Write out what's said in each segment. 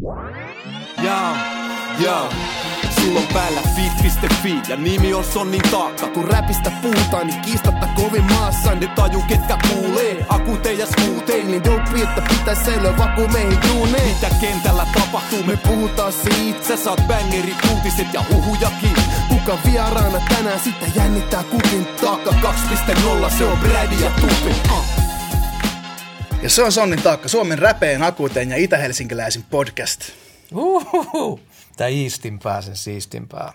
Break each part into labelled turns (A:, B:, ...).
A: Jaa, sulla on päällä fit.fi ja nimi on Sonnin taakka. Kun räpistä puhutaan, niin kiistatta kovin maassa. Ne taju ketkä kuulee, akuuteen ja smootheen. Niin dope, että pitäis säilöä vaku meihin duuneen. Mitä kentällä tapahtuu, me puhutaan siitä. Sä saat bangerit, uutiset ja huhujakin. Kuka vieraana tänään, sitä jännittää kukin taakka 2.0, se on Brady ja Tupi.
B: Ja se on Sonnin taakka, Suomen räpeen, akuuteen ja itä-helsinkiläisin podcast.
C: Tää iistimpää sen siistimpää.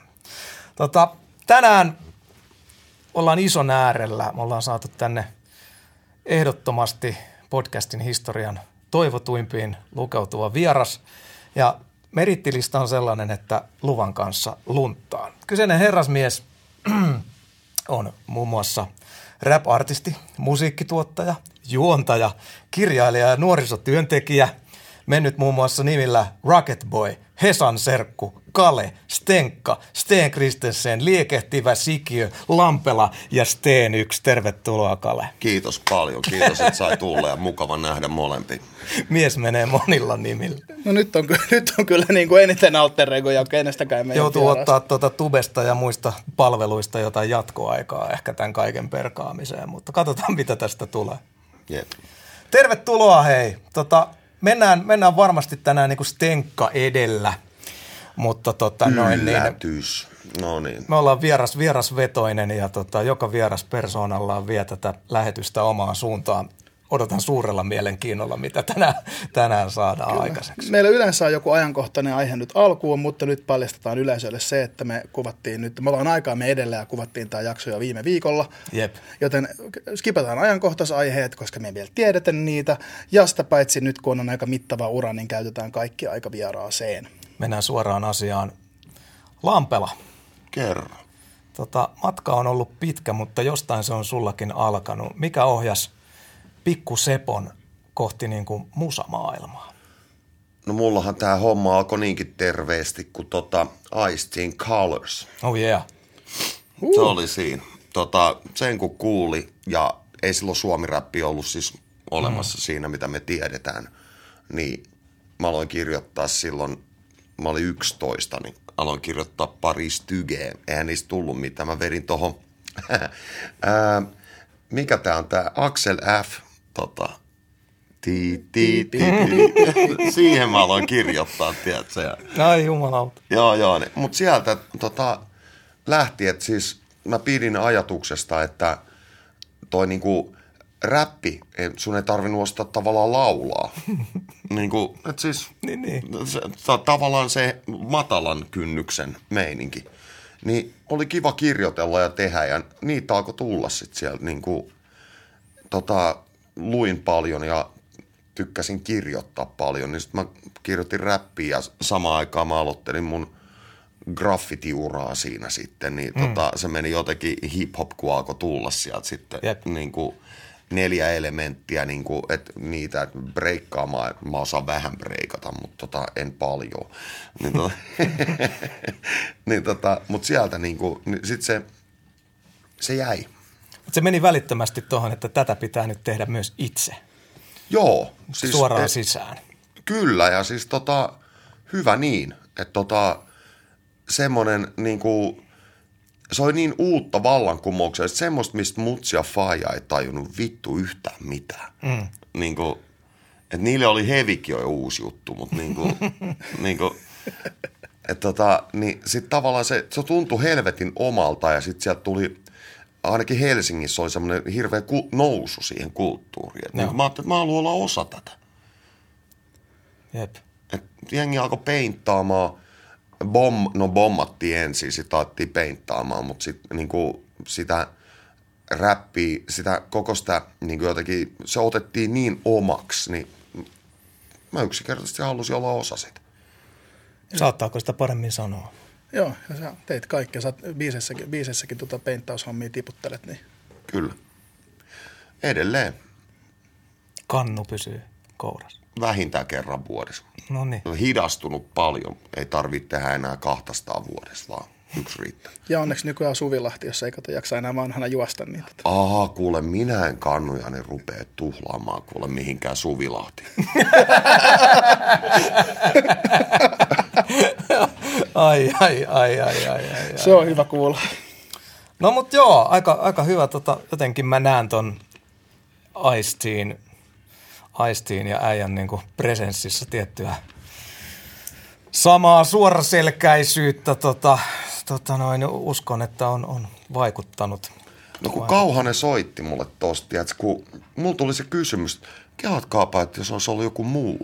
C: Tänään ollaan ison äärellä. Me ollaan saatu tänne ehdottomasti podcastin historian toivotuimpiin lukeutuva vieras. Ja merittilista on sellainen, että luvan kanssa lunttaan. Kyseinen herrasmies on muun muassa rap-artisti, musiikkituottaja, juontaja, kirjailija ja nuorisotyöntekijä. Mennyt muun muassa nimillä Rocket Boy, Hesan serkku, Kale, Stenkka, Sten Kristensen, liekehtivä Sikiö, Lampela ja Sten 1. Tervetuloa, Kale.
D: Kiitos paljon. Kiitos, että sai tulla ja mukava nähdä molempia.
C: Mies menee monilla nimillä.
B: No nyt on kyllä niin kuin eniten alter egoja kenestäkään meidän
C: joutuu
B: vierasta.
C: ottaa Tubesta ja muista palveluista jotain jatkoaikaa ehkä tämän kaiken perkaamiseen, mutta katsotaan mitä tästä tulee.
D: Jep.
C: Tervetuloa hei. Mennään varmasti tänään niin kuin Stenkka edellä, mutta
D: Yllätys. No niin.
C: Me ollaan vierasvetoinen ja joka vieras persoonallaan vie tätä lähetystä omaan suuntaan. Odotan suurella mielenkiinnolla, mitä tänään saadaan aikaiseksi.
B: Meillä yleensä on joku ajankohtainen aihe nyt alkuun, mutta nyt paljastetaan yleisölle se, että me ollaan aikaamme edellä ja kuvattiin tämä jakso jo viime viikolla.
C: Jep.
B: Joten skipataan ajankohtaisaiheet, koska me ei vielä tiedetä niitä. Ja sitä paitsi nyt, kun on aika mittava ura, niin käytetään kaikki aika vieraaseen.
C: Mennään suoraan asiaan. Lampela.
D: Kerro.
C: Matka on ollut pitkä, mutta jostain se on sullakin alkanut. Mikä ohjasi Pikku Sepon kohti niin kuin musamaailmaa?
D: No mullahan tää homma alkoi niinkin terveesti kuin Ice-T:n Colors.
C: Oh yeah.
D: Se oli siinä. Sen kun kuuli, ja ei silloin suomi-räppi ollut siis olemassa siinä, mitä me tiedetään, niin mä aloin kirjoittaa silloin, mä olin 11, niin aloin kirjoittaa pari stygeä. Eihän niistä tullut mitään. Mä vedin tohon, mikä tää on tää Axel F, siihen mä aloin kirjoittaa, tiedätkö?
C: Ai jumalauta.
D: Joo, niin. Mutta sieltä lähti, että siis mä pidin ajatuksesta, että toi niinku räppi, sun ei tarvinnut ostaa tavallaan laulaa. Niinku, et siis
C: niin.
D: tavallaan se matalan kynnyksen meininki. Niin oli kiva kirjoitella ja tehdä ja niitä alkoi tulla sitten sieltä niinku, luin paljon ja tykkäsin kirjoittaa paljon, niin sitten mä kirjoitin räppiä ja samaan aikaan mä aloittelin mun graffiti-uraa siinä sitten, niin se meni jotenkin hip-hop, kun alkoi tulla sieltä sitten niin kuin 4 elementtiä, niin kuin, että niitä breikkaamaan, mä osaan vähän breikata, mutta en paljon. Mutta sieltä niin kuin, sitten se jäi.
C: Se meni välittömästi tuohon, että tätä pitää nyt tehdä myös itse.
D: Joo. Siis,
C: suoraan sisään.
D: Kyllä, ja siis hyvä niin, että semmoinen niinku, se oli niin uutta vallankumouksia, että semmoista, mistä mutsi ja faija ei tajunnut vittu yhtään mitään. Niinku, että niille oli hevikin jo uusi juttu, mutta niinku, että niin sit tavallaan se tuntui helvetin omalta ja sit sieltä tuli, ainakin Helsingissä oli semmoinen hirveä nousu siihen kulttuuriin. Niin mä ajattelin, että mä haluan olla osa tätä.
C: Jep.
D: Et jengi alkoi peinttaamaan, bommattiin ensin, sitten alettiin peinttaamaan, mutta sitten niinku sitä räppiä, sitä koko sitä niinku jotenkin, se otettiin niin omaksi, niin mä yksinkertaisesti halusin olla osa sitä.
C: Saattaako sitä paremmin sanoa?
B: Joo, ja sä teit kaikkea. Sä biisessäkin peinttaushommia tiputtelet. Niin.
D: Kyllä. Edelleen.
C: Kannu pysyy kourassa.
D: Vähintään kerran vuodessa.
C: No niin.
D: On hidastunut paljon. Ei tarvitse tehdä enää 200 vuodessa vaan. yksi riittää.
B: Ja onneksi nykyään Suvilahti, jos ei kato jaksa enää vanhana juosta niitä.
D: Kuule, minä en kannujani rupea tuhlaamaan kuule mihinkään Suvilahti.
C: Ai.
B: Se on hyvä kuulla.
C: No mut joo, aika hyvä. Jotenkin mä näen ton Ice-Teen ja äijän niinku presenssissä tiettyä samaa suoraselkäisyyttä. Uskon, että on vaikuttanut.
D: No kun Kauhanen soitti mulle tosta, tiiätkö, kun mulla tuli se kysymys, kehotkaapa, että jos olisi ollut joku muu.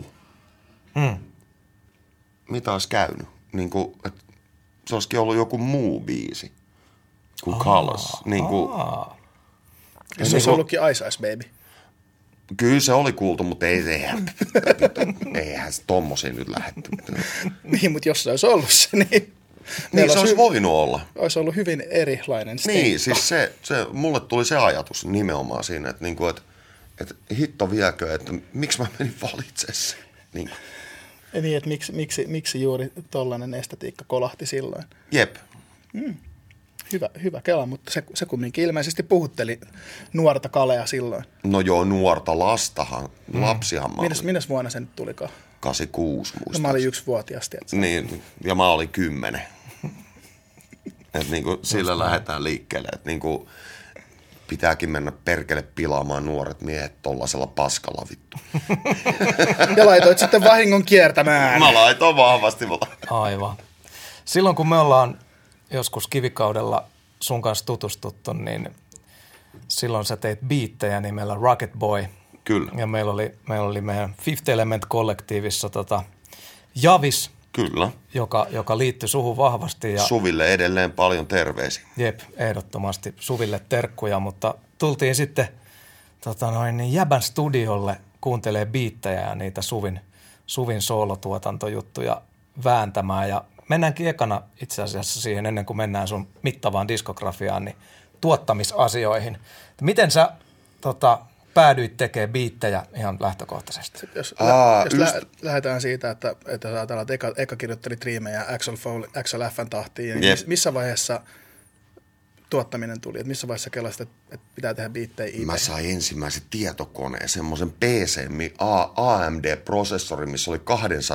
D: Mitä olisi käynyt? Niin kuin, että se olisikin ollut joku muu biisi kuin Colors. Niin kuin,
B: se olisi ollutkin Ice Ice Baby.
D: Kyllä se oli kuultu, mutta eihän se tommosia nyt lähdetty.
B: Niin, mutta jos se olisi ollut se, niin...
D: Niin se olisi voinut olla.
B: Olisi ollut hyvin erilainen steikka.
D: Niin, siis mulle tuli se ajatus nimenomaan siinä, että, niinku, että hitto viekö, että miksi mä menin valitsemaan sen. Niin.
B: Niin, että miksi juuri tollainen estetiikka kolahti silloin.
D: Jep.
B: Hyvä kela, mutta se kumminkin ilmeisesti puhutteli nuorta Kalea silloin.
D: No joo, nuorta lastahan, lapsihan mä olin.
B: Minnes vuonna se nyt tulikaan?
D: 86 muistaakseni.
B: No mä olin 1-vuotias, tiedätkö?
D: Niin, ja mä olin 10. Että niinku sillä lähdetään liikkeelle, että niinku pitääkin mennä perkele pilaamaan nuoret miehet tollasella paskalla vittu.
B: Ja laitoit sitten vahingon kiertämään.
D: Mä laitoin vahvasti.
C: Aivan. Silloin kun me ollaan joskus kivikaudella sun kanssa tutustuttu, niin silloin sä teit biittejä nimellä Rocket Boy.
D: Kyllä.
C: Ja meillä oli meidän Fifth Element-kollektiivissa Javis.
D: Kyllä.
C: Joka liittyi suhun vahvasti. Ja
D: Suville edelleen paljon terveisiä.
C: Jep, ehdottomasti Suville terkkuja, mutta tultiin sitten Jäbän studiolle kuuntelee biittejä ja niitä Suvin soolotuotantojuttuja vääntämään. Ja mennäänkin ekana itse asiassa siihen, ennen kuin mennään sun mittavaan diskografiaan, niin tuottamisasioihin. Miten sä päädyit tekemään biittejä ihan lähtökohtaisesti?
B: Jos lähdetään siitä, että sä ajatellaan, että eka kirjoitteli Dreamejä XLF:n tahtiin, niin missä vaiheessa tuottaminen tuli? Että missä vaiheessa kelasit, että pitää tehdä biittejä itse?
D: Mä sain ensimmäisen tietokoneen, semmoisen PC, AMD-prosessori, missä oli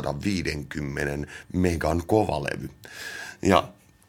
D: 250 megan kovalevy. Ja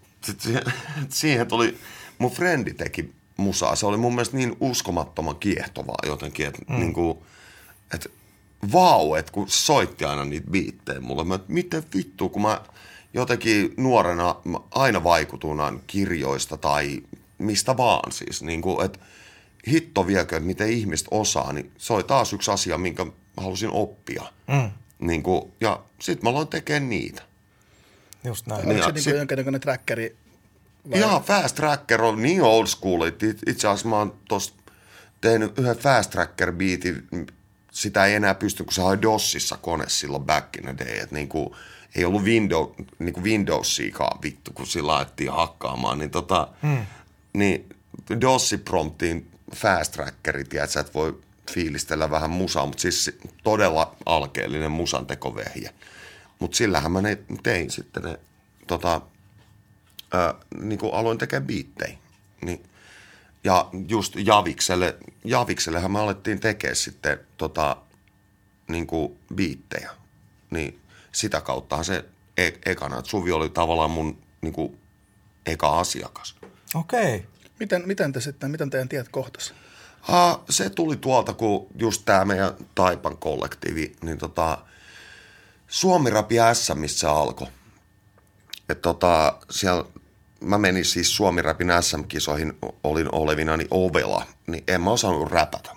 D: siihen tuli, mun frendi teki musaa. Se oli mun mielestä niin uskomattoman kiehtovaa jotenkin, että niinku, että vau, että kun soitti aina niitä biittejä mulle, mä, miten vittu, kun mä jotenkin nuorena aina vaikutunan kirjoista tai mistä vaan siis, niinku, että hitto viekö, että miten ihmiset osaa, niin se oli taas yksi asia, minkä mä halusin oppia. Niinku, ja sit mä aloin tekemään niitä.
C: Just näin.
B: Oliko se niinku jonkinlainen trackeri?
D: Ihan Fast Tracker on niin old school. Itse asiassa mä oon tossa tehnyt yhden Fast Tracker-biitin. Sitä ei enää pysty, kun se oli DOSissa kone silloin back in the day. Et niinku, ei ollut Windowsiakaan vittu, kun sillä ajettiin hakkaamaan. Niin DOS-promptiin Fast Trackeri, tiedätkö, että voi fiilistellä vähän musaa, mutta siis todella alkeellinen musantekovehjä. Mutta sillähän mä ne tein sitten ne niin kuin aloin tekemään biittejä. Niin, ja just Javiksellehän me alettiin tekemään sitten niin kuin biittejä. Niin sitä kauttahan se ekana, että Suvi oli tavallaan mun niin kuin eka asiakas.
C: Okei.
B: Miten teidän tiet kohtas?
D: Se tuli tuolta, kun just tää meidän Taipan kollektiivi, niin Suomi Rapi SM:ssä alkoi. Että siellä mä menin siis Suomi Rapin SM-kisoihin, olin olevinani ovela, niin en mä osannut räpätä.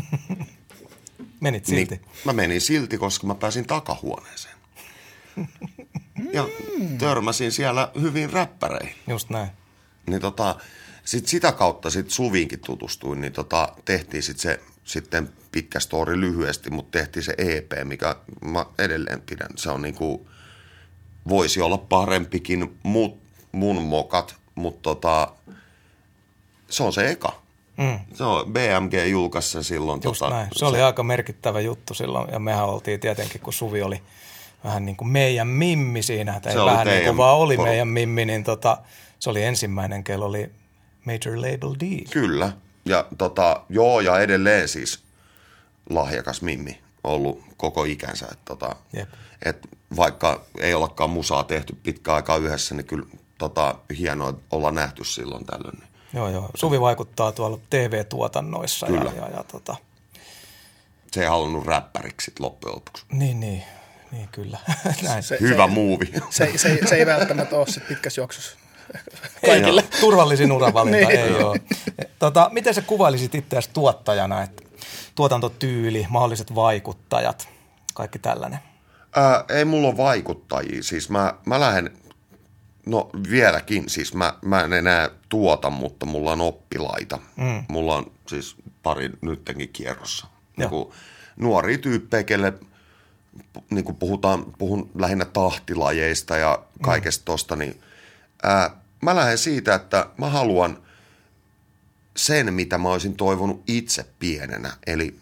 C: Menit silti?
D: Niin, mä menin silti, koska mä pääsin takahuoneeseen. Ja törmäsin siellä hyvin räppäreihin.
C: Just näin.
D: Niin sit sitä kautta sit Suviinkin tutustuin, niin tehtiin sit se sitten pitkä story lyhyesti, mutta tehtiin se EP, mikä mä edelleen pidän. Se on niinku, voisi olla parempikin mun mokat, mutta se on se eka. Se on BMG julkaisi silloin.
C: Just näin. Se oli aika merkittävä juttu silloin, ja mehän oltiin tietenkin, kun Suvi oli vähän niin kuin meidän mimmi siinä, tai
D: Se
C: vähän niin kuin vaan oli
D: porukka.
C: meidän mimmi, niin se oli ensimmäinen, kello oli Major Label D.
D: Kyllä. Ja joo, ja edelleen siis lahjakas mimmi ollut koko ikänsä. Et vaikka ei ollakaan musaa tehty pitkään aikaa yhdessä, niin kyllä hienoa olla nähty silloin tällöin. Niin.
C: Joo. Suvi vaikuttaa tuolla TV-tuotannoissa.
D: Kyllä.
C: Ja
D: Se ei halunnut räppäriksi sit loppujen lopuksi.
C: Niin, kyllä. Näin.
D: Hyvä muuvi.
B: Se ei välttämättä ole sit pitkässä juoksussa kaikille.
C: Ei, turvallisin uravalinta
B: Niin.
C: ei ole. Miten sä kuvailisit itseäsi tuottajana, että tuotantotyyli, mahdolliset vaikuttajat, kaikki tällainen?
D: Ei mulla ole vaikuttajia. Siis mä lähden, no vieläkin, siis mä en enää tuota, mutta mulla on oppilaita. Mulla on siis pari nyttenkin kierrossa. Niin nuoria tyyppejä, kelle niin puhun lähinnä tahtilajeista ja kaikesta tosta, niin mä lähden siitä, että mä haluan sen, mitä mä olisin toivonut itse pienenä. Eli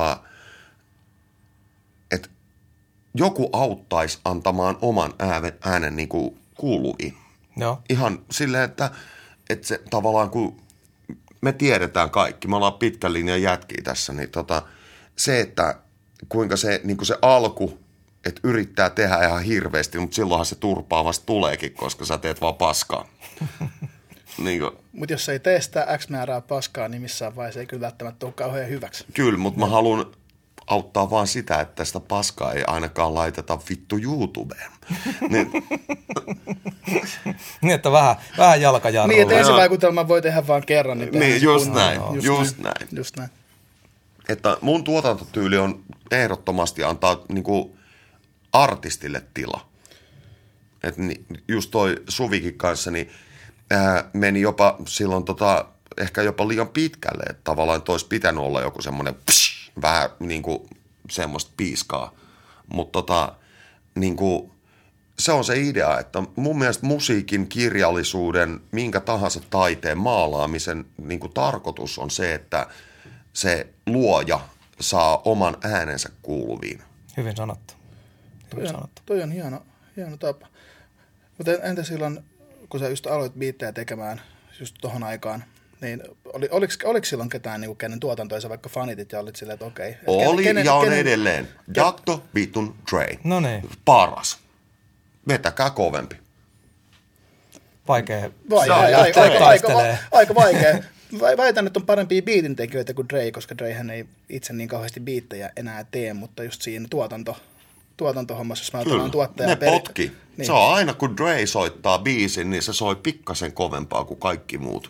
D: että joku auttaisi antamaan oman äänen niin kuin kuuluviin.
C: Joo.
D: Ihan silleen, että se tavallaan kun me tiedetään kaikki, me ollaan pitkän linjan jätkiä tässä, niin se, että kuinka se, niin kuin se alku, että yrittää tehdä ihan hirveästi, mutta silloinhan se turpaa vasta tuleekin, koska sä teet vaan paskaa. Niin
B: mutta jos ei tee sitä X määrää paskaa, niin missään vaiheessa ei kyllä välttämättä ole kauhean hyväksi.
D: Kyllä, mutta mä haluan auttaa vaan sitä, että sitä paskaa ei ainakaan laiteta vittu YouTubeen.
C: Niin, että vähän jalkajarrulla.
B: Niin, että ensivaikutelman voi tehdä vaan kerran.
D: Niin, just näin. Että mun tuotantotyyli on ehdottomasti antaa niinku artistille tila. Et just toi Suvikin kanssa, niin meni jopa silloin ehkä jopa liian pitkälle, että tavallaan että olisi pitänyt olla joku semmoinen vähän niinku semmoista piiskaa. Mutta niinku se on se idea, että mun mielestä musiikin, kirjallisuuden, minkä tahansa taiteen, maalaamisen niinku tarkoitus on se, että se luoja saa oman äänensä kuuluviin.
C: Hyvin sanottu.
B: Toi on hieno tapa. Mutta entä silloin, kun sä just aloit biittejä tekemään just tohon aikaan, niin oliko silloin ketään, niin kenen tuotantoisa vaikka fanitit ja olit silleen, että okei.
D: Oli ja on edelleen. Dr. Vitun Dre.
C: No niin.
D: Paras. Vetäkää kovempi.
C: Vaikea.
B: Aika vaikea. Väitän, että on parempia biitintekijöitä kuin Dre, koska Drehän ei itse niin kauheasti biittejä enää tee, mutta just siinä tuotantohommassa, jos mä ajatellaan tuottaja.
D: Ne potki. Niin. Se on aina, kun Dre soittaa biisin, niin se soi pikkasen kovempaa kuin kaikki muut.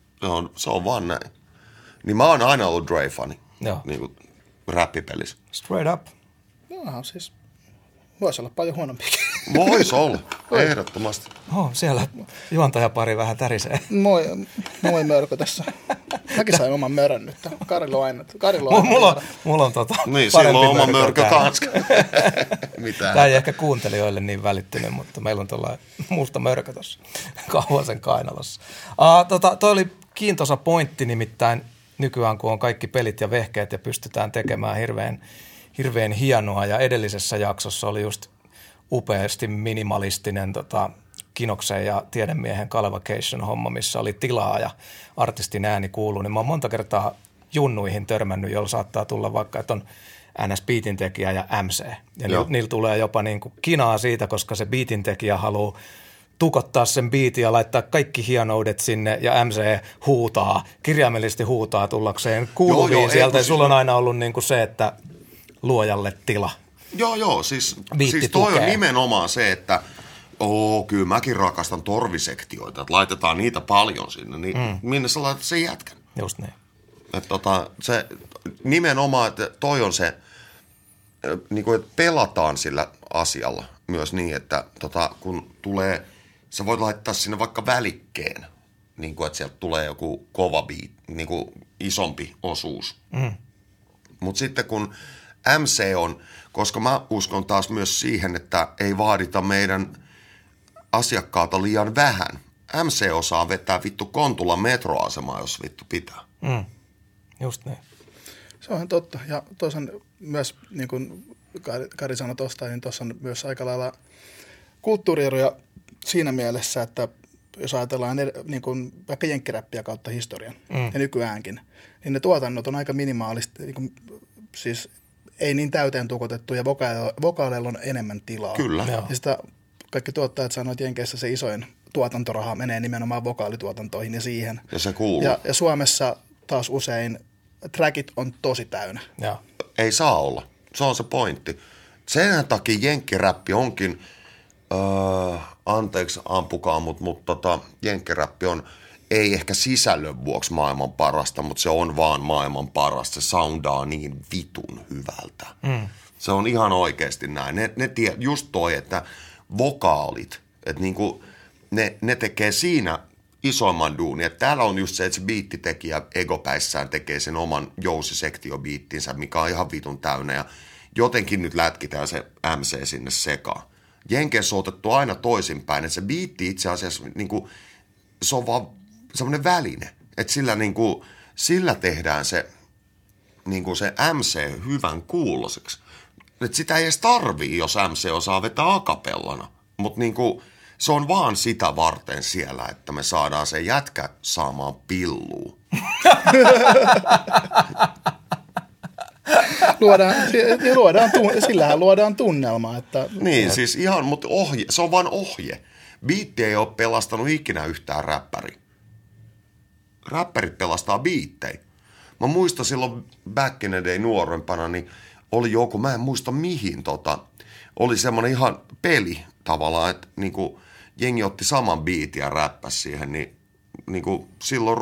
D: Se on vaan näin. Niin mä oon aina ollut Dre-fani. Joo. Niin kuin räppipelissä.
C: Straight up.
B: No siis voisi olla paljon huonompiakin.
D: Voisi olla, ehdottomasti.
C: Siellä juontajapari vähän tärisee.
B: Moi Mörkö tässä. Mäkin sain oman mörön nyt. Karilla on aina.
C: Mulla on
D: niin, silloin on oma mörkö kanssa.
C: Tämä ei ehkä kuuntelijoille niin välittynyt, mutta meillä on tuolla musta mörkö tuossa Kauhasen kainalossa. Toi oli kiintoisa pointti, nimittäin nykyään kun on kaikki pelit ja vehkeet ja pystytään tekemään hirveän hienoa, ja edellisessä jaksossa oli just upeasti minimalistinen Kinoksen ja tiedemiehen Calvacation-homma, missä oli tilaa ja artistin ääni kuuluu, niin mä oon monta kertaa junnuihin törmännyt, jolla saattaa tulla vaikka, että on NS-biitintekijä ja MC. Ja niillä tulee jopa niin kuin kinaa siitä, koska se biitintekijä haluaa tukottaa sen biitin ja laittaa kaikki hienoudet sinne, ja MC huutaa, kirjaimellisesti huutaa tullakseen kuuluviin sieltä. Ja sulla on aina ollut niin kuin se, että luojalle tila.
D: Joo, siis toi on nimenomaan se, että kyllä mäkin rakastan torvisektioita, että laitetaan niitä paljon sinne, niin minne sä laitat sen jätkän?
C: Just niin.
D: Että se nimenomaan, että toi on se, niin kuin, että pelataan sillä asialla myös niin, että kun tulee, sä voit laittaa sinne vaikka välikkeen, niin kuin, että sieltä tulee joku kova beat, niin kuin isompi osuus. Mutta sitten kun MC on, koska mä uskon taas myös siihen, että ei vaadita meidän asiakkaalta liian vähän. MC osaa vetää vittu Kontulla metroasemaa, jos vittu pitää.
C: Just niin.
B: Se on totta. Ja toisaalta myös niin kuin Kari sanoi tuosta, niin tuossa on myös aika lailla kulttuurieroja siinä mielessä, että jos ajatellaan niin kuin vaikka jenkkiräppiä kautta historian ja nykyäänkin, niin ne tuotannot on aika minimaalista, niin kuin, siis ei niin täyteen tukotettu ja vokaaleilla on enemmän tilaa.
D: Kyllä.
B: Ja sitä kaikki tuottajat sanoo, että Jenkeissä se isoin tuotantoraha menee nimenomaan vokaalituotantoihin ja siihen.
D: Ja se kuuluu.
B: Ja Suomessa taas usein trackit on tosi täynnä.
C: Ja.
D: Ei saa olla. Se on se pointti. Sen takia jenkkiräppi onkin, anteeksi ampukaa, mutta jenkkiräppi on ei ehkä sisällön vuoksi maailman parasta, mutta se on vaan maailman parasta. Se soundaa niin vitun hyvältä. Se on ihan oikeasti näin. Just toi, että vokaalit, että niinku ne tekee siinä isoimman duunin. Että täällä on just se, että se biittitekijä egopäissään tekee sen oman jousisektiobiittinsä, mikä on ihan vitun täynnä. Ja jotenkin nyt lätkitään se MC sinne sekaan. Jenkeissä on otettu aina toisinpäin, että se biitti itse asiassa, niinku, se on vaan semmoinen väline. Että sillä tehdään se, niinku se MC hyvän kuuloseksi. Että sitä ei edes tarvii, jos MC osaa vetää akapellana. Mutta niinku, se on vaan sitä varten siellä, että me saadaan se jätkä saamaan pillua.
B: Sillähän luodaan tunnelma. Että
D: niin, siis ihan, mutta se on vaan ohje. Biitti ei ole pelastanut ikinä yhtään räppäriä. Räppärit pelastaa biittejä. Mä muistan silloin back in the day nuorempana, niin oli joku, mä en muista mihin, oli semmoinen ihan peli tavallaan, että niinku, jengi otti saman biitin ja räppäsi siihen, niin niinku, silloin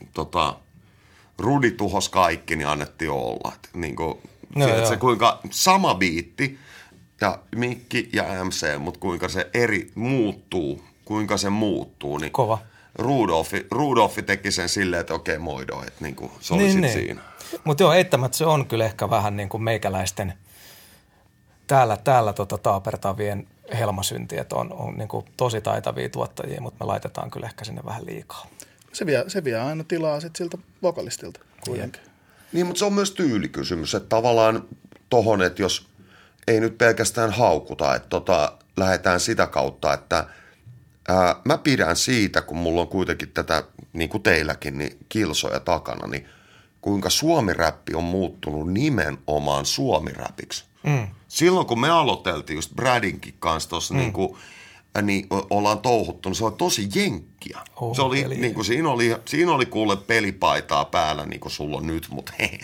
D: Rudi tuhos kaikki, niin annettiin olla. Et, niinku, se kuinka sama biitti ja mikki ja MC, mutta kuinka se eri muuttuu, niin
C: kova.
D: Rudolfi teki sen silleen, että okei, moido, että niinku, se oli sitten siinä.
C: Mutta joo, eittämättä se on kyllä ehkä vähän niin kuin meikäläisten täällä taapertavien helmasynti, että on niin kuin tosi taitavia tuottajia, mutta me laitetaan kyllä ehkä sinne vähän liikaa.
B: Se vie aina tilaa sit siltä vokalistilta kuitenkin.
D: Niin, mutta se on myös tyylikysymys, että tavallaan tohon, että jos ei nyt pelkästään haukuta, että lähdetään sitä kautta, että mä pidän siitä, kun mulla on kuitenkin tätä, niin kuin teilläkin, niin kilsoja takana, niin kuinka suomiräppi on muuttunut nimenomaan suomiräpiksi. Silloin, kun me aloiteltiin just Bradinkin kanssa tuossa, niin ollaan touhuttu, niin se oli tosi jenkkiä. Se oli, niin kuin, siinä oli kuule pelipaitaa päällä, niin kuin sulla on nyt, mutta hei.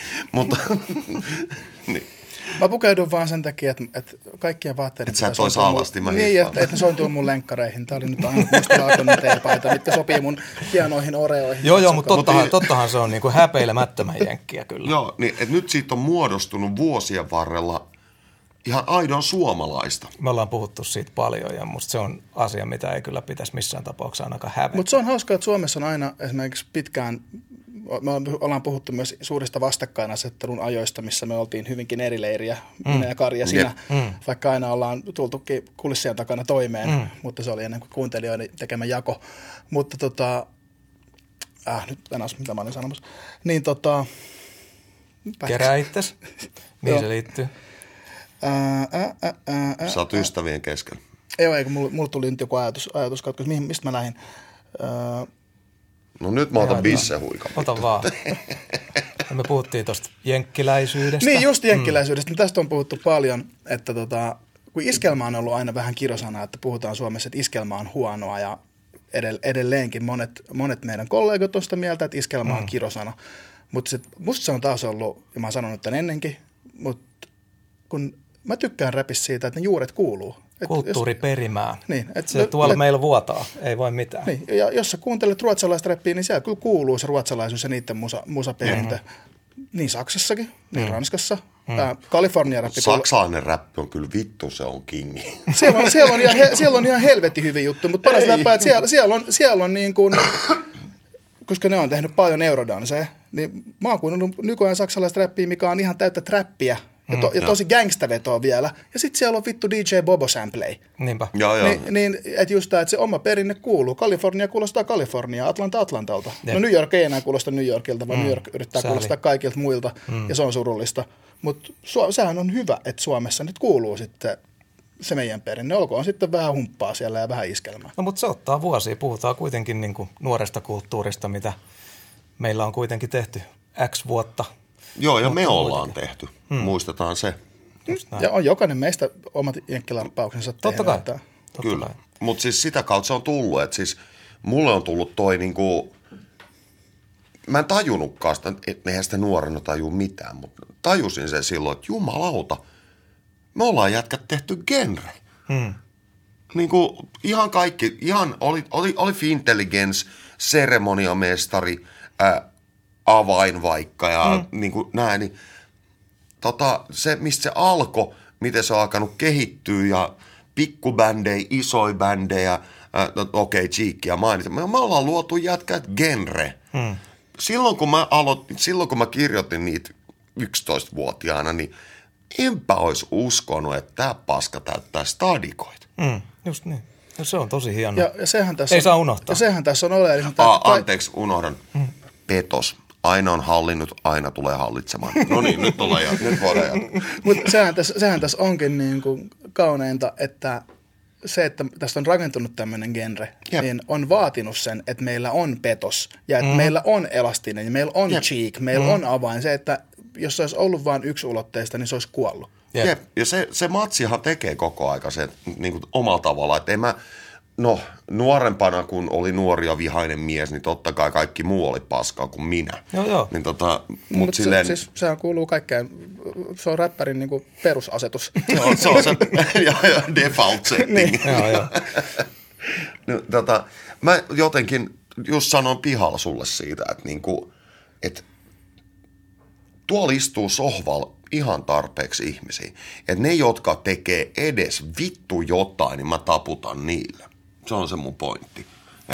D: Niin.
B: Mä pukeudun vaan sen takia, että kaikkien vaatteiden...
D: Että sä et ois alasti, mä
B: niin, että ne sointuu mun lenkkareihin. Tää oli nyt aina mustavalkoinen teepaita, mitkä sopii mun hienoihin oreoihin.
C: Joo, mutta tottahan se on niinku häpeilemättömän jenkkiä kyllä.
D: Joo, niin että nyt siitä on muodostunut vuosien varrella ihan aidon suomalaista.
C: Me ollaan puhuttu siitä paljon ja musta se on asia, mitä ei kyllä pitäisi missään tapauksessa ainakaan hävetä.
B: Mutta se on hauskaa, että Suomessa on aina esimerkiksi pitkään, me ollaan puhuttu myös suurista vastakkainasettelun ajoista, missä me oltiin hyvinkin eri leiriä, minä ja Kari ja sinä, vaikka aina ollaan tultukin kulissien takana toimeen, mutta se oli ennen kuin kuuntelijoiden tekemä jako. Mutta nyt en osaa, mitä mä olin sanomassa. Niin
C: kerää itsesi. Mihin se liittyy?
D: Sä oot ystävien keskellä.
B: Ei, mulla tuli nyt joku ajatuskatkos. Mistä mä lähdin?
D: No nyt mä otan bissehuikan.
C: Ota vaan. Me puhuttiin tuosta jenkkiläisyydestä.
B: Niin, just jenkkiläisyydestä. Tästä on puhuttu paljon, että kun iskelma on ollut aina vähän kirosana, että puhutaan Suomessa, että iskelma on huonoa ja edelleenkin monet meidän kollegat on sitä mieltä, että iskelma on kirosana. Mutta musta se on taas ollut, ja mä oon sanonut tämän ennenkin, mutta kun mä tykkään räpissä siitä, että ne juuret kuuluu.
C: Kulttuuriperimää.
B: Niin,
C: se tuolla meillä vuotaa, ei voi mitään.
B: Niin, ja jos sä kuuntelet ruotsalaista räppiä, niin siellä kyllä kuuluu se ruotsalaisuus ja niiden musaperintö. Niin Saksassakin, niin Ranskassa. Kalifornian räppi.
D: Saksalainen räppi on kyllä vittu, se on kingi.
B: Siellä on ihan helvetti hyvin juttu, mutta paras läppä, että siellä on niin kuin, koska ne on tehnyt paljon eurodanseja, niin mä oon kuunnellut nykyään saksalaista räppiä, mikä on ihan täyttä trappia. ja tosi gangstavetoa vielä. Ja sitten siellä on vittu DJ Bobo Sampley.
C: Niinpä.
D: Joo.
B: Niin, että just tämä, että se oma perinne kuuluu. Kalifornia kuulostaa Kaliforniaa, Atlanta Atlantalta.
C: Jep.
B: No New York ei enää kuulosta New Yorkilta, vaan New York yrittää kuulostaa kaikilta muilta, ja se on surullista. Mutta sehän on hyvä, että Suomessa nyt kuuluu sitten se meidän perinne. Olkoon sitten vähän humppaa siellä ja vähän iskelmää.
C: No mutta se ottaa vuosia. Puhutaan kuitenkin niin kuin nuoresta kulttuurista, mitä meillä on kuitenkin tehty X vuotta.
D: Joo, ja me ollaan tehty. Muistetaan se.
B: Ja on jokainen meistä omat jenkkilarppauksensa
C: Totta kai.
D: Kyllä. Mutta siis sitä kautta se on tullut. Että siis mulle on tullut toi niinku, mä en tajunnutkaan sitä, että eihän sitä nuorena taju mitään, mutta tajusin sen silloin, että jumalauta, me ollaan jätkät tehty genre. Niinku ihan kaikki, oli Fintelligence, seremoniamestari, avain vaikka ja niinku näin, niin se, mistä se alkoi, miten se on alkanut kehittyä ja pikkubändejä, isoja bändejä, Cheekkiä mainitsin. Me ollaan luotu jätkät genre. Silloin kun mä kirjoitin niitä 11-vuotiaana, niin enpä olisi uskonut, että tämä paska täyttää stadikoita.
C: Just niin. No se on tosi hienoa.
B: Ja sehän tässä
C: ei saa unohtaa.
B: Ja sehän tässä on oleellista.
D: Anteeksi, unohdan. Petos. Aina on hallinnut, aina tulee hallitsemaan. No niin, nyt voidaan jatkaa.
B: Mutta sehän tässä onkin niin kuin kauneinta, että se, että tästä on rakentunut tämmöinen genre, niin on vaatinut sen, että meillä on petos ja että meillä on elastinen ja meillä on cheek, meillä on avain. Se, että jos se olisi ollut vain yksiulotteista, niin se olisi kuollut.
D: Jep. Ja se matsihan tekee koko aika se niin kuin omalla tavalla, että nuorempana, kun oli nuori ja vihainen mies, niin totta kai kaikki muu oli paskaa kuin minä.
C: Joo.
D: Niin mutta silleen...
B: sehän kuuluu kaikkeen. Se on räppärin niin kuin perusasetus.
D: Se on se default setting.
C: Joo.
D: Mä jotenkin just sanon pihalla sulle siitä, että tuolla istuu sohvalla ihan tarpeeksi ihmisiä. Että ne, jotka tekee edes vittu jotain, niin mä taputan niille. Se on se mun pointti.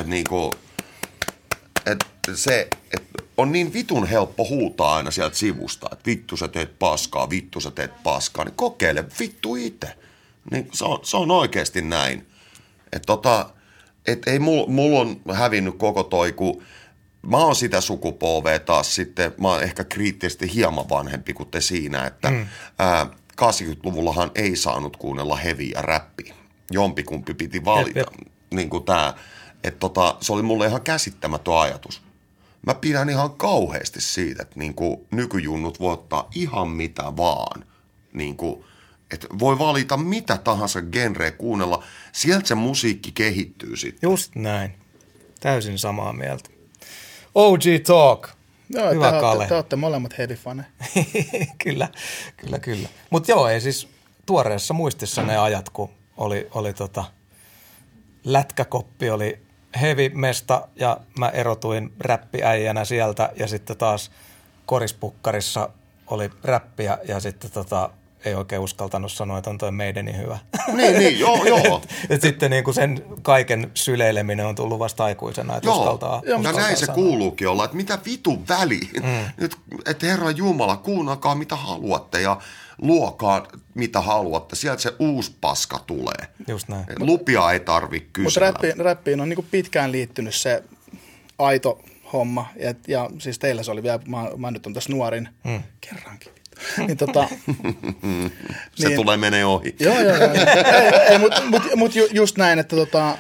D: Että on niin vitun helppo huutaa aina sieltä sivusta, että vittu sä teet paskaa, niin kokeile vittu itse. Niin se on oikeasti näin. Että ei mulla on hävinnyt koko toi, kun mä oon sitä sukupolvea taas sitten, mä oon ehkä kriittisesti hieman vanhempi kuin te siinä, että 80-luvullahan ei saanut kuunnella heviä räppiä. Jompikumpi piti valita. Niin kuin tää, että se oli mulle ihan käsittämätön ajatus. Mä pidän ihan kauheasti siitä, että niin kuin nykyjunnut voi ottaa ihan mitä vaan. Niin kuin, että voi valita mitä tahansa genreä kuunnella. Sieltä se musiikki kehittyy sitten.
C: Just näin. Täysin samaa mieltä. OG Talk.
B: Joo,
C: hyvä Kale.
B: Te olette molemmat heavy-faneja.
C: Kyllä. Mutta joo, ei siis tuoreessa muistissa ne ajat, kun oli lätkäkoppi, oli heavy-mesta ja mä erotuin räppiäijänä sieltä ja sitten taas korispukkarissa oli räppiä ja sitten ei oikein uskaltanut sanoa, että on toi meideni hyvä.
D: Niin, joo.
C: Et sitten niinku sen kaiken syleileminen on tullut vasta aikuisena, että uskaltaa
D: ja näin se kuuluukin olla, että mitä vitun väliin. Nyt, että Herran Jumala, kuunnelkaa mitä haluatte ja luokaa mitä haluatte. Sieltä se uusi paska tulee.
C: Just näin.
D: Lupia ei tarvitse kysellä.
B: Mutta räppiin on niinku pitkään liittynyt se aito homma. Ja siis teillä se oli vielä, mä nyt on tässä nuorin kerrankin. Niin
D: se tulee menee ohi.
B: Joo. Mutta just näin, että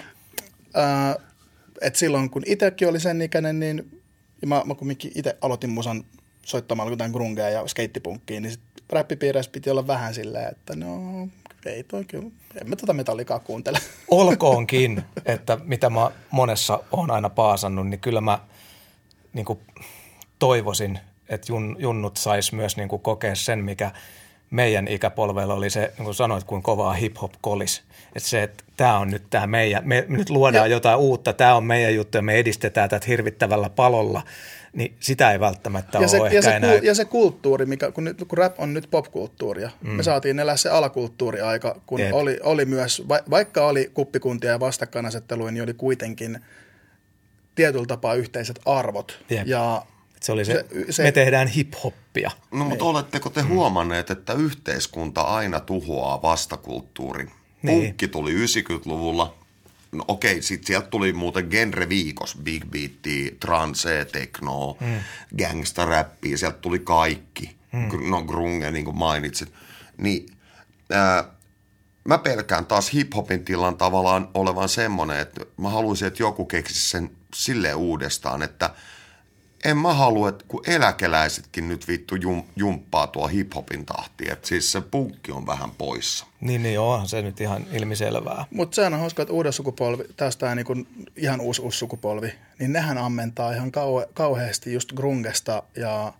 B: että silloin kun itsekin oli sen ikäinen, niin mä kumminkin itse aloitin musan soittamalla jotain grungea ja skeittipunkkiin, niin sit räppipiireissä piti olla vähän silleen, että ei toi kyllä, en mä metallikaa kuuntele.
C: Olkoonkin, että mitä mä monessa oon aina paasannut, niin kyllä mä niin kuin toivoisin, että junnut sais myös niin kuin kokea sen, mikä meidän ikäpolvella oli se, niin kuin sanoit, kuin kovaa hip-hop kolis. Että se, että tämä on nyt tämä meidän, me nyt luodaan jotain uutta, tämä on meidän juttu ja me edistetään tätä hirvittävällä palolla, niin sitä ei välttämättä ole ehkä enää.
B: Ja se kulttuuri, kun rap on nyt popkulttuuria, me saatiin elää se alakulttuuriaika, kun oli myös, vaikka oli kuppikuntia ja vastakkainasetteluja, niin oli kuitenkin tietyllä tapaa yhteiset arvot.
C: Jep.
B: Ja
C: Se oli me tehdään hip-hoppia.
D: No, mutta oletteko te huomanneet, että yhteiskunta aina tuhoaa vastakulttuurin? Punkki tuli 90-luvulla. No okei, sitten sieltä tuli muuten genre-viikos, big beatia, transe, teknoa, gangsta-räppiä, sieltä tuli kaikki. No grunge, niin kuin mainitsit. Niin, mä pelkään taas hip-hopin tilan tavallaan olevan semmoinen, että mä haluaisin, että joku keksisi sen silleen uudestaan, että en mä halua, että kun eläkeläisetkin nyt vittu jumppaa tuo hip-hopin tahtiin, että siis se punkki on vähän poissa.
C: Niin onhan se nyt ihan ilmiselvää.
B: Mutta sehän on hauska, että uuden sukupolvi, tästä niinku ihan uusi sukupolvi, niin nehän ammentaa ihan kauheasti just grungesta ja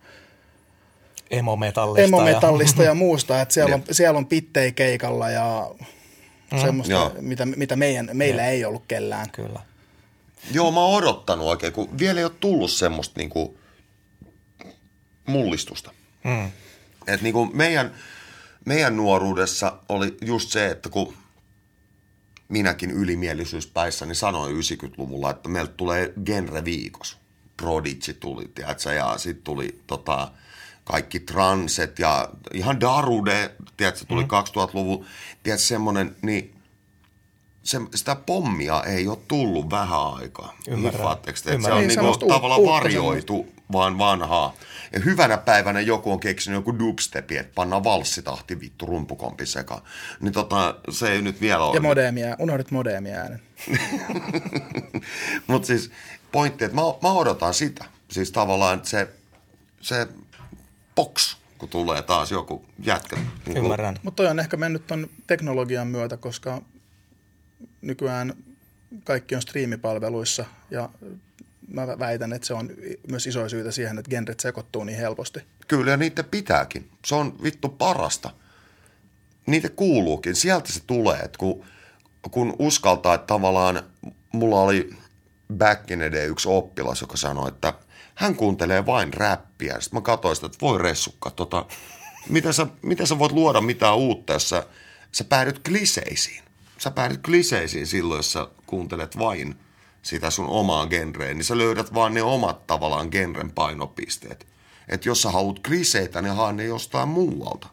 B: emometallista ja muusta, että siellä on pittei keikalla ja semmoista, mitä meillä ei ollut kellään.
C: Kyllä.
D: Joo, mä oon odottanut oikein, kun vielä ei ole tullut semmoista niinku mullistusta. Että niinku meidän nuoruudessa oli just se, että kun minäkin ylimielisyyspäissäni sanoin 90-luvulla, että meiltä tulee genre-viikos. Prodigy tuli, tiedätkö, ja sitten tuli kaikki transet ja ihan Darude, tiedätkö, tuli 2000-luvun, tiedätkö, semmoinen, niin sitä pommia ei ole tullut vähän aikaa.
C: Ymmärrän.
D: Se on niinku tavallaan varjoitu vaan vanhaa. Ja hyvänä päivänä joku on keksinyt joku dubstepi, että pannaan valssitahti vittu rumpukompi sekaan. Niin se ei nyt vielä ole.
B: Ja modeemia, unohdit modeemia äänen.
D: Mutta siis pointti, että mä odotan sitä. Siis tavallaan, että se box, kun tulee taas joku jätkä. Niin
C: ymmärrän.
B: Mutta toi on ehkä mennyt ton teknologian myötä, koska nykyään kaikki on striimipalveluissa ja mä väitän, että se on myös iso syytä siihen, että genret sekoittuu niin helposti.
D: Kyllä, ja niitä pitääkin. Se on vittu parasta. Niitä kuuluukin. Sieltä se tulee, että kun uskaltaa, että tavallaan mulla oli back in the day yksi oppilas, joka sanoi, että hän kuuntelee vain räppiä. Sitten mä katsoin sitä, että voi ressukka, miten sä voit luoda mitään uutta, jos sä päädyt kliseisiin. Sä päädyt kliseisiin silloin, jos sä kuuntelet vain sitä sun omaa genreen, niin sä löydät vaan ne omat tavallaan genren painopisteet. Että jos sä haluat kliseitä, niin hae ne jostain muualta.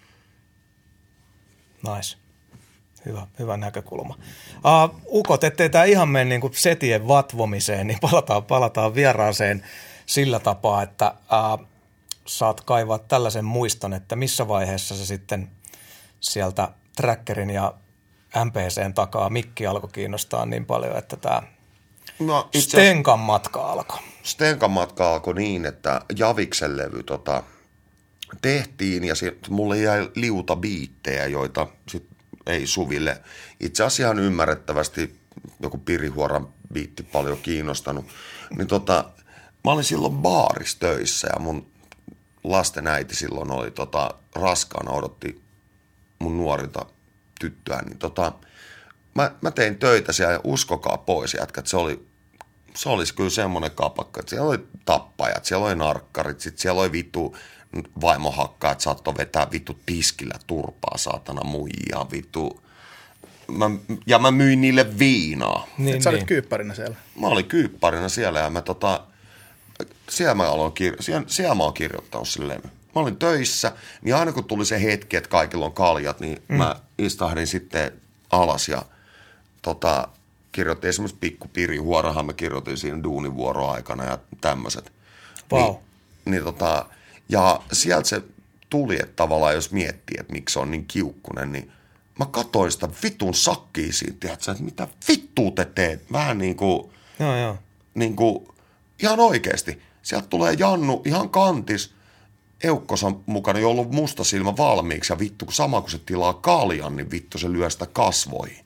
C: Nice. Hyvä näkökulma. Ukot, ettei tämä ihan mene niin kuin setien vatvomiseen, niin palataan vieraaseen sillä tapaa, että saat kaivaa tällaisen muiston, että missä vaiheessa se sitten sieltä trackerin ja MPCn takaa mikki alkoi kiinnostaa niin paljon, että tämä Stenkan matka alkoi.
D: Stenkan matka alkoi niin, että Javiksen levy tehtiin ja mulle jäi liuta biittejä, joita sit ei Suville itse asiassa ymmärrettävästi joku Pirihuoran biitti paljon kiinnostanut. Niin mä olin silloin baarissa töissä ja mun lasten äiti silloin oli raskaana, odotti mun nuorinta tyttöä, niin mä tein töitä siellä ja uskokaa pois jätkät, se olisi kyllä semmoinen kapakka, että siellä oli tappajat, siellä oli narkkarit, sit siellä oli vittu vaimohakkaat, saattoi vetää vittu tiskillä turpaa, saatana muijaa, vittu. Mä myin niille viinaa.
B: Niin, sä olit kyypparina siellä?
D: Mä olin kyypparina siellä ja siellä mä oon kirjoittanut sen levy. Mä olin töissä, niin aina kun tuli se hetki, että kaikilla on kaljat, niin mä istahdin sitten alas ja kirjoitin esimerkiksi Pikku Pirihuorahan, mä kirjoitin siinä duunivuoroaikana ja tämmöiset.
C: Wow.
D: Ja sieltä se tuli, että tavallaan jos miettii, että miksi se on niin kiukkunen, niin mä katsoin sitä vitun sakkia siitä, tiedätkö, että mitä vittua te teet? Vähän niin kuin, niin kuin ihan oikeasti. Sieltä tulee Jannu ihan kantis, eukkosa mukana, jolla on musta silmä valmiiksi ja vittu, sama kun se tilaa kaljan, niin vittu se lyö sitä kasvoihin.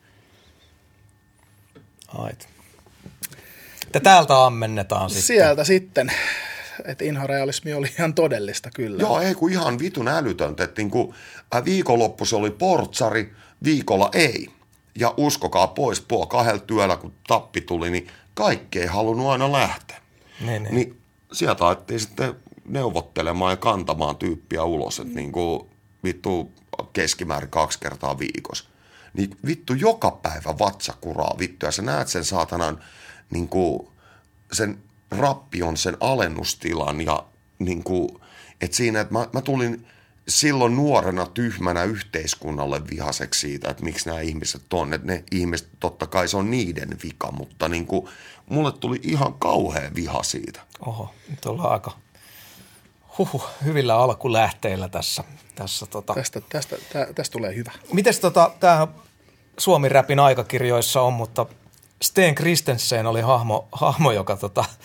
C: Ait. Täältä ammennetaan sitten.
B: Sieltä sitten. Että inhorealismi oli ihan todellista kyllä.
D: Joo, ei kun ihan vitun älytöntä, että niin viikonloppu se oli portsari, viikolla ei. Ja uskokaa pois, 2 työllä kun tappi tuli, niin kaikki ei halunnut aina lähteä. Niin sieltä alettiin sitten neuvottelemaan ja kantamaan tyyppiä ulos, että niin kuin vittu keskimäärin 2 kertaa viikossa. Niin vittu joka päivä vatsakuraa vittu ja sä näet sen saatanan niin kuin sen rappi on sen alennustilan ja niin kuin, että siinä, että mä tulin silloin nuorena tyhmänä yhteiskunnalle vihaseksi siitä, että miksi nämä ihmiset on. Että ne ihmiset, totta kai se on niiden vika, mutta niin kuin, mulle tuli ihan kauhea viha siitä.
C: Oho, nyt ollaan aika hyvillä alkulähteillä tässä.
B: Tästä tulee hyvä.
C: Mites tämähän Suomi-räpin aikakirjoissa on, mutta Sten Christensen oli hahmo joka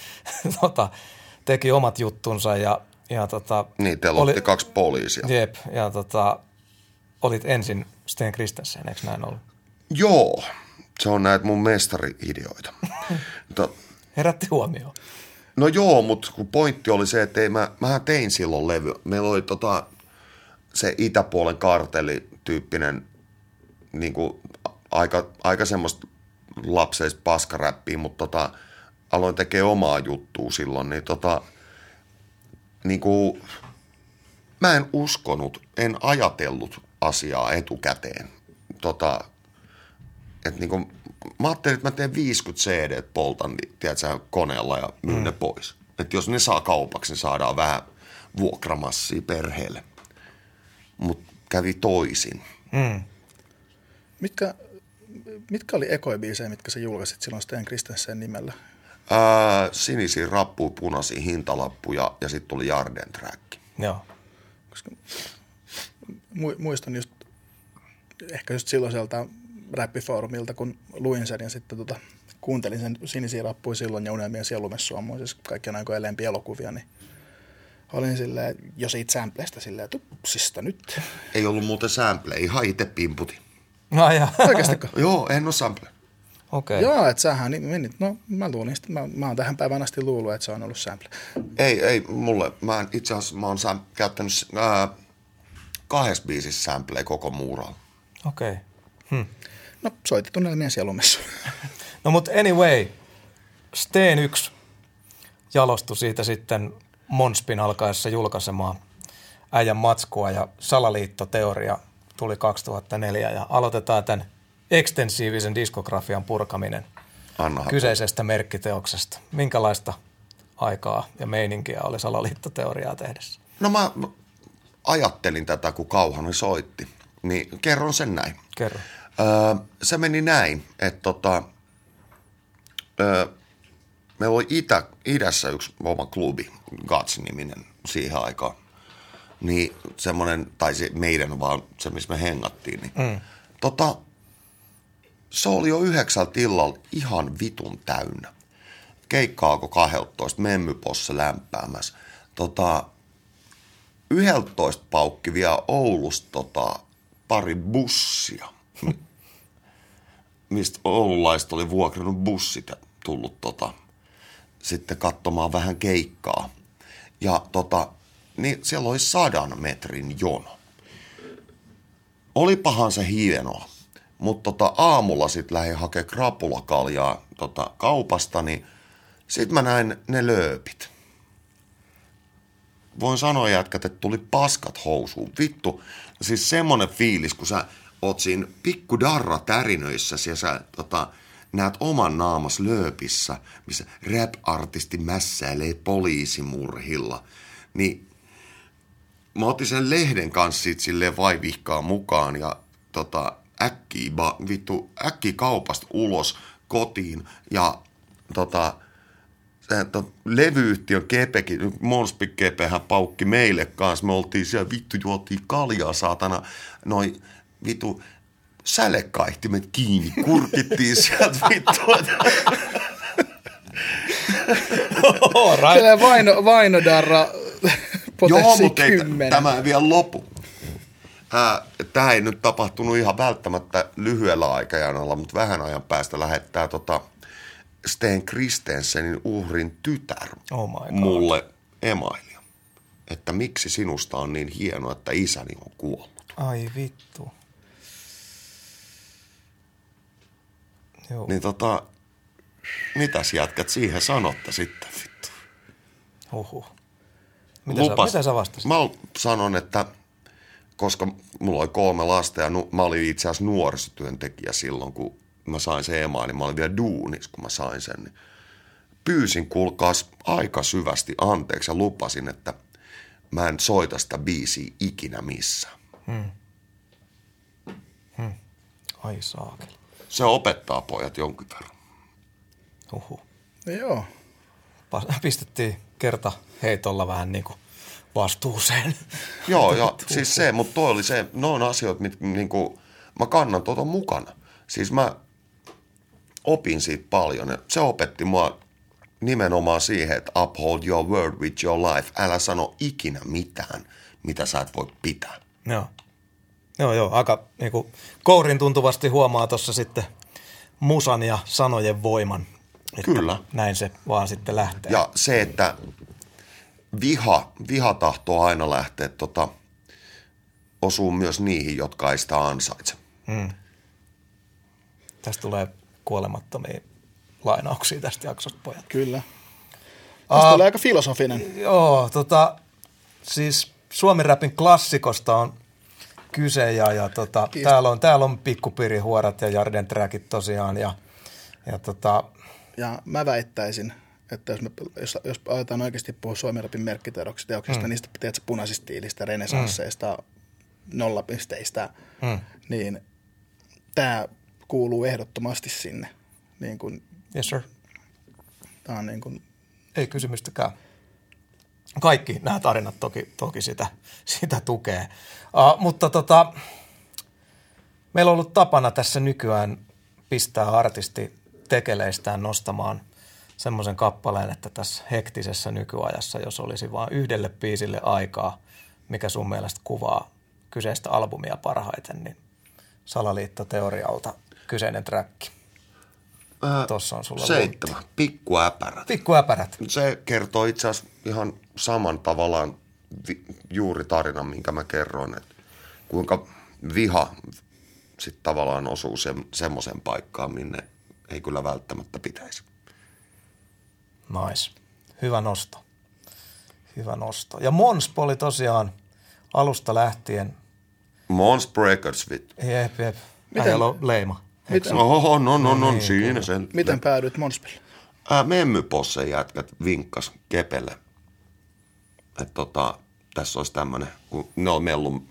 C: teki omat juttunsa ja
D: niin, teillä otti 2 poliisia.
C: Jep, ja olit ensin Sten Christensen, eikö näin ollut?
D: Joo, se on näitä mun mestari-ideoita.
C: Herätti huomioon.
D: No joo, mutta kun pointti oli se, että mähän tein silloin levy. Meillä oli se itäpuolen kartellityyppinen niin kuin aika semmoista lapseista paskaräppiä, mutta aloin tekemään omaa juttua silloin, niin kuin, mä en uskonut, en ajatellut asiaa etukäteen. Että niin kuin, mä ajattelin, että mä teen 50 CD poltan, niin tiedätkö, koneella ja myyn ne pois. Että jos ne saa kaupaksi, niin saadaan vähän vuokramassia perheelle. Mutta kävi toisin.
B: Mitkä oli ekoibiisejä, mitkä sä julkaisit silloin Sten Christensen nimellä?
D: Sinisiä rappuja, punaisia hintalappuja ja sitten tuli Jarden Track.
C: Joo.
B: Koska muistan ehkä just silloiselta räppifoorumilta, kun luin sen ja sitten kuuntelin sen Sinisiä rappuja silloin ja Unelmien sielumessua, siis kaikkien aikojen lempielokuvia, niin olin silleen, jo siitä sampleista silleen, tupsista nyt.
D: Ei ollut muuten sample, ihan itse pimputin.
B: Oikeastikö?
D: Joo, en ole sample.
C: Okei.
B: Joo, että sähän menit, no mä luulin, mä oon tähän päivän asti luullut, että se on ollut sample.
D: Ei mulle, itse asiassa mä oon käyttänyt 2 biisissä sampleja koko muuralla.
C: Okei.
B: No soitit Unelmien sielumessu.
C: No mutta anyway, Sten 1 jalostui siitä sitten Monspin alkaessa julkaisemaan äijän matskua ja salaliittoteoria tuli 2004 ja aloitetaan tämän ekstensiivisen diskografian purkaminen kyseisestä merkkiteoksesta. Minkälaista aikaa ja meininkiä oli salaliittoteoriaa tehdessä?
D: No mä ajattelin tätä, kun Kauhanen soitti, niin kerron sen näin.
C: Kerro.
D: Se meni näin, että meillä oli idässä yksi oma klubi, Guts-niminen siihen aikaan. Niin semmoinen, tai se meidän vaan se, missä me hengattiin, niin se oli jo 9 illalla ihan vitun täynnä. Keikka alkoi 12, memmyposse lämpäämässä. 11 paukki vielä Oulusta pari bussia, mistä oululaiset oli vuokrannut bussit ja tullut sitten katsomaan vähän keikkaa. Ja niin siellä oli 100 metrin jono. Olipahan se hienoa, mutta aamulla sitten lähdin hakemaan krapulakaljaa kaupasta, niin sitten mä näin ne lööpit. Voin sanoa jätkät, että tuli paskat housuun. Vittu, siis semmonen fiilis, kun sä oot siinä pikkudarra tärinöissäsi ja sä näet oman naamas lööpissä, missä rap-artisti mässäilee poliisimurhilla, niin mä otin sen lehden kanssa siitä silleen vaivihkaa mukaan ja äkkiä kaupasta ulos kotiin ja levyyhtiön kepekin, Monspin kepehän paukki meille kanssa. Me oltiin siellä, vittu juotiin kaljaa, saatana, noin vittu sälekaihtimet kiinni, kurkittiin sieltä vittu.
B: Sellainen vainodarra
D: joo, mutta tämä ei vielä lopu. Tämä ei nyt tapahtunut ihan välttämättä lyhyellä aikajanalla, mutta vähän ajan päästä lähettää Sten Christensenin uhrin tytär mulle emailia, että miksi sinusta on niin hienoa, että isäni on kuollut.
C: Ai vittu. Joo.
D: Niin mitäs jätkät siihen sanotte sitten vittu?
C: Mitä sä vastasit?
D: Mä sanon, että koska mulla oli 3 lasta ja mä olin itse asiassa nuorisotyöntekijä silloin, kun mä sain sen emailin. Mä olin vielä duunis, kun mä sain sen. Niin pyysin kuulkaas aika syvästi anteeksi ja lupasin, että mä en soita sitä biisiä ikinä missään.
C: Ai saakeli.
D: Se opettaa pojat jonkin verran.
B: Joo.
C: Pistettiin kerta heitolla vähän niin kuin vastuuseen.
D: Joo, ja siis se, mutta toi oli se, noin asioita, mitä niinku, mä kannan tuota mukana. Siis mä opin siitä paljon ja se opetti mua nimenomaan siihen, että uphold your word with your life. Älä sano ikinä mitään, mitä sä et voi pitää.
C: Joo, aika niin kuin kourin tuntuvasti huomaa tuossa sitten musan ja sanojen voiman.
D: Kyllä.
C: Näin se vaan sitten lähtee.
D: Ja se, että viha tahtoo aina lähteä, osuu myös niihin, jotka ei sitä ansaitse.
C: Tästä tulee kuolemattomia lainauksia tästä jaksosta, pojat.
B: Kyllä. Tästä tulee aika filosofinen.
C: Joo, siis Suomi-räpin klassikosta on kyse ja täällä on Pikkupirihuorat ja Jarden Trackit tosiaan ja
B: mä väittäisin, että jos aletaan oikeasti puhua Suomi-räpin merkkiteoksista, niistä tiedätkö, punaisista tiilistä, renesansseista, nollapisteistä, niin tämä kuuluu ehdottomasti sinne. Niin kun,
C: yes sir.
B: Tämä on niin kuin...
C: Ei kysymystäkään. Kaikki nämä tarinat toki sitä tukee. Mutta meillä on ollut tapana tässä nykyään pistää artisti tekeleistään nostamaan semmoisen kappaleen, että tässä hektisessä nykyajassa, jos olisi vain yhdelle biisille aikaa, mikä sun mielestä kuvaa kyseistä albumia parhaiten, niin Salaliittoteorialta kyseinen träkki. Tuossa on sulla
D: 7. Pikkuäpärät.
C: Pikkuäpärät.
D: Se kertoo itse asiassa ihan saman tavallaan juuri tarinan, minkä mä kerroin, että kuinka viha sitten tavallaan osuu semmoiseen paikkaan, minne ei kyllä välttämättä pitäisi.
C: Nice. Hyvä nosto. Ja Monsp oli tosiaan alusta lähtien.
D: Monsp Records, vittu.
C: Jep. Äijällä on leima.
D: No, siinä sen.
B: Miten päädyit Monspille?
D: Memmypossen jätkät vinkkas Kepelle. Että tässä olisi tämmöinen, kun ne on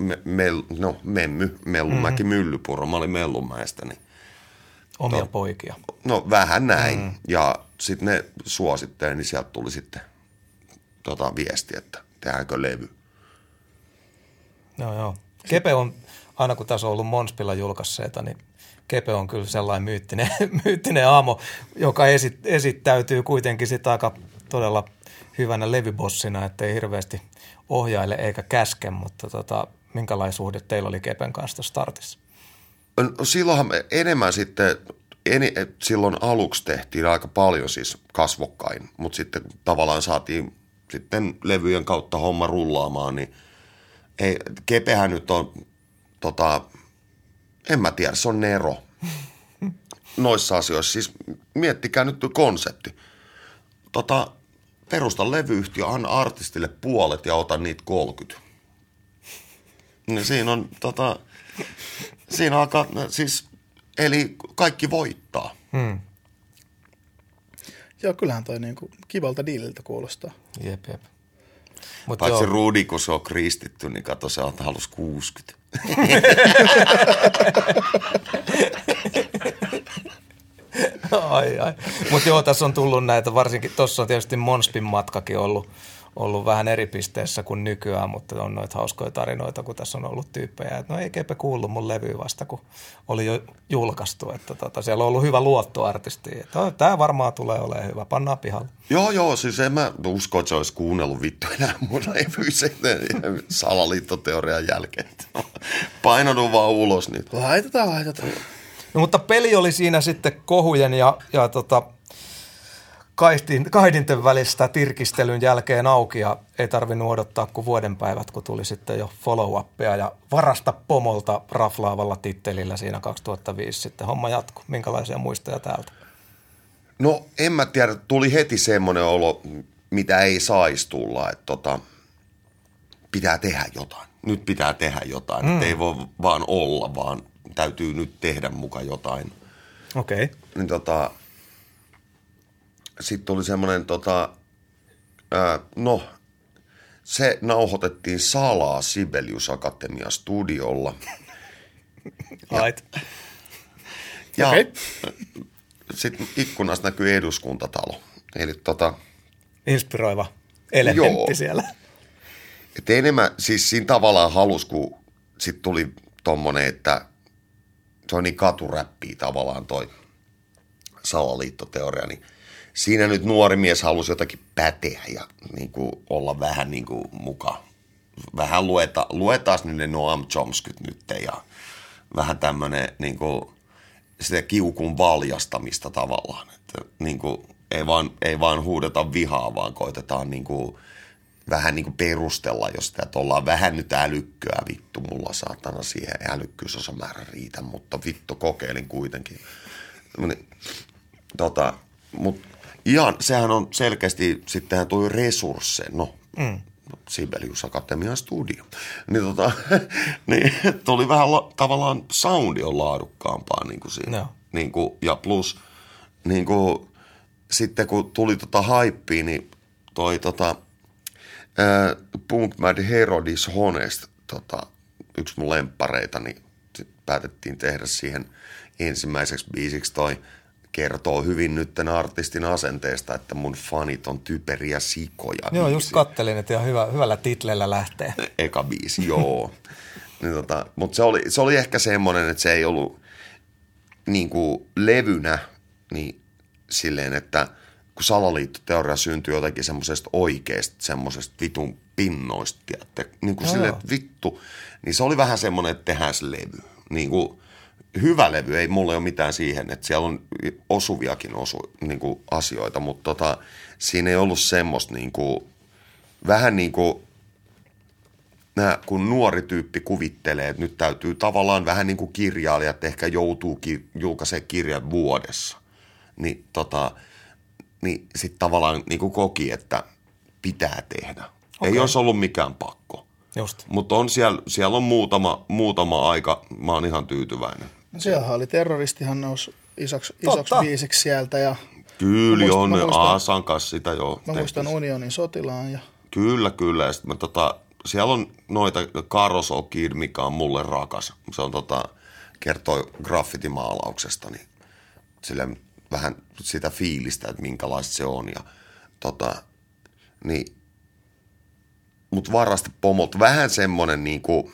D: Mellumäki Myllypuro, mä olin Mellunmäestä. Niin,
C: omia poikia.
D: No vähän näin. Ja sitten ne suositteli, niin sieltä tuli sitten viesti, että tehdäänkö levy.
C: Joo. Kepe on, aina kun tässä on ollut Monspilla julkaisseita, niin Kepe on kyllä sellainen myyttinen aamo, joka esittäytyy kuitenkin sitä aika todella hyvänä levybossina, ettei hirveästi ohjaile eikä käske, mutta minkälainen suhde teillä oli Kepen kanssa startissa?
D: Silloinhan me enemmän sitten, silloin aluksi tehtiin aika paljon siis kasvokkain, mutta sitten tavallaan saatiin sitten levyjen kautta homma rullaamaan, niin Kepehän nyt on, en mä tiedä, se on nero noissa asioissa. Siis miettikää nyt konsepti. Perusta levyyhtiö, anna artistille puolet ja ota niitä 30. Ja siinä on, siinä alkaa, siis, eli kaikki voittaa.
B: Joo, kyllähän toi niinku kivalta diililtä kuulostaa.
C: Jep.
D: Paitsi Rudi, kun se on kristitty, niin kato, se halusi 60.
C: Ai. Mutta joo, tässä on tullut näitä, varsinkin tuossa on tietysti Monspin matkakin ollut vähän eri pisteessä kuin nykyään, mutta on noita hauskoja tarinoita, kun tässä on ollut tyyppejä, että no ei Kepe kuullut mun levyä vasta, kun oli jo julkaistu, että siellä on ollut hyvä luotto artistiin, että tämä varmaan tulee olemaan hyvä, pannaan pihalle. Joo,
D: siis en mä usko, että se olisi kuunnellut vittu enää mun levyä salaliittoteorian jälkeen. Painanut vaan ulos niitä.
B: Laitetaan.
C: No, mutta peli oli siinä sitten kohujen ja kaidinten välistä tirkistelyn jälkeen auki ja ei tarvinnut odottaa kuin vuodenpäivät, kun tuli sitten jo follow-upia ja Varasta pomolta raflaavalla tittelillä siinä 2005 sitten homma jatkui. Minkälaisia muistoja täältä?
D: No en mä tiedä, tuli heti semmoinen olo, mitä ei saisi tulla, että pitää tehdä jotain. Nyt pitää tehdä jotain, että ei voi vaan olla, vaan täytyy nyt tehdä muka jotain.
C: Okei.
D: Niin sitten oli semmoinen se nauhoitettiin salaa Sibelius Akatemia studiolla.
C: Right.
D: Ja sitten ikkunasta näkyy Eduskuntatalo. Eli
C: inspiroiva elementti siellä.
D: Et enemmän, siis siinä tavallaan halus, kun sitten tuli tommonen, että se on niin katuräppiä tavallaan toi salaliittoteoria, niin siinä nyt nuori mies halusi jotakin päteä ja niin kuin olla vähän niin kuin mukaan. Vähän luetaan ne Noam Chomskyt nyt ja vähän tämmöinen niin kuin sitä kiukun valjastamista tavallaan. Että niin kuin ei vaan huudeta vihaa, vaan koitetaan niin kuin vähän niin kuin perustella, jos sitä, että ollaan vähän nyt älykköä, vittu, mulla saatana siihen älykkyysosamäärä riitä, mutta vittu kokeilin kuitenkin. Mutta ihan, sehän on selkeästi, sittenhän toi resursseja, Sibelius Akatemian studio, niin tuli vähän tavallaan soundi on laadukkaampaa niin kuin siinä. No. Niin kuin, ja plus, niin kuin, sitten kun tuli hypeä, niin toi Punk Mad Herodis Honest, yksi mun lemppareita, niin päätettiin tehdä siihen ensimmäiseksi biisiksi toi kertoo hyvin nytten artistin asenteesta, että mun fanit on typeriä sikoja.
C: Joo, just kattelin, että ihan hyvällä titleillä lähtee.
D: Eka biisi, joo. Niin mutta se oli ehkä semmoinen, että se ei ollut niinku levynä niin silleen, että kun salaliittoteoria syntyi jotenkin semmoisesta oikeasta, semmoisesta vitun pinnoista, niin kuin silleen, että vittu, niin se oli vähän semmoinen, että tehdään se levy. Niin kuin hyvä levy, ei mulla ole mitään siihen, että siellä on osuviakin niin kuin asioita, mutta siinä ei ollut semmoista niin kuin, vähän niin kuin, kun nuori tyyppi kuvittelee, että nyt täytyy tavallaan vähän niin kuin kirjailijat ehkä joutuu julkaisemaan kirjan vuodessa, niin niin sitten tavallaan niin kuin koki, että pitää tehdä. Okay. Ei olisi ollut mikään pakko. Mutta on siellä on muutama aika, mä oon ihan tyytyväinen.
B: Siellä oli terroristihan nousi isoksi biisiksi sieltä. Ja
D: kyllä on, Aasan kanssa sitä jo.
B: Mä muistan Unionin sotilaan. Ja
D: Kyllä. Ja sitten siellä on noita Carousel Kid, mikä on mulle rakas. Se on kertoo graffitimaalauksesta, niin silleen vähän sitä fiilistä, että minkälaista se on. Ja niin, mut Varasta pomolta vähän semmoinen niinku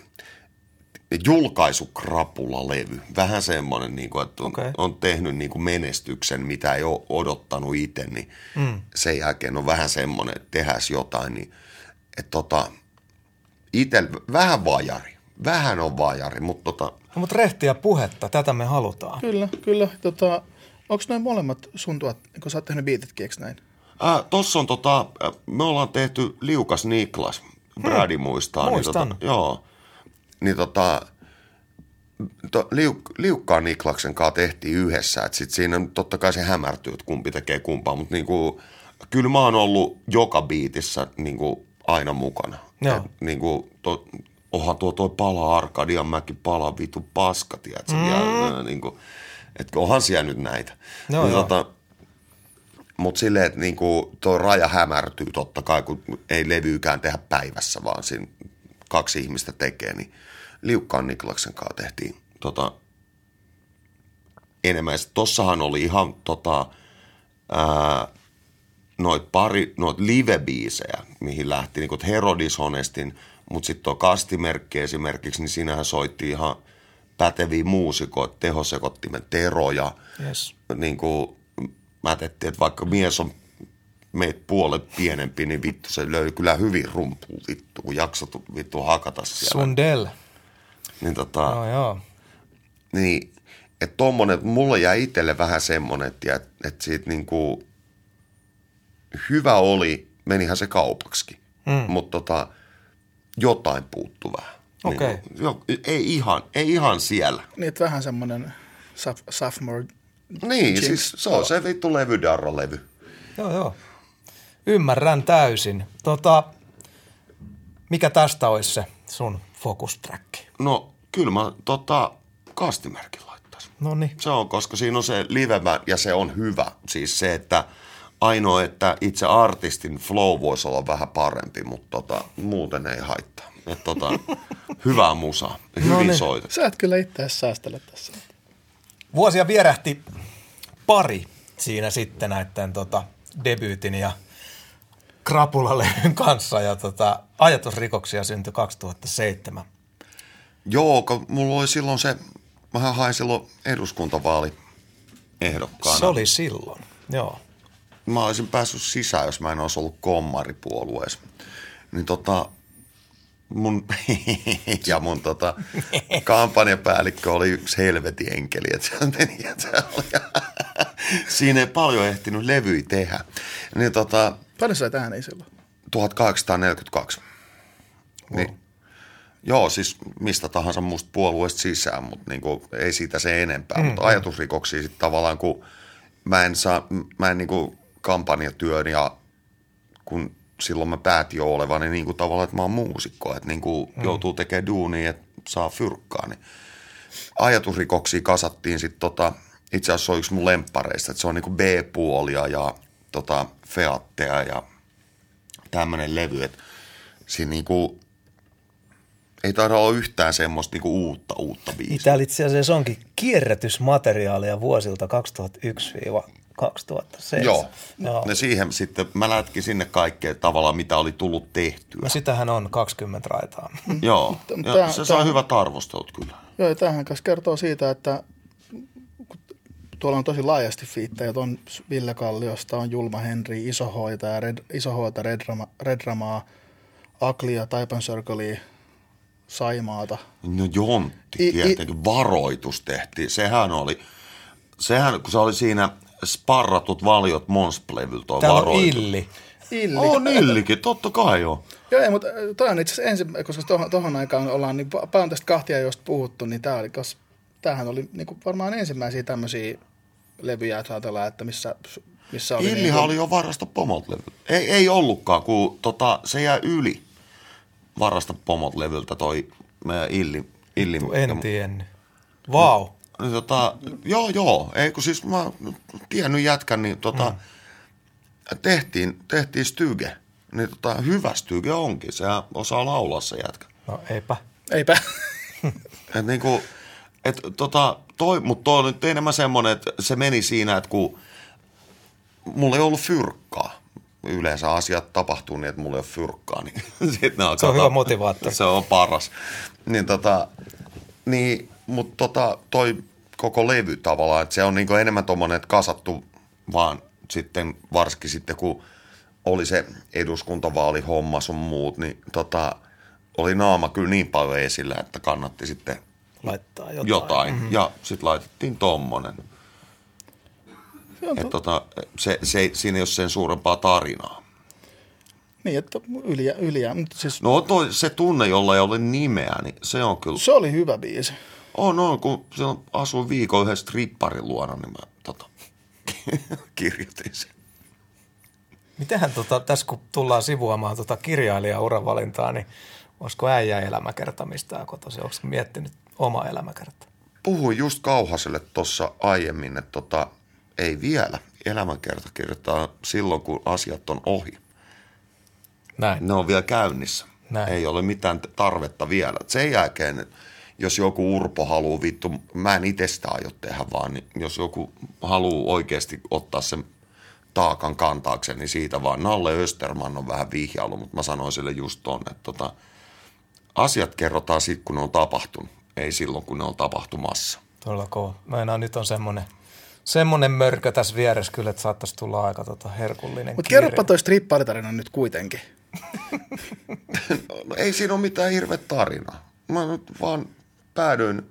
D: julkaisukrapula-levy. Vähän semmoinen, niinku, että on tehnyt niinku menestyksen, mitä ei ole odottanut itse, niin sen jälkeen on vähän semmoinen, että tehdään jotain. Niin, että itse vähän vajari. Vähän on vajari, mutta
C: mutta rehtiä puhetta, tätä me halutaan.
B: Kyllä. Onko noin molemmat sun kun sä oot tehnyt biititkin, eikö näin?
D: Tossa on me ollaan tehty Liukas Niklas, Brady muistaa.
C: Muistan.
D: Niin, joo. Niin Liukkaan Niklaksen kanssa tehtiin yhdessä, että sit siinä totta kai se hämärtyy, että kumpi tekee kumpaa, mutta niinku, kyllä mä oon ollut joka biitissä niinku aina mukana. Niinku, onhan tuo Pala Arkadianmäki, Pala vitu paska, tiedätkö? Niinku, että onhan siellä nyt näitä. Mutta silleen, että niinku tuo raja hämärtyy totta kai, kun ei levyykään tehdä päivässä, vaan siinä 2 ihmistä tekee, niin Liukkaan Niklaksen kanssa tehtiin enemmän. Tossahan oli ihan noit live-biisejä, mihin lähti niinku Herodis Honestin, mutta sitten tuo Kastimerkki esimerkiksi, niin siinähän soitti ihan päteviä muusikoita, Tehosekottimen Tero ja niinku mätettiin, että vaikka mies on meitä puolet pienempi, niin vittu se löi kyllä hyvin rumpua vittu, kun jaksat vittu hakata siellä.
C: Sundell.
D: Niin niin, että tommonen, mulle jäi itselle vähän semmonen, että siitä niinku hyvä oli, menihän se kaupaksikin, mutta jotain puuttuu vähän.
C: Okei.
D: Niin, ei ihan siellä.
B: Niin, että vähän semmoinen sophomore.
D: Niin, siis se on se vittu levydarra-levy.
C: Joo. Ymmärrän täysin. Mikä tästä olisi se sun fokustracki?
D: No, kyllä mä Kastimerkin laittaisin.
C: Noniin.
D: Se on, koska siinä on se live ja se on hyvä. Siis se, että Ainoa, että itse artistin flow voisi olla vähän parempi, mutta muuten ei haittaa. Hyvää musaa, hyvin soita.
B: Sä et kyllä itseäsi säästellä tässä.
C: Vuosia vierähti pari siinä sitten näiden debyytin ja krapulalevyn kanssa ja ajatusrikoksia syntyi 2007.
D: Joo, mulla oli silloin mähän hain silloin eduskuntavaaliehdokkaana.
C: Se oli silloin, joo.
D: Mä olisin päässyt sisään, jos mä en olisi ollut kommaripuolueessa. Niin mun kampanjapäällikkö oli yksi helvetin enkeli, että se meni, siinä ei paljon ehtinyt levyjä tehdä. Niin
B: paljon sä ääniä silloin?
D: 1842. Niin, joo, siis mistä tahansa musta puolueesta sisään, mutta niinku, ei siitä se enempää. Mutta ajatusrikoksia sitten tavallaan, kun mä en niinku kampanjatyön ja kun silloin mä päätin jo olevani niin kuin tavallaan, että mä oon muusikko, että niin kuin joutuu tekemään duunia, että saa fyrkkaa. Niin ajatusrikoksia kasattiin sitten itse asiassa se on yksi mun lemppareista, että se on niin kuin B-puolia ja featteja ja tämmöinen levy, että siinä niin kuin ei taida olla yhtään semmoista niin kuin uutta biisiä.
C: Täällä itse asiassa onkin kierrätysmateriaalia vuosilta 2001-2007.
D: Joo. Ja siihen sitten, mä lätkin sinne kaikkea tavallaan, mitä oli tullut tehtyä.
C: No sitähän on 20 raitaa.
D: Joo, ja se saa hyvät arvostelut kyllä. Joo,
B: ja tämähän kanssa kertoo siitä, että tuolla on tosi laajasti fiittejä. On Ville Kalliosta, on Julma Henri, Isohoita, Redramaa, Aklia, Type & Circlea, Saimaata.
D: No Jontti, tietenkin varoitus tehtiin. Sehän, kun se oli siinä Sparratut valiot Monsplevyltä toi
C: täällä
D: varoitus.
C: On Illi.
D: On Illikin, totta kai joo.
B: Joo, mutta toi on itse asiassa koska tohon aikaan ollaan niin paljon tästä kahtiajosta puhuttu, niin tämähän oli niin kuin varmaan ensimmäisiä tämmöisiä levyjä, että ajatellaan, että missä oli.
D: Illihan oli jo Varasta pomot levy. Ei ollutkaan, kun se jää yli Varasta pomot levyltä toi meidän Illi.
C: En tiennyt. Vau.
D: Joo. Ei kun siis mä tiennyt jätkän, niin tehtiin Styge. Niin hyvä Styge onkin. Sehän osaa laulaa se jätkä.
C: No eipä.
D: Et niinku, mutta toi on nyt enemmän semmoinen, että se meni siinä, että kun mulla ei ollut fyrkkaa. Yleensä asiat tapahtuu niin, että mulla ei ole fyrkkaa. Niin
C: se on hyvä motivaattori.
D: Se on paras. Mutta toi koko levy tavallaan, että se on niinku enemmän tommonen, että kasattu vaan sitten, varsinkin sitten kun oli se eduskuntavaalihomma sun muut, niin oli naama kyllä niin paljon esillä, että kannatti sitten
C: laittaa
D: jotain. Mm-hmm. Ja sitten laitettiin tommonen. Siinä ei ole sen suurempaa tarinaa.
B: Niin, että yliä. Siis
D: no se tunne, jolla ei ole nimeä, niin se on kyllä.
B: Se oli hyvä biisi.
D: On, kun silloin asuin viikon yhden stripparin luona, niin mä kirjoitin sen.
C: Mitähän tässä kun tullaan sivuamaan kirjailija-uravalintaa, niin olisiko äijä elämäkertamista kotosi? Onko miettinyt oma elämäkerta?
D: Puhuin just Kauhaselle tuossa aiemmin, että ei vielä. Elämäkerta kirjoittaa silloin, kun asiat on ohi.
C: Näin.
D: Ne on vielä käynnissä.
C: Näin.
D: Ei ole mitään tarvetta vielä. Sen jälkeen, jos joku Urpo haluaa mä en itse sitä aio tehdä vaan, niin jos joku haluaa oikeasti ottaa sen taakan kantaakseen, niin siitä vaan. Nalle Österman on vähän vihjailu, mutta mä sanoin sille just tonne, että asiat kerrotaan sitten, kun ne on tapahtunut, ei silloin, kun ne on tapahtumassa.
C: Todella kova. Mä nyt on semmoinen mörkö tässä vieressä kyllä, että saattaisi tulla aika herkullinen.
B: Mutta kerropa toi stripparitarina nyt kuitenkin.
D: No, ei siinä ole mitään hirveä tarinaa. Mä nyt vaan päädyin,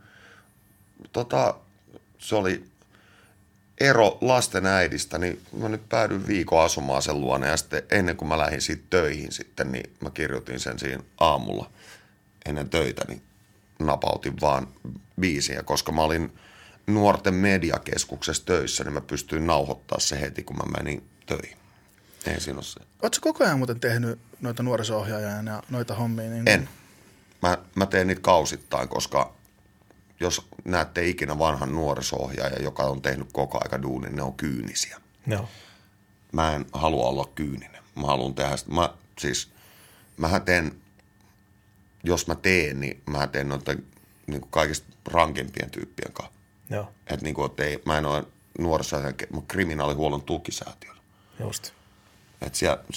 D: se oli ero lasten äidistä, niin mä nyt päädyin viikon asumaan sen luona ja sitten ennen kuin mä lähdin siitä töihin sitten, niin mä kirjoitin sen siinä aamulla ennen töitä, niin napautin vaan biisiä, koska mä olin nuorten mediakeskuksessa töissä, niin mä pystyin nauhoittaa se heti, kun mä menin töihin. Ei siinä ole se.
B: Ootko koko ajan muuten tehnyt noita nuoriso-ohjaajia ja noita hommia? Niin
D: en. Mä teen niitä kausittain, koska jos näette ikinä vanhan nuoriso-ohjaaja, joka on tehnyt koko aika duunin, ne on kyynisiä.
C: Joo.
D: mä en halua olla kyyninen. Mä haluan tehdä sitä. Mähän teen, jos mä teen, niin mä teen noiden niin kuin kaikista rankempien tyyppien kanssa.
B: Joo.
D: Että niin kuin, mä en ole kriminaalihuollon tukisäätiö.
C: Just.
D: Että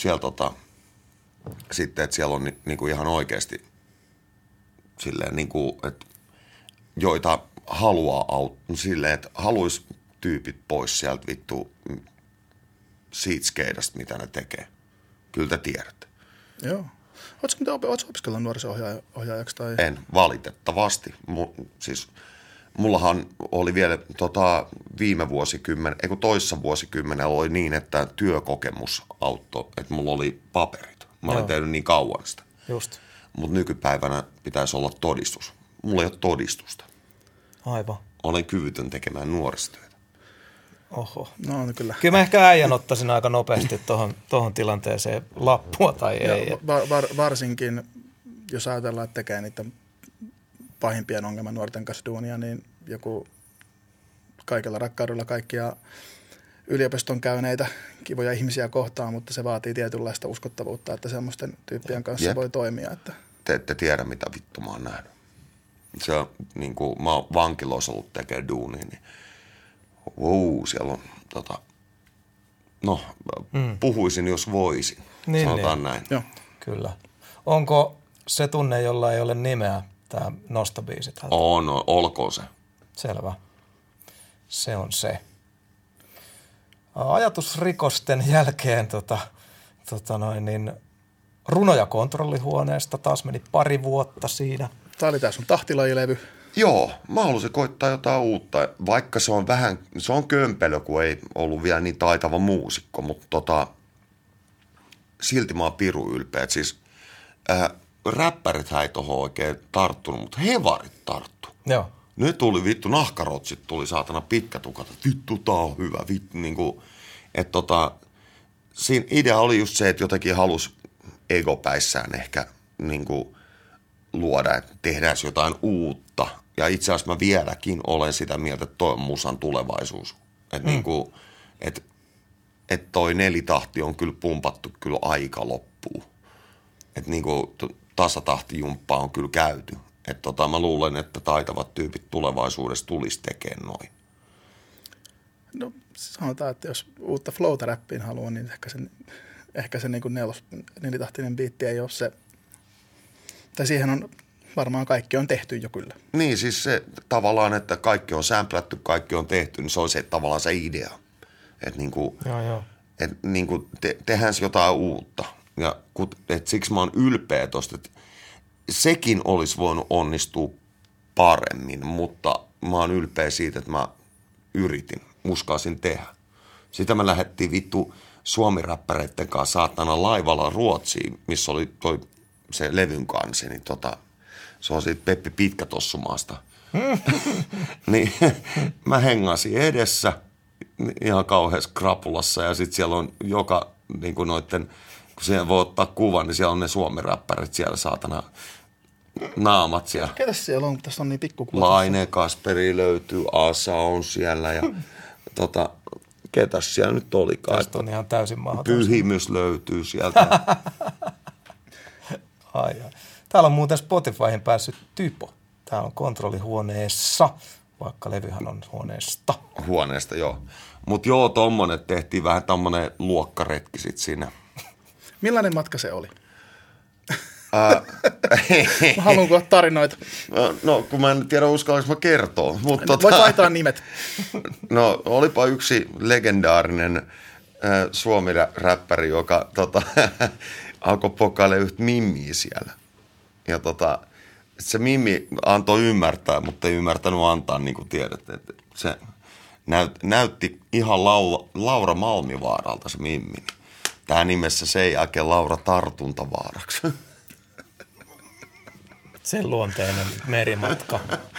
D: sitten, että siellä on niin kuin ihan oikeasti silleen, niin kuin, että joita haluaa silleen, että haluaisi tyypit pois sieltä vittu siitä skeidasta, mitä ne tekee. Kyllä te tiedätte.
B: Joo. Oletko opiskellut nuoriso-ohjaajaksi? Tai?
D: En, valitettavasti. Mullahan oli vielä viime vuosikymmen, toissa vuosikymmenellä oli niin, että työkokemus auttoi, että mulla oli paperit. Mä olin tehnyt niin kauan sitä.
C: Just.
D: Mutta nykypäivänä pitäisi olla todistus. Mulla ei ole todistusta.
C: Aivan.
D: Olen kyvytön tekemään nuorisotyötä.
C: Oho.
B: No kyllä.
C: Kyllä mä ehkä äijän ottaisin aika nopeasti tohon tilanteeseen lappua tai ei.
B: Varsinkin, jos ajatellaan, että tekee niitä pahimpien ongelman nuorten kanssa duunia, niin joku kaikella rakkaudella kaikkia yliopiston käyneitä kivoja ihmisiä kohtaan, mutta se vaatii tietynlaista uskottavuutta, että semmoisten tyyppien kanssa voi toimia. Että.
D: Te ette tiedä, mitä vittu mä oon nähnyt. Se on niin kuin mä oon vankiloissa ollut tekemään duunia, niin siellä on puhuisin jos voisin, sanotaan näin.
B: Joo.
C: Kyllä. Onko se tunne, jolla ei ole nimeä, tämä nostobiisit?
D: On, olkoon se.
C: Selvä. Se on se. Ajatusrikosten jälkeen runoja kontrollihuoneesta taas meni pari vuotta siinä.
B: Tämä oli tää sun tahtilajilevy.
D: Joo, mä haluaisin koittaa jotain uutta, vaikka se on kömpelö, kun ei ollut vielä niin taitava muusikko, mutta silti mä oon pirun ylpeä. Siis räppärithän ei tohon oikein tarttunut, mutta hevarit tarttu.
C: Joo.
D: Nyt tuli vittu, nahkarotsit tuli saatana pitkätukat, vittu tää on hyvä, vittu niinku, että siinä idea oli just se, että jotenkin halusi egopäissään ehkä niinku luoda, että tehdään jotain uutta. Ja itse asiassa mä vieläkin olen sitä mieltä, että toi on musan tulevaisuus. Että niinku, et toi nelitahti on kyllä pumpattu kyllä aika loppuun. Että niinku tasatahtijumppaa on kyllä käyty. Että mä luulen, että taitavat tyypit tulevaisuudessa tulisi tekemään noin.
B: No sanotaan, että jos uutta flowta räppiin haluaa, niin ehkä se niin nelitahtinen biitti ei ole se, tai siihen on varmaan kaikki on tehty jo kyllä.
D: Niin, siis se tavallaan, että kaikki on sämplätty, kaikki on tehty, niin se on se tavallaan se idea. Että niinku, niinku tehdään jotain uutta. Ja siksi mä oon ylpeä tosta, että sekin olisi voinut onnistua paremmin, mutta mä oon ylpeä siitä, että mä yritin, uskalsin tehdä. Sitä me lähdettiin vittu suomiräppäreiden kanssa saatana laivalla Ruotsiin, missä oli se levyn kansi, niin se on siitä Peppi Pitkätossumaasta. Niin mä hengasin edessä ihan kauheassa krapulassa ja sitten siellä on joka niinku noitten, kun siihen voi ottaa kuvan, niin siellä on ne suomiräppärit siellä saatana naamat siellä.
B: Ketäs siellä on? Tässä on niin pikkukuva.
D: Laine Kasperi löytyy, Asa on siellä ja ketäs siellä nyt olikaan?
C: Tästä on ihan täysin mahdoton.
D: Pyhimys löytyy sieltä.
C: Ai. Täällä on muuten Spotifyhin päässyt typo. Tää on kontrollihuoneessa, vaikka levyhän on huoneesta.
D: Huoneesta, joo. Mutta joo, tommonen tehtiin vähän tommonen luokkaretki sit siinä.
B: Millainen matka se oli? Mä haluan kuulla tarinoita.
D: No, kun mä en tiedä uskallanko mä kertoa.
B: Voit vaihtaa nimet.
D: No, olipa yksi legendaarinen suomi-räppäri, joka alkoi pokailemaan yhtä mimmiä siellä. Ja se mimmi antoi ymmärtää, mutta ei ymmärtänyt antaa, niin kuin tiedätte. Että se näytti ihan Laura Malmivaaralta se mimmi. Tähän nimessä sen jälkeen Laura Tartuntavaaraksi.
C: Sen luonteinen merimatka.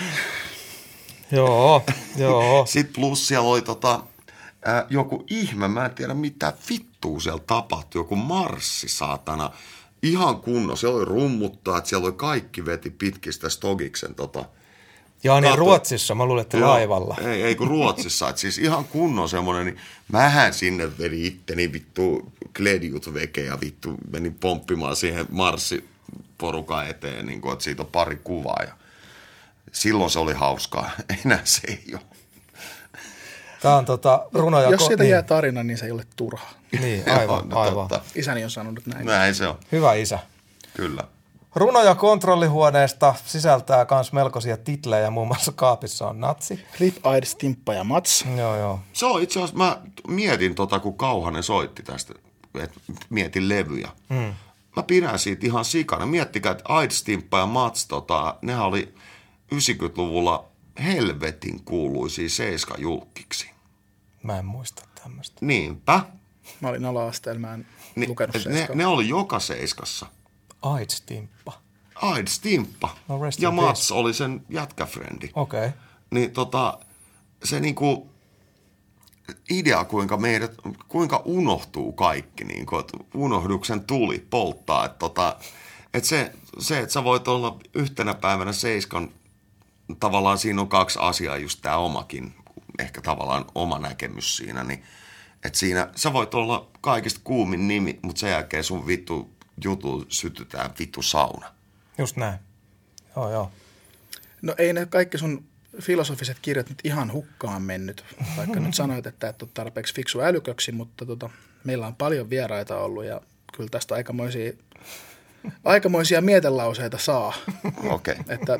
C: Joo.
D: Sitten plus siellä oli joku ihme, mä en tiedä mitä vittua siellä tapahtui, joku marssi saatana. Ihan kunnossa, siellä oli rummuttaa, että siellä oli kaikki veti pitkistä Stogiksen
C: Joo, niin Ruotsissa, mä luulen, että laivalla.
D: Ei kun Ruotsissa, että siis ihan kunnon semmoinen, niin mähän sinne vedin itteni vittu kledjut veke ja vittu menin pomppimaan siihen marssiporukan eteen, niin kuin, että siitä on pari kuvaa ja silloin se oli hauskaa, enää se ei ole.
C: Tämä on runo ja...
B: Jos siitä jää tarina, niin se ei ole turhaa.
C: Niin, aivan.
B: Isäni on sanonut näin.
D: Näin se on.
C: Hyvä isä.
D: Kyllä.
C: Runoja kontrollihuoneesta sisältää myös melkoisia titlejä, muun muassa kaapissa on natsi.
B: Rip-Eyed Stimppa ja Mats.
C: Joo.
D: Se on itse asiassa, mä mietin kun Kauhanen soitti tästä, että mietin levyjä. Mä pidän siitä ihan sikana. Miettikää, että Eyed Stimppa ja Mats, nehän oli 90-luvulla helvetin kuuluisia seiskajulkkiksi.
C: Mä en muista tämmöistä.
D: Niinpä.
B: Mä olin ala-asteella, mä en lukenut seiskaa.
D: Ne oli joka seiskassa.
C: Eyed Stimppa.
D: Eyed Stimppa.
C: No
D: ja Mats oli sen jätkäfrendi.
C: Okei. Okay.
D: Niin se niinku idea, kuinka unohtuu kaikki, niinku, että unohduksen tuli polttaa. Että että sä voit olla yhtenä päivänä seiskan, tavallaan siinä on kaksi asiaa, just tää omakin, ehkä tavallaan oma näkemys siinä, niin että siinä sä voit olla kaikista kuumin nimi, mutta sen jälkeen sun jutu sytytään vittu sauna.
C: Just näin. Joo.
B: No ei ne kaikki sun filosofiset kirjat nyt ihan hukkaan mennyt, vaikka nyt sanoit, että et ole tarpeeksi fiksu älyköksi, mutta meillä on paljon vieraita ollut ja kyllä tästä aikamoisia mietelauseita saa.
D: Okei.
B: Että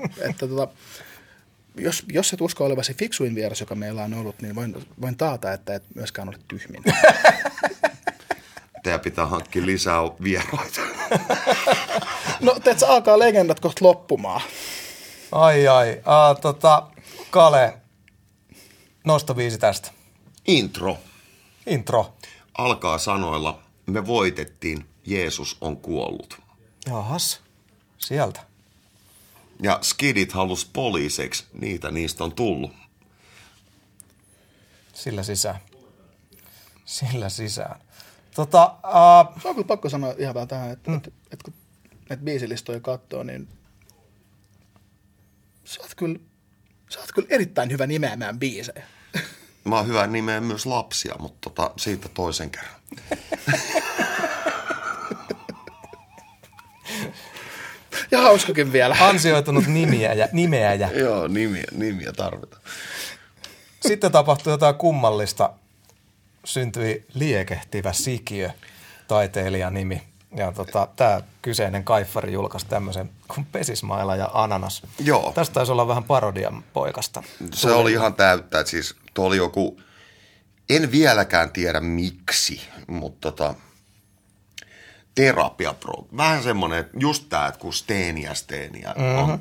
B: jos et usko olevasi fiksuin vieras, joka meillä on ollut, niin voin taata, että et myöskään ole tyhmin.
D: Teidän pitää hankkia lisää vieraita.
B: No, teetkö alkaa legendat kohta loppumaan?
C: Ai. Kale, nostobiisi tästä.
D: Intro. Alkaa sanoilla, me voitettiin, Jeesus on kuollut.
C: Jahas, sieltä.
D: Ja skidit halus poliiseiksi, niistä on tullut.
B: Sillä sisään.
C: Se
B: on kyllä pakko sanoa ihan vähän tähän, että kun näitä biisilistoja katsoo, niin sä oot kyllä erittäin hyvä nimeämään biisejä.
D: Mä oon hyvä nimeä myös lapsia, mutta siitä toisen kerran.
B: Ja hauskakin vielä.
C: Ansioitunut nimeäjä.
D: Joo, nimiä tarvitaan.
C: Sitten tapahtui jotain kummallista. Syntyi liekehtivä sikiö, taiteilijan nimi. Ja tämä kyseinen kaiffari julkaisi tämmöisen kuin Pesismaila ja Ananas.
D: Joo.
C: Tästä taisi olla vähän parodian poikasta.
D: Se oli ihan täyttä, että siis tuo oli joku, en vieläkään tiedä miksi, mutta terapiapro. Vähän semmoinen, että just tämä, että kun steeniä on,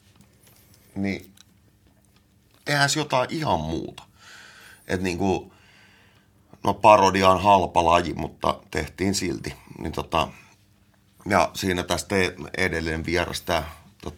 D: niin tehdään jotain ihan muuta. Että niinku, no parodia on halpa laji, mutta tehtiin silti. Niin ja siinä tästä edelleen vieras tämä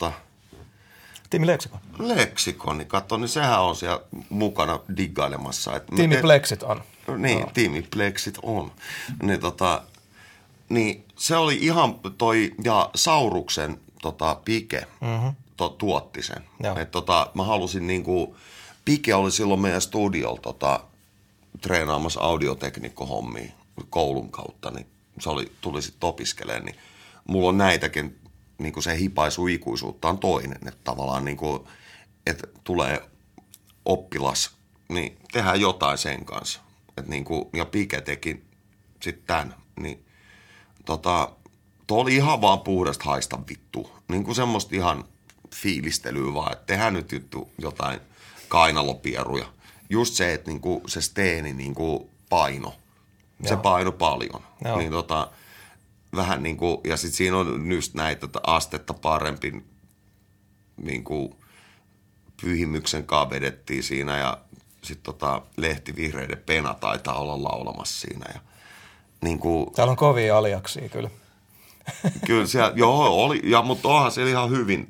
C: Tiimi Leksikon.
D: Leksikon, niin katso, niin sehän on siellä mukana diggailemassa.
C: Tiimi Plexit on.
D: Niin, no. Tiimi Plexit on. Niin, niin se oli ihan ja Sauruksen Pike tuotti sen. Että mä halusin niinku, Pike oli silloin meidän studiolla treenaamassa audioteknikkohommia koulun kautta, niin se tuli sitten opiskelemaan, niin mulla on näitäkin, niin kuin se hipaisu ikuisuutta on toinen, että tavallaan niin kuin, että tulee oppilas, niin tehdään jotain sen kanssa. Että niin kuin, ja Pike teki sitten tämän, niin tuo oli ihan vaan puhdasta haista vittu. Niin kuin semmoista ihan fiilistelyä vaan, että tehdään nyt jotain kainalopieruja. Just se, että niinku se steeni niinku paino. Se paino paljon. Joo. Niin vähän niinku, ja sitten siinä on just näitä astetta parempi niinku Pyhimyksen kanssa vedettiin siinä ja sitten Lehtivihreiden Pena taitaa olla laulamassa siinä. Ja, niinku,
C: täällä on kovia aliaksia kyllä.
D: Kyllä siellä, joo oli, mutta onhan siellä ihan hyvin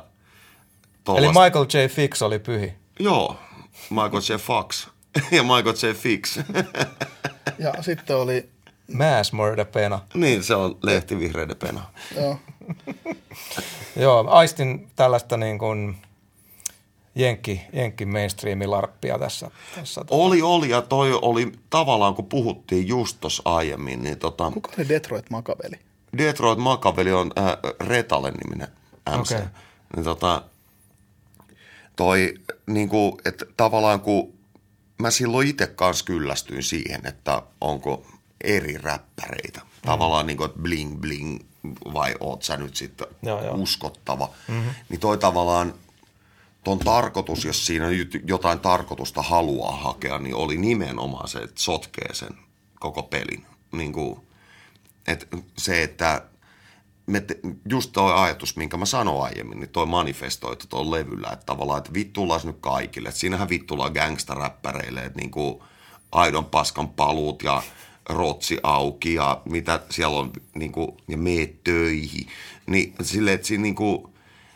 C: Eli Michael J. Fix oli pyhi.
D: Joo. Michael J. Fox ja Michael J. Fix.
B: Ja sitten oli
C: Mass Murder Pena.
D: Niin, se on Lehtivihreiden Pena.
B: Joo.
C: Joo, aistin tällaista niin kuin jenkki mainstreamilarppia tässä.
D: Oli, ja toi oli tavallaan, kun puhuttiin just tossa aiemmin. Niin
B: Kuka oli Detroit Makaveli?
D: Detroit Makaveli on Retale-niminen MC.
C: Okay.
D: Niin toi, niinku, että tavallaan kun mä silloin itse kanssa kyllästyin siihen, että onko eri räppäreitä. Tavallaan niinku, että bling bling vai oot sä nyt sitten uskottava. Mm-hmm. Niin toi tavallaan ton tarkoitus, jos siinä jotain tarkoitusta haluaa hakea, niin oli nimenomaan se, että sotkee sen koko pelin. Niinku, se, että just toi ajatus, minkä mä sanoin aiemmin, niin toi manifestoitu tuon levyllä, että tavallaan, että vittuillaan nyt kaikille. Että siinähän vittuillaan gangsta-räppäreille, että niinku aidon paskan paluut ja rotsi auki ja mitä siellä on, niinku, ja mee töihin. Niin silleen, että siinä niinku,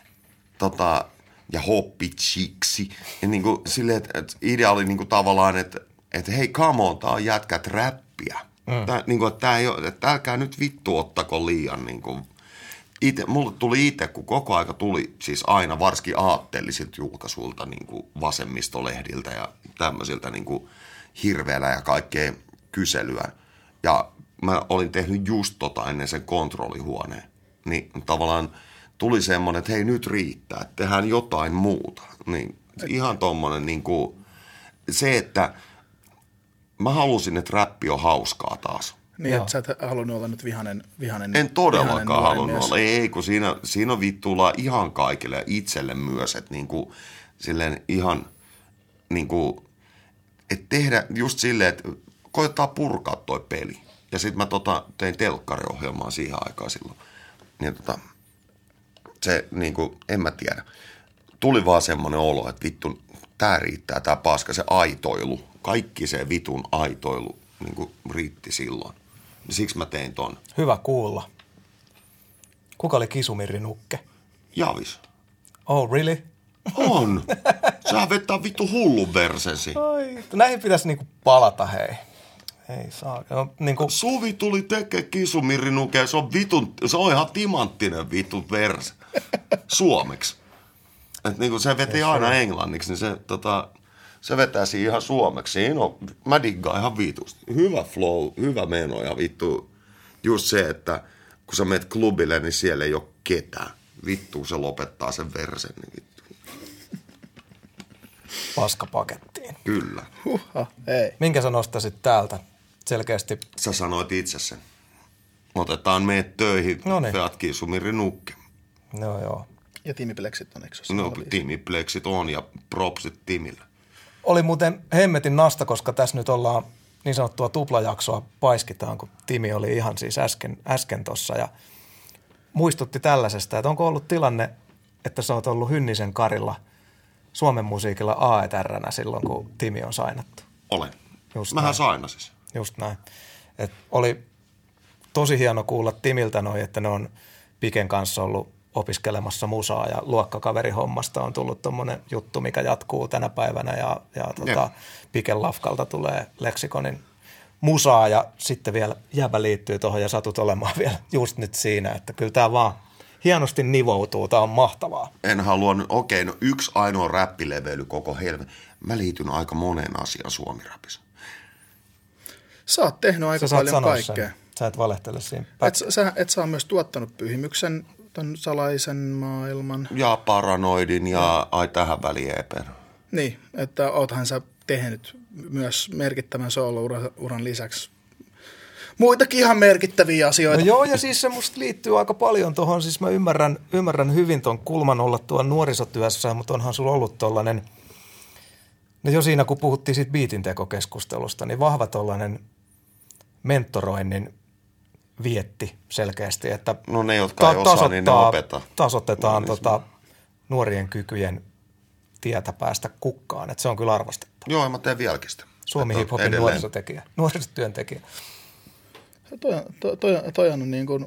D: ja hoppitsiksi. Ja niinku silleen, että idea oli niinku tavallaan, että hei, come on, tää on jätkät räppiä. Niinku, että älkää nyt vittu ottako liian niinku. Mulle tuli itse, kun koko aika tuli siis aina varsinkin aatteellisilta julkaisuilta niinku vasemmistolehdiltä ja tämmöisiltä niinku hirveellä ja kaikkea kyselyä. Ja mä olin tehnyt just ennen sen kontrollihuoneen. Niin tavallaan tuli semmoinen, että hei nyt riittää, että tehdään jotain muuta. Niin ihan tommonen niinku se, että mä halusin, että räppi on hauskaa taas.
B: Niin, että sä et halunnut olla nyt vihanen.
D: En todellakaan halunnut olla. Ei, kun siinä on vittuilla ihan kaikille ja itselle myös, että niinku, silleen ihan niinku, että tehdä just silleen, että koittaa purkaa toi peli. Ja sit mä tein telkkariohjelmaa siihen aikaan silloin. Niin se niinku, en mä tiedä. Tuli vaan semmoinen olo, että vittu, tää riittää, tää paska, se aitoilu. Kaikki se vitun aitoilu niinku riitti silloin. Siksi mä tein ton.
C: Hyvä kuulla. Kuka oli Kisumirri Nukke?
D: Javis.
C: Oh, really?
D: On. Sä vetää vittu hullun versesi.
C: Näihin pitäisi niinku palata, hei. Ei saa. No, niinku.
D: Suvi tuli tekee Kisumirri Nukke. Se on ihan timanttinen vitun verse. Suomeksi. Et niinku se veti aina englanniksi, niin se vetää siinä ihan suomeksi. Mä diggaan ihan vitusti. Hyvä flow, hyvä meno ja vittu. Just se, että kun sä menet klubille, niin siellä ei ole ketään. Vittu, se lopettaa sen versen. Niin vittu.
C: Paskapakettiin.
D: Kyllä.
B: Ei.
C: Minkä sä nostaisit täältä? Selkeästi.
D: Sä sanoit itse sen. Otetaan meidät töihin. Feat Kisumirri Nukke.
C: No joo.
B: Ja tiimipleksit on, eikö se?
D: No, tiimipleksit on ja propsit Timille.
C: Oli muuten hemmetin nasta, koska tässä nyt ollaan niin sanottua tuplajaksoa paiskitaan, kun Timi oli ihan siis äsken tossa. Ja muistutti tällaisesta, että onko ollut tilanne, että sä oot ollut Hynnisen Karilla Suomen musiikilla AETR:nä silloin, kun Timi on sainattu?
D: Olen. Mähän sainasin.
C: Just näin. Et oli tosi hieno kuulla Timiltä että ne on Piken kanssa ollut opiskelemassa musaa ja luokkakaverihommasta on tullut tommonen juttu, mikä jatkuu tänä päivänä ja Piken Lafkalta tulee Leksikonin musaa ja sitten vielä jäbä liittyy tuohon ja satut olemaan vielä just nyt siinä, että kyllä tää vaan hienosti nivoutuu, tää on mahtavaa.
D: En halua, no yksi ainoa räppilevely koko helvetti. Mä liityn aika moneen asiaan suomi-rapissa.
B: Sä oot tehnyt aika paljon kaikkea.
C: Sä et valehtele siinä.
B: Sä oot myös tuottanut Pyhimyksen, ton salaisen maailman.
D: Ja Paranoidin ja Ai tähän väliin EP:n.
B: Niin, että oothan sä tehnyt myös merkittävän soolouran lisäksi muitakin ihan merkittäviä asioita.
C: No joo, ja siis se musta liittyy aika paljon tuohon, siis mä ymmärrän hyvin ton kulman olla tuon nuorisotyössä, mutta onhan sulla ollut tollainen, no jo siinä kun puhuttiin siitä biitintekokeskustelusta, niin vahva tollainen mentoroinnin vietti selkeästi, että
D: no ne, jotka ei osaa, niin ne opeta.
C: Tasoitetaan nuorien kykyjen tietä päästä kukkaan, että se on kyllä arvostettu.
D: Joo, mä teen vieläkin sitä.
C: Suomi hiphopin nuorisotyöntekijä.
B: Toi on niin kuin,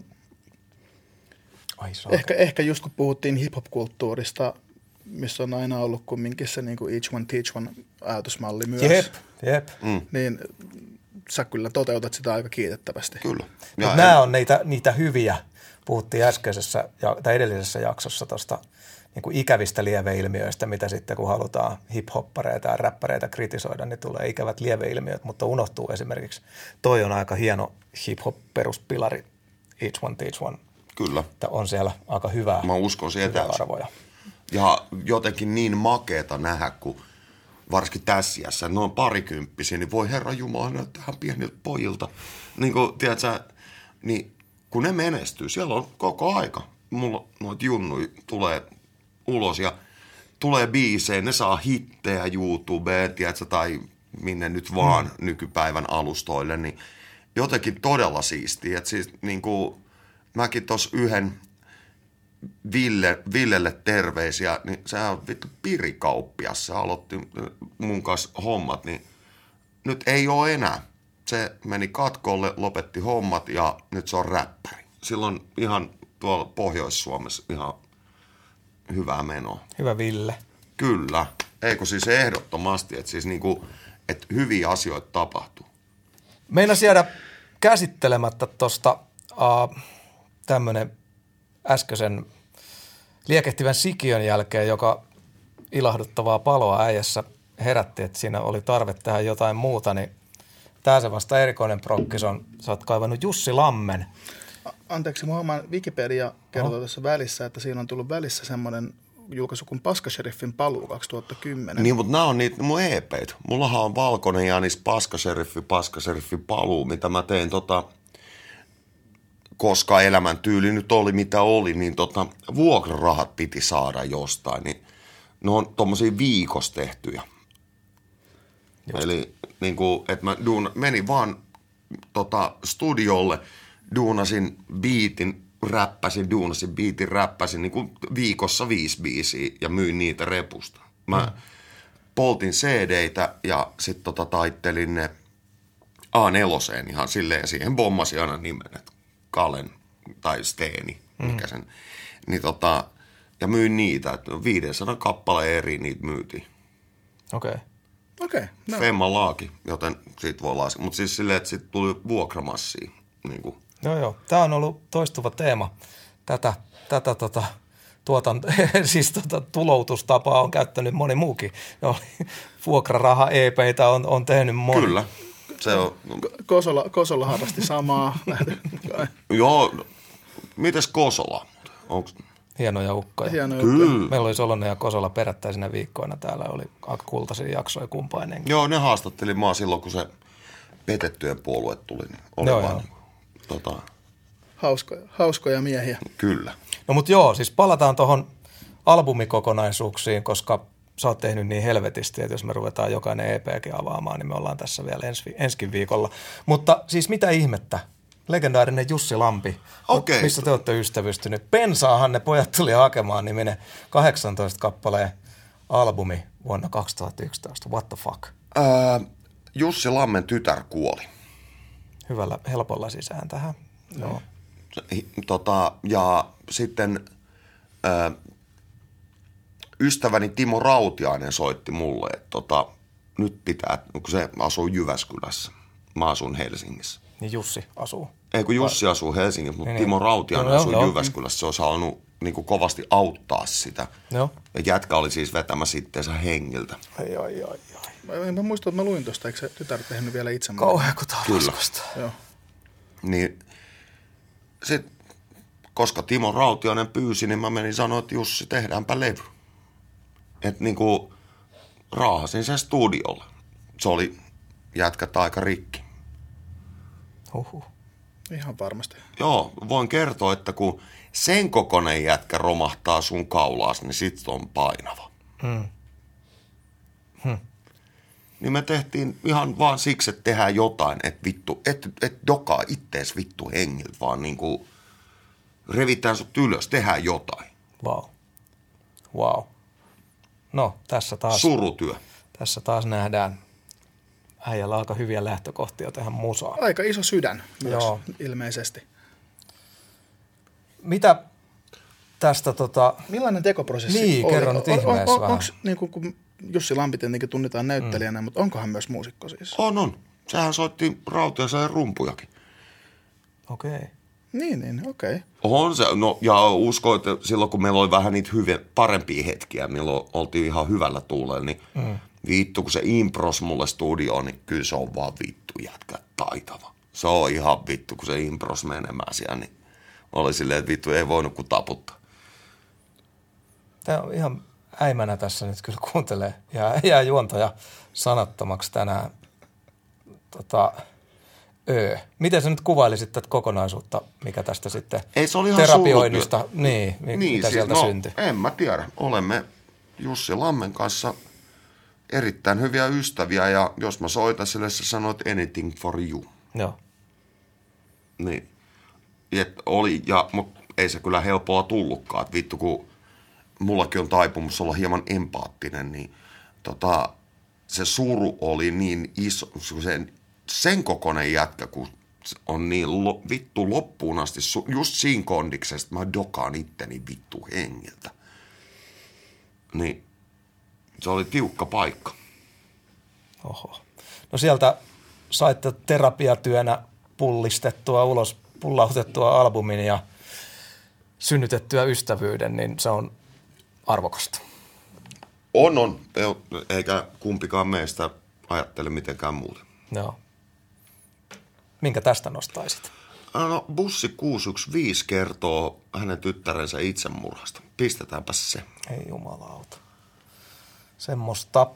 B: ehkä just kun puhuttiin hip-hop-kulttuurista, missä on aina ollut kumminkin se niin kuin each one teach one ajatusmalli myös.
C: Jep.
B: Niin sä kyllä toteutat sitä aika kiitettävästi.
D: Kyllä.
C: Nämä on niitä hyviä, puhuttiin äskeisessä tai edellisessä jaksossa tuosta niin kuin ikävistä lieveilmiöistä, mitä sitten kun halutaan hip-hoppareita ja räppäreitä kritisoida, niin tulee ikävät lieveilmiöt, mutta unohtuu esimerkiksi. Toi on aika hieno hip-hop-peruspilari, Each One Teach One.
D: Kyllä.
C: Että on siellä aika hyvää.
D: Mä uskon siihen täysin.
C: Arvoja.
D: Ja jotenkin niin makeeta nähdä, kun varsinkin tässä iässä, ne on parikymppisiä, niin voi Herra Jumala näyttää pieniltä pojilta. Niin kuin, tiedätkö, niin kun ne menestyy, siellä on koko aika. Mulla noita junnui tulee ulos ja tulee biisejä, ne saa hittejä YouTubeen, tiedätkö, tai minne nyt vaan nykypäivän alustoille, niin jotenkin todella siistiä. Että siis niin kuin mäkin tuossa yhden Villelle terveisiä, niin sehän on vittu pirikauppias, se aloitti mun kanssa hommat, niin nyt ei ole enää. Se meni katkolle, lopetti hommat ja nyt se on räppäri. Silloin ihan tuolla Pohjois-Suomessa ihan hyvää menoa.
C: Hyvä Ville.
D: Kyllä. Eikö siis ehdottomasti, että siis niinku, että hyviä asioita tapahtuu.
C: Meinas jäädä käsittelemättä tuosta tämmöinen äskeisen liekehtivän sikiön jälkeen, joka ilahduttavaa paloa äijässä herätti, että siinä oli tarve tehdä jotain muuta, niin tää se vasta erikoinen prokkis on. Sä oot kaivannut Jussi Lammen.
B: Anteeksi, muomaan Wikipedia kertoo tässä välissä, että siinä on tullut välissä semmoinen julkaisu kuin Paskasheriffin paluu 2010.
D: Niin, mutta nämä on niitä mun EP:t. Mullahan on Valkoinen Janis, Paskasheriffi paluu, mitä mä tein koska elämäntyyli nyt oli mitä oli, niin vuokrarahat piti saada jostain, niin ne on tommosia viikossa tehtyjä. Just. Eli niin kuin, että mä menin vaan studiolle, duunasin biitin, räppäsin niin kuin viikossa 5 biisiä ja myin niitä repusta. Mä poltin CD-tä ja sitten taittelin ne A4 ihan silleen ja siihen bommasin aina nimen, että Kalen tai Steeni, mikä sen, niin ja myin niitä, että 500 kappaleen eri niitä myytiin.
C: Okei.
B: No.
D: Femman laaki, joten siitä voi laskea, mutta siis silleen, että siitä tuli vuokramassia. Niin kuin.
C: Joo. Tämä on ollut toistuva teema. Tätä tuloutustapaa on käyttänyt moni muukin. Vuokraraha EP:itä on tehnyt moni.
D: Kyllä. Se on.
B: Kosola harrasti samaa.
D: Joo. Mites Kosola? Onko?
C: Hienoja ukkoja.
D: Kyllä.
C: Meillä oli Solonen ja Kosola perättäisinä viikkoina. Täällä oli aika kultaisia jaksoja kumpainenkin.
D: Joo, ne haastatteli mua silloin, kun se petettyjen puolue tuli. Niin oli
C: joo.
B: Hauskoja miehiä.
D: Kyllä.
C: No mut joo, siis palataan tuohon albumikokonaisuuksiin, koska sä oot tehnyt niin helvetisti, että jos me ruvetaan jokainen EP:kin avaamaan, niin me ollaan tässä vielä ensi viikolla. Mutta siis mitä ihmettä? Legendaarinen Jussi Lampi.
D: Okei.
C: Missä te olette ystävystynyt? Pensaahan ne pojat tuli hakemaan niminen 18 kappaleen albumi vuonna 2011. What the fuck?
D: Jussi Lammen tytär kuoli.
C: Hyvällä, helpolla sisään tähän. Joo.
D: Ja sitten ystäväni Timo Rautiainen soitti mulle, että nyt pitää, kun se asuu Jyväskylässä. Mä asun Helsingissä.
C: Niin Jussi asuu.
D: Ei, kun Jussi asuu Helsingissä, mutta
C: niin,
D: Timo Rautiainen asuu Jyväskylässä. Se olisi halunnut niin kuin kovasti auttaa sitä.
C: Joo.
D: Ja jätkä oli siis vetämässä itteensä hengiltä.
B: Ai. Mä muistan, että mä luin tuosta, eikö se tytär tehnyt vielä itse?
C: Kauhean kun tää on raskasta.
B: Joo.
D: Niin sit, koska Timo Rautiainen pyysi, niin mä menin sanoa, että Jussi, tehdäänpä levy. Että niinku raahasin sen studiolle. Se oli jätkät aika rikki.
B: Ihan varmasti.
D: Joo, voin kertoa, että kun sen kokoinen jätkä romahtaa sun kaulaas, niin sit on painava. Niin me tehtiin ihan vaan siksi, että tehdään jotain, että vittu, et dokaa ittees vittu hengiltä, vaan niinku revitään sut ylös, tehdään jotain.
C: Wow. No, tässä taas.
D: Surutyö.
C: Tässä taas nähdään äijällä aika hyviä lähtökohtia tähän musaan.
B: Aika iso sydän myös,
C: joo,
B: ilmeisesti.
C: Mitä tästä
B: millainen tekoprosessi
C: niin,
B: oli?
C: kerro nyt ihmeessä vähän.
B: Onko, niin kun Jussi Lampi tietenkin tunnetaan näyttelijänä, mutta onkohan myös muusikko siis?
D: On. Sehän soitti Rautiaisen rumpujakin.
C: Okei.
B: Niin, okei. Okay.
D: On se, no ja uskon, että silloin kun meillä oli vähän niitä parempia hetkiä, milloin oltiin ihan hyvällä tuulella, niin vittu kun se impros mulle studioon, niin kyllä se on vaan vittu jätkä taitava. Se on ihan vittu, kun se impros menemään siellä, niin oli silleen, että vittu ei voinut kuin taputtaa.
C: Tämä on ihan äimänä tässä nyt kyllä kuuntelee ja jää juontaja sanattomaksi tänään. Miten sä nyt kuvailisit tätä kokonaisuutta, mikä tästä sitten
D: ei, se oli ihan
C: terapioinnista, mitä
D: siis,
C: sieltä syntyi?
D: En mä tiedä. Olemme Jussi Lammen kanssa erittäin hyviä ystäviä ja jos mä soitan sille, sä sanoit anything for you.
C: Joo.
D: Niin. Mutta ei se kyllä helpoa tullutkaan. Et vittu, kun mullakin on taipumus olla hieman empaattinen, niin se suru oli niin iso, sen kokoinen jätkä, kun on niin vittu loppuun asti, just siinä kondiksesta mä dokaan itteni vittu hengiltä. Niin se oli tiukka paikka.
C: Oho. No sieltä saitte terapiatyönä pullistettua ulos, pullautettua albumin ja synnytettyä ystävyyden, niin se on arvokasta.
D: On. Eikä kumpikaan meistä ajattele mitenkään muuta.
C: Joo. Minkä tästä nostaisit?
D: No, Bussi 615 kertoo hänen tyttärensä itsemurhasta. Pistetäänpä se.
C: Ei jumalauta. Semmoista.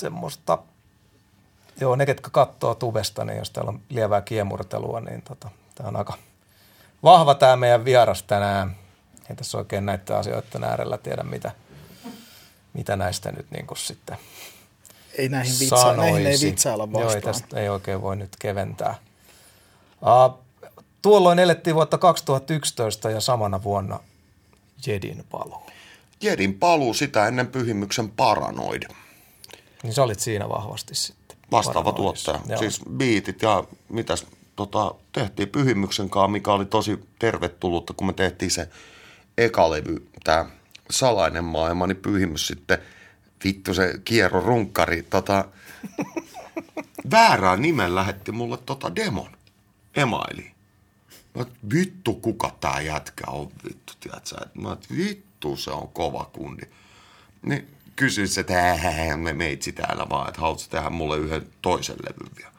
C: Joo, ne, ketkä katsoo tubesta, niin jos täällä on lievää kiemurtelua, niin tämä on aika vahva tämä meidän vieras tänään. Ei tässä oikein näiden asioiden äärellä tiedä, mitä näistä nyt niin kuin sitten
B: ei näihin ei vitsailla vastaan.
C: Joo, ei tästä ei oikein voi nyt keventää. Tuolloin elettiin vuotta 2011 ja samana vuonna Jedin paluu.
D: Jedin paluu, sitä ennen Pyhimyksen Paranoid.
C: Niin sä olit siinä vahvasti sitten.
D: Vastaava tuottaja. Joo. Siis biitit ja mitäs tehtiin Pyhimyksen kanssa, mikä oli tosi tervetullutta, kun me tehtiin se eka levy, tää Salainen maailma, niin Pyhimys sitten, vittu se Kiero runkkari, väärään nimen lähetti mulle demon, emailiin. Mä vittu kuka tää jätkä on, vittu, tiedätkö? Mä vittu se on kova kundi. Niin kysyin se, että me meitsi täällä vaan, että haluatko tehdä mulle yhden toisen levyn vielä.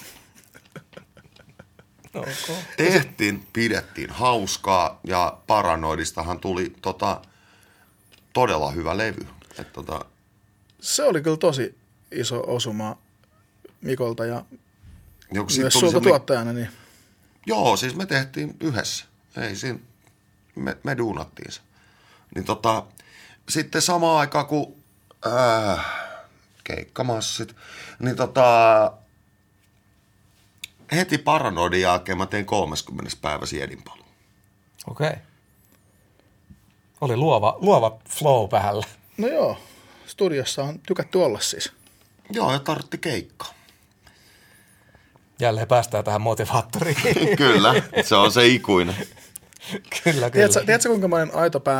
C: Okay.
D: Pidettiin hauskaa ja Paranoidistahan tuli todella hyvä levy.
B: Se oli kyllä tosi iso osuma Mikolta ja myös sulta tuottajana. Niin.
D: Joo, siis me tehtiin yhdessä. Ei siinä, me duunattiin se. Niin sitten samaan aikaan kuin keikkamassit, niin heti Paranoidin jälkeen mä tein 30. päivä Jedin paluu.
C: Okei. Oli luova flow päällä.
B: No joo, studiossa on tykätty olla siis.
D: Joo, ja tarvitti keikkaa.
C: Jälleen päästään tähän motivaattoriin.
D: Kyllä, se on se ikuinen.
C: Kyllä.
B: Tiedätkö kuinka monen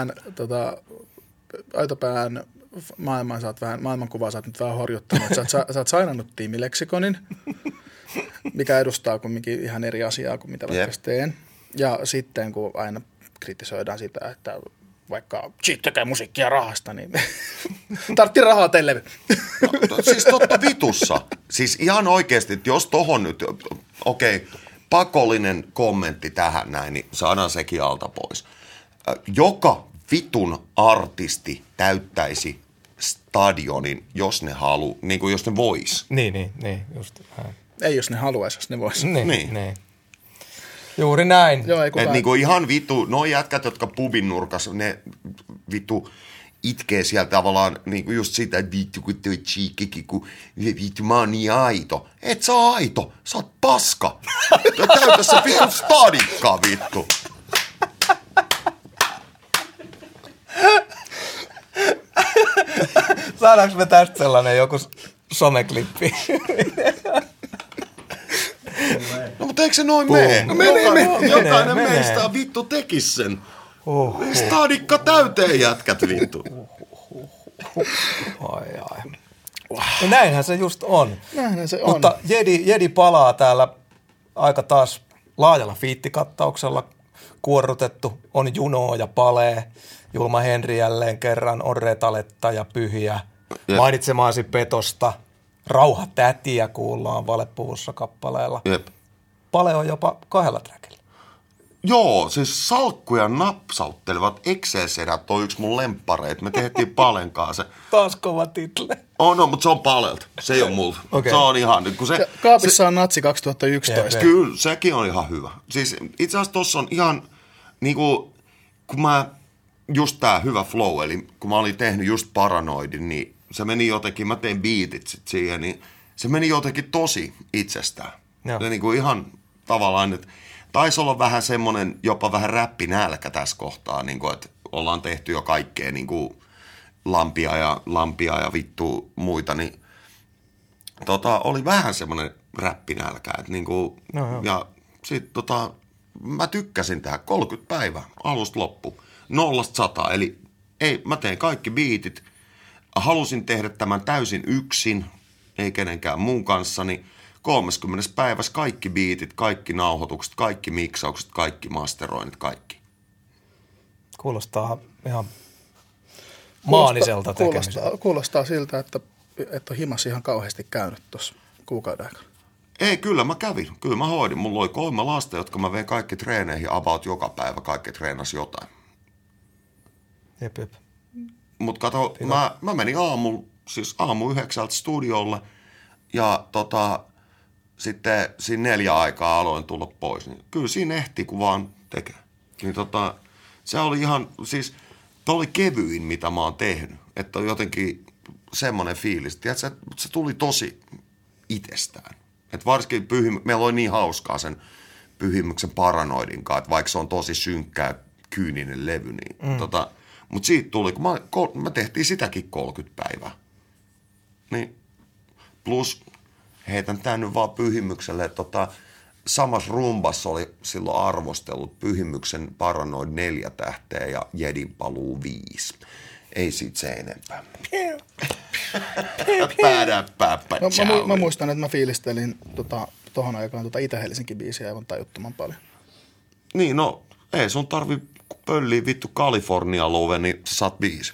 B: aitopään maailmankuvaa sä oot nyt vähän horjuttanut. Sä oot sainannut tiimileksikonin, mikä edustaa kumminkin ihan eri asiaa kuin mitä vaikka teen. Ja sitten kun aina kritisoidaan sitä, että vaikka Cheat tekee musiikkia rahasta, niin tarvittiin rahaa teille.
D: No, siis totta vitussa. Siis ihan oikeasti, että jos tohon nyt, pakollinen kommentti tähän näin, niin saadaan sekin alta pois. Joka vitun artisti täyttäisi stadionin, jos ne niin kuin jos ne vois.
C: Niin, just.
B: Ei jos ne haluaisi, jos ne vois.
C: Niin. Juuri näin.
B: Joo,
D: et niinku ihan vittu, noi jätkät, jotka pubin nurkassa, ne vittu itkee sieltä tavallaan niinku just sitä, että vittu kun toi chiikki, kun vittu mä oon niin aito. Et sä oot aito, sä oot paska. Täytä se vittu stadikkaa vittu.
C: Saadaanko me tästä sellainen joku someklippi?
D: No mutta eikö se noin mene? Jokainen meistä vittu tekis sen. Stadikka täyteen jätkät vittu.
C: Ai. No näinhän se just on.
B: Näinhän se on.
C: Mutta Jedi palaa täällä aika taas laajalla fiittikattauksella. kuorrutettu, on Junoa ja Palee, Julma Henri jälleen kerran, on Retaletta ja Pyhiä, mainitsemaasi Petosta, Rauha tätiä kuullaan Valepuvussa kappaleella.
D: Jep.
C: Pale on jopa 2 trackilla.
D: Joo, siis salkkuja napsauttelevat Excel-sedät on yksi mun lemppareita. Me tehtiin Palen kanssa.
C: Taas kova title.
D: No, mutta se on Palelta. Se ei ole multa.
C: Okay.
D: Se on ihan... Kun
B: Kaapissa on Natsi 2011.
D: Kyllä, sekin on ihan hyvä. Siis itse asiassa tossa on ihan niinku... Kun mä... Just tää hyvä flow, eli kun mä olin tehnyt just Paranoidin, niin se meni jotenkin... Mä tein beatit sit siihen, niin se meni jotenkin tosi itsestään. Ja niinku ihan tavallaan, että... Taisi olla vähän semmoinen, jopa vähän räppinälkä tässä kohtaa, niin kuin, että ollaan tehty jo kaikkea niin kuin lampia ja vittu muita, niin oli vähän semmoinen räppinälkä. Että niin kuin, ja sitten mä tykkäsin tehdä 30 päivää alusta loppu, 0-100, eli mä tein kaikki biitit, halusin tehdä tämän täysin yksin, ei kenenkään muun kanssa, niin 30 päivässä kaikki biitit, kaikki nauhoitukset, kaikki miksaukset, kaikki masteroinnit, kaikki.
C: Kuulostaa ihan maaniselta tekemiseltä.
B: Kuulostaa siltä, että on himassa ihan kauheasti käynyt tuossa kuukauden aikana.
D: Ei, kyllä mä kävin. Kyllä mä hoidin. Mulla oli 3 lasta, jotka mä vein kaikki treeneihin about joka päivä. Kaikki treenasi jotain.
C: Jep.
D: Mut kato, mä menin aamu 9 studiolle ja sitten siinä 4 aikaa aloin tulla pois. Niin kyllä siinä ehti, kun vaan tekee. Niin se oli ihan, siis toi oli kevyin, mitä mä oon tehnyt. Että on jotenkin semmoinen fiilis. Tiedätkö, se tuli tosi itsestään. Että varsinkin meillä oli niin hauskaa sen Pyhimyksen Paranoidin kanssa, että vaikka se on tosi synkkää, kyyninen levy, niin mutta siitä tuli, kun mä tehtiin sitäkin 30 päivää. Niin plus heitän tää nyt vaan Pyhimykselle, että samassa rumbassa oli silloin arvostellut Pyhimyksen Paranoid 4 tähteä ja Jedin paluu 5. Ei siitä se enempää.
B: Mä muistan, että mä fiilistelin tohon aikaan Itä-Helsinki-biisiä aivan tajuttoman paljon.
D: Niin, no ei sun tarvi pölliä vittu California Love, niin sä saat 5.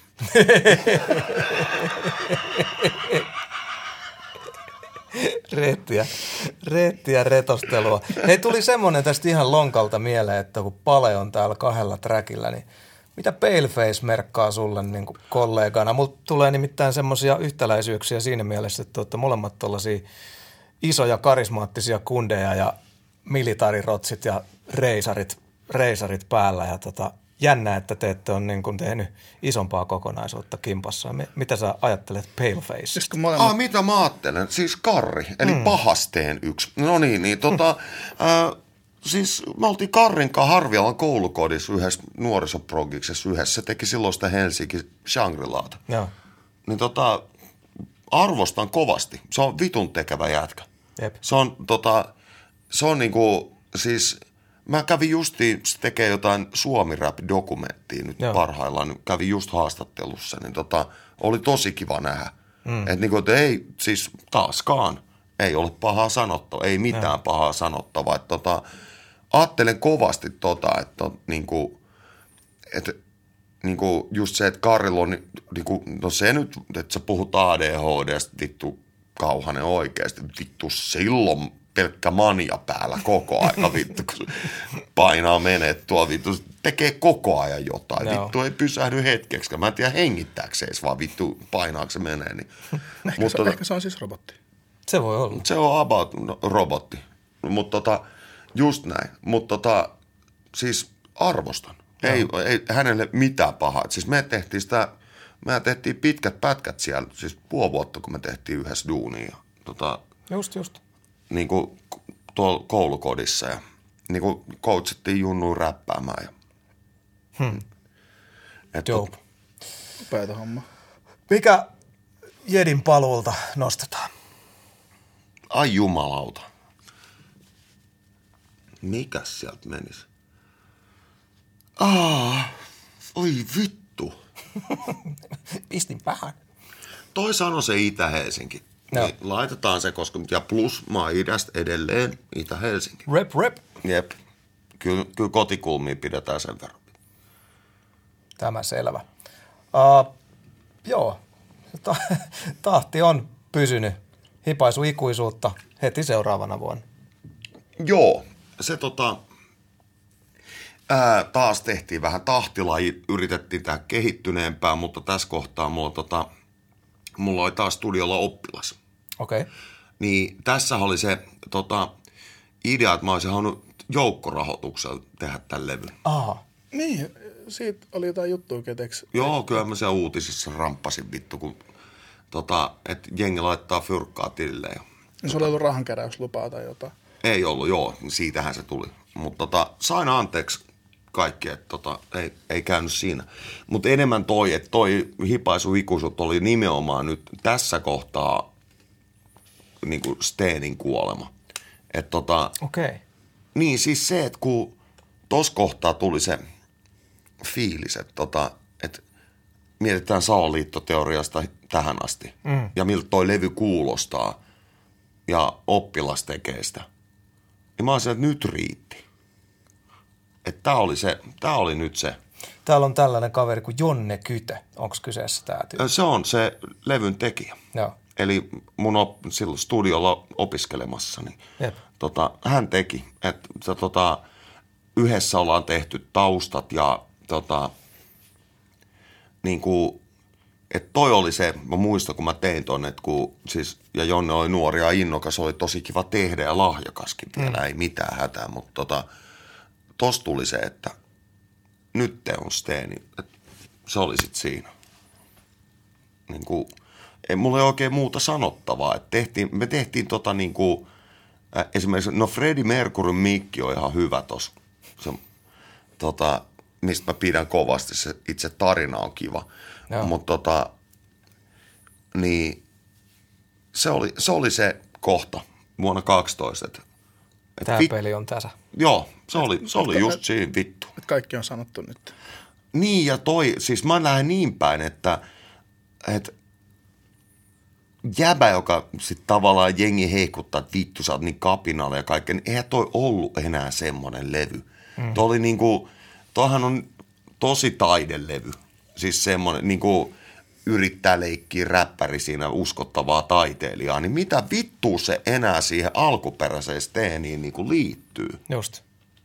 C: Reettiä retostelua. Hei, tuli semmoinen tästä ihan lonkalta mieleen, että kun Pale on täällä 2 trackillä, niin mitä Paleface merkkaa sulle niin kuin kollegana? Mulla tulee nimittäin semmoisia yhtäläisyyksiä siinä mielessä, että olette molemmat tollaisia isoja karismaattisia kundeja ja militaarirotsit ja reisarit päällä. Ja jännä, että te ette ole niin kuin tehnyt isompaa kokonaisuutta kimpassa. Mitä sä ajattelet Palefaceista?
D: Mitä mä ajattelen? Siis Karri, eli pahasteen yksi. No niin, siis me oltiin Karrin kanssa Harvialan koulukodissa yhdessä nuorisoprogiksessa yhdessä. Se teki silloin sitä Helsinki Shangri-Laata.
C: Joo.
D: Niin arvostan kovasti. Se on vitun tekevä jätkä.
C: Jep.
D: Se on niinku, siis mä kävin justiin, se tekee jotain Suomi-rap-dokumenttia nyt parhaillaan. Niin kävin just haastattelussa, niin oli tosi kiva nähdä. Että niinku, et ei, siis taaskaan ei ole pahaa sanottavaa, ei mitään pahaa sanottavaa. Että ajattelen kovasti että niinku, että niinku just se, että Karilla on niinku, no se nyt, että sä puhut ADHD:sta, vittu Kauhanen oikeasti, vittu silloin pelkkä mania päällä koko aika, vittu, kun painaa menee tuo vittu, tekee koko ajan jotain, vittu ei pysähdy hetkeksi, mä en tiedä hengittääkö se edes, vaan vittu painaako se menee. Niin.
B: Ehkä se on siis robotti.
C: Se voi olla.
D: Se on about robotti, mutta just näin, mutta siis arvostan. Ei hänelle mitään pahaa. Siis me tehtiin pitkät pätkät siellä, siis puoli vuotta, kun me tehtiin yhdessä duunia.
C: Just.
D: Niin kuin tuolla koulukodissa ja niin kuin coachattiin junnuun räppäämään.
C: Joo.
B: Upeata homma.
C: Mikä Jedin paluulta nostetaan?
D: Ai jumalauta. Mikäs sieltä menisi? Oi vittu.
C: Pistin päähän.
D: Toi sanoi se Itä-Helsinki. Niin laitetaan se, koska ja plus mä oon idästä edelleen Itä-Helsinki.
C: Rep.
D: Jep. Kyllä kotikulmia pidetään sen verran.
C: Tämä selvä. Joo, tahti on pysynyt. Hipaisu ikuisuutta heti seuraavana vuonna.
D: Joo, se taas tehtiin vähän tahtilaji, yritettiin tehdä kehittyneempää, mutta tässä kohtaa mulla oli taas studiolla oppilas.
C: Okei. Okay.
D: Niin tässä oli se idea, että mä olisin halunnut joukkorahoituksella tehdä tämän levyn.
C: Aha.
B: Niin, siitä oli jotain juttua, keteks.
D: Joo, kyllä mä siellä uutisissa ramppasin vittu, kun että jengi laittaa fyrkkaa tilleen.
B: Se oli ollut rahankeräyslupaa tai jotain.
D: Ei ollut, joo, siitähän se tuli. Mutta sain anteeksi kaikki, että ei käynyt siinä. Mutta enemmän että toi hipaisu ikuisuus oli nimenomaan nyt tässä kohtaa niin kuin Stenin kuolema. Että
C: Okei.
D: Niin siis se, että kun tossa kohtaa tuli se fiilis, että mietitään salaliittoteoriasta tähän asti. Ja miltä toi levy kuulostaa ja oppilas tekee sitä. Ja mä olisin, että nyt riitti. Että tää oli nyt se.
C: Täällä on tällainen kaveri kuin Jonne Kytö. Onko kyseessä tää tyyppi?
D: Se on se levyn tekijä.
C: Joo.
D: Eli mun silloin studiolla opiskelemassa, niin hän teki. Että yhdessä ollaan tehty taustat ja niin kuin, että toi oli se, mä muistan kun mä tein ton, että ja Jonne oli nuori ja innokas, oli tosi kiva tehdä ja lahjakaskin vielä, ei mitään hätää, mutta tossa tuli se, että nyt te on Steni, että se oli sit siinä. Niin kuin, ei mulla ei oikein muuta sanottavaa, että me tehtiin niin kuin, esimerkiksi, Freddie Mercuryn mikki on ihan hyvä tossa, mistä mä pidän kovasti, se itse tarina on kiva. Mutta niin se oli se kohta vuonna 2012.
C: Tämä peli on tässä.
D: Joo, se oli just siinä vittu.
B: Kaikki on sanottu nyt.
D: Niin ja siis mä lähden niin päin, että jäbä, joka sitten tavallaan jengi heikuttaa, että vittu sä oot niin kapinalle ja kaikkea, niin eihän toi ollut enää semmoinen levy. Toi oli niinku, toihan on tosi taidelevy. Siis semmoinen, niinku yrittää leikkiä räppäri siinä uskottavaa taiteilijaa, niin mitä vittua se enää siihen alkuperäiseen Steniin niinku liittyy?
C: Just.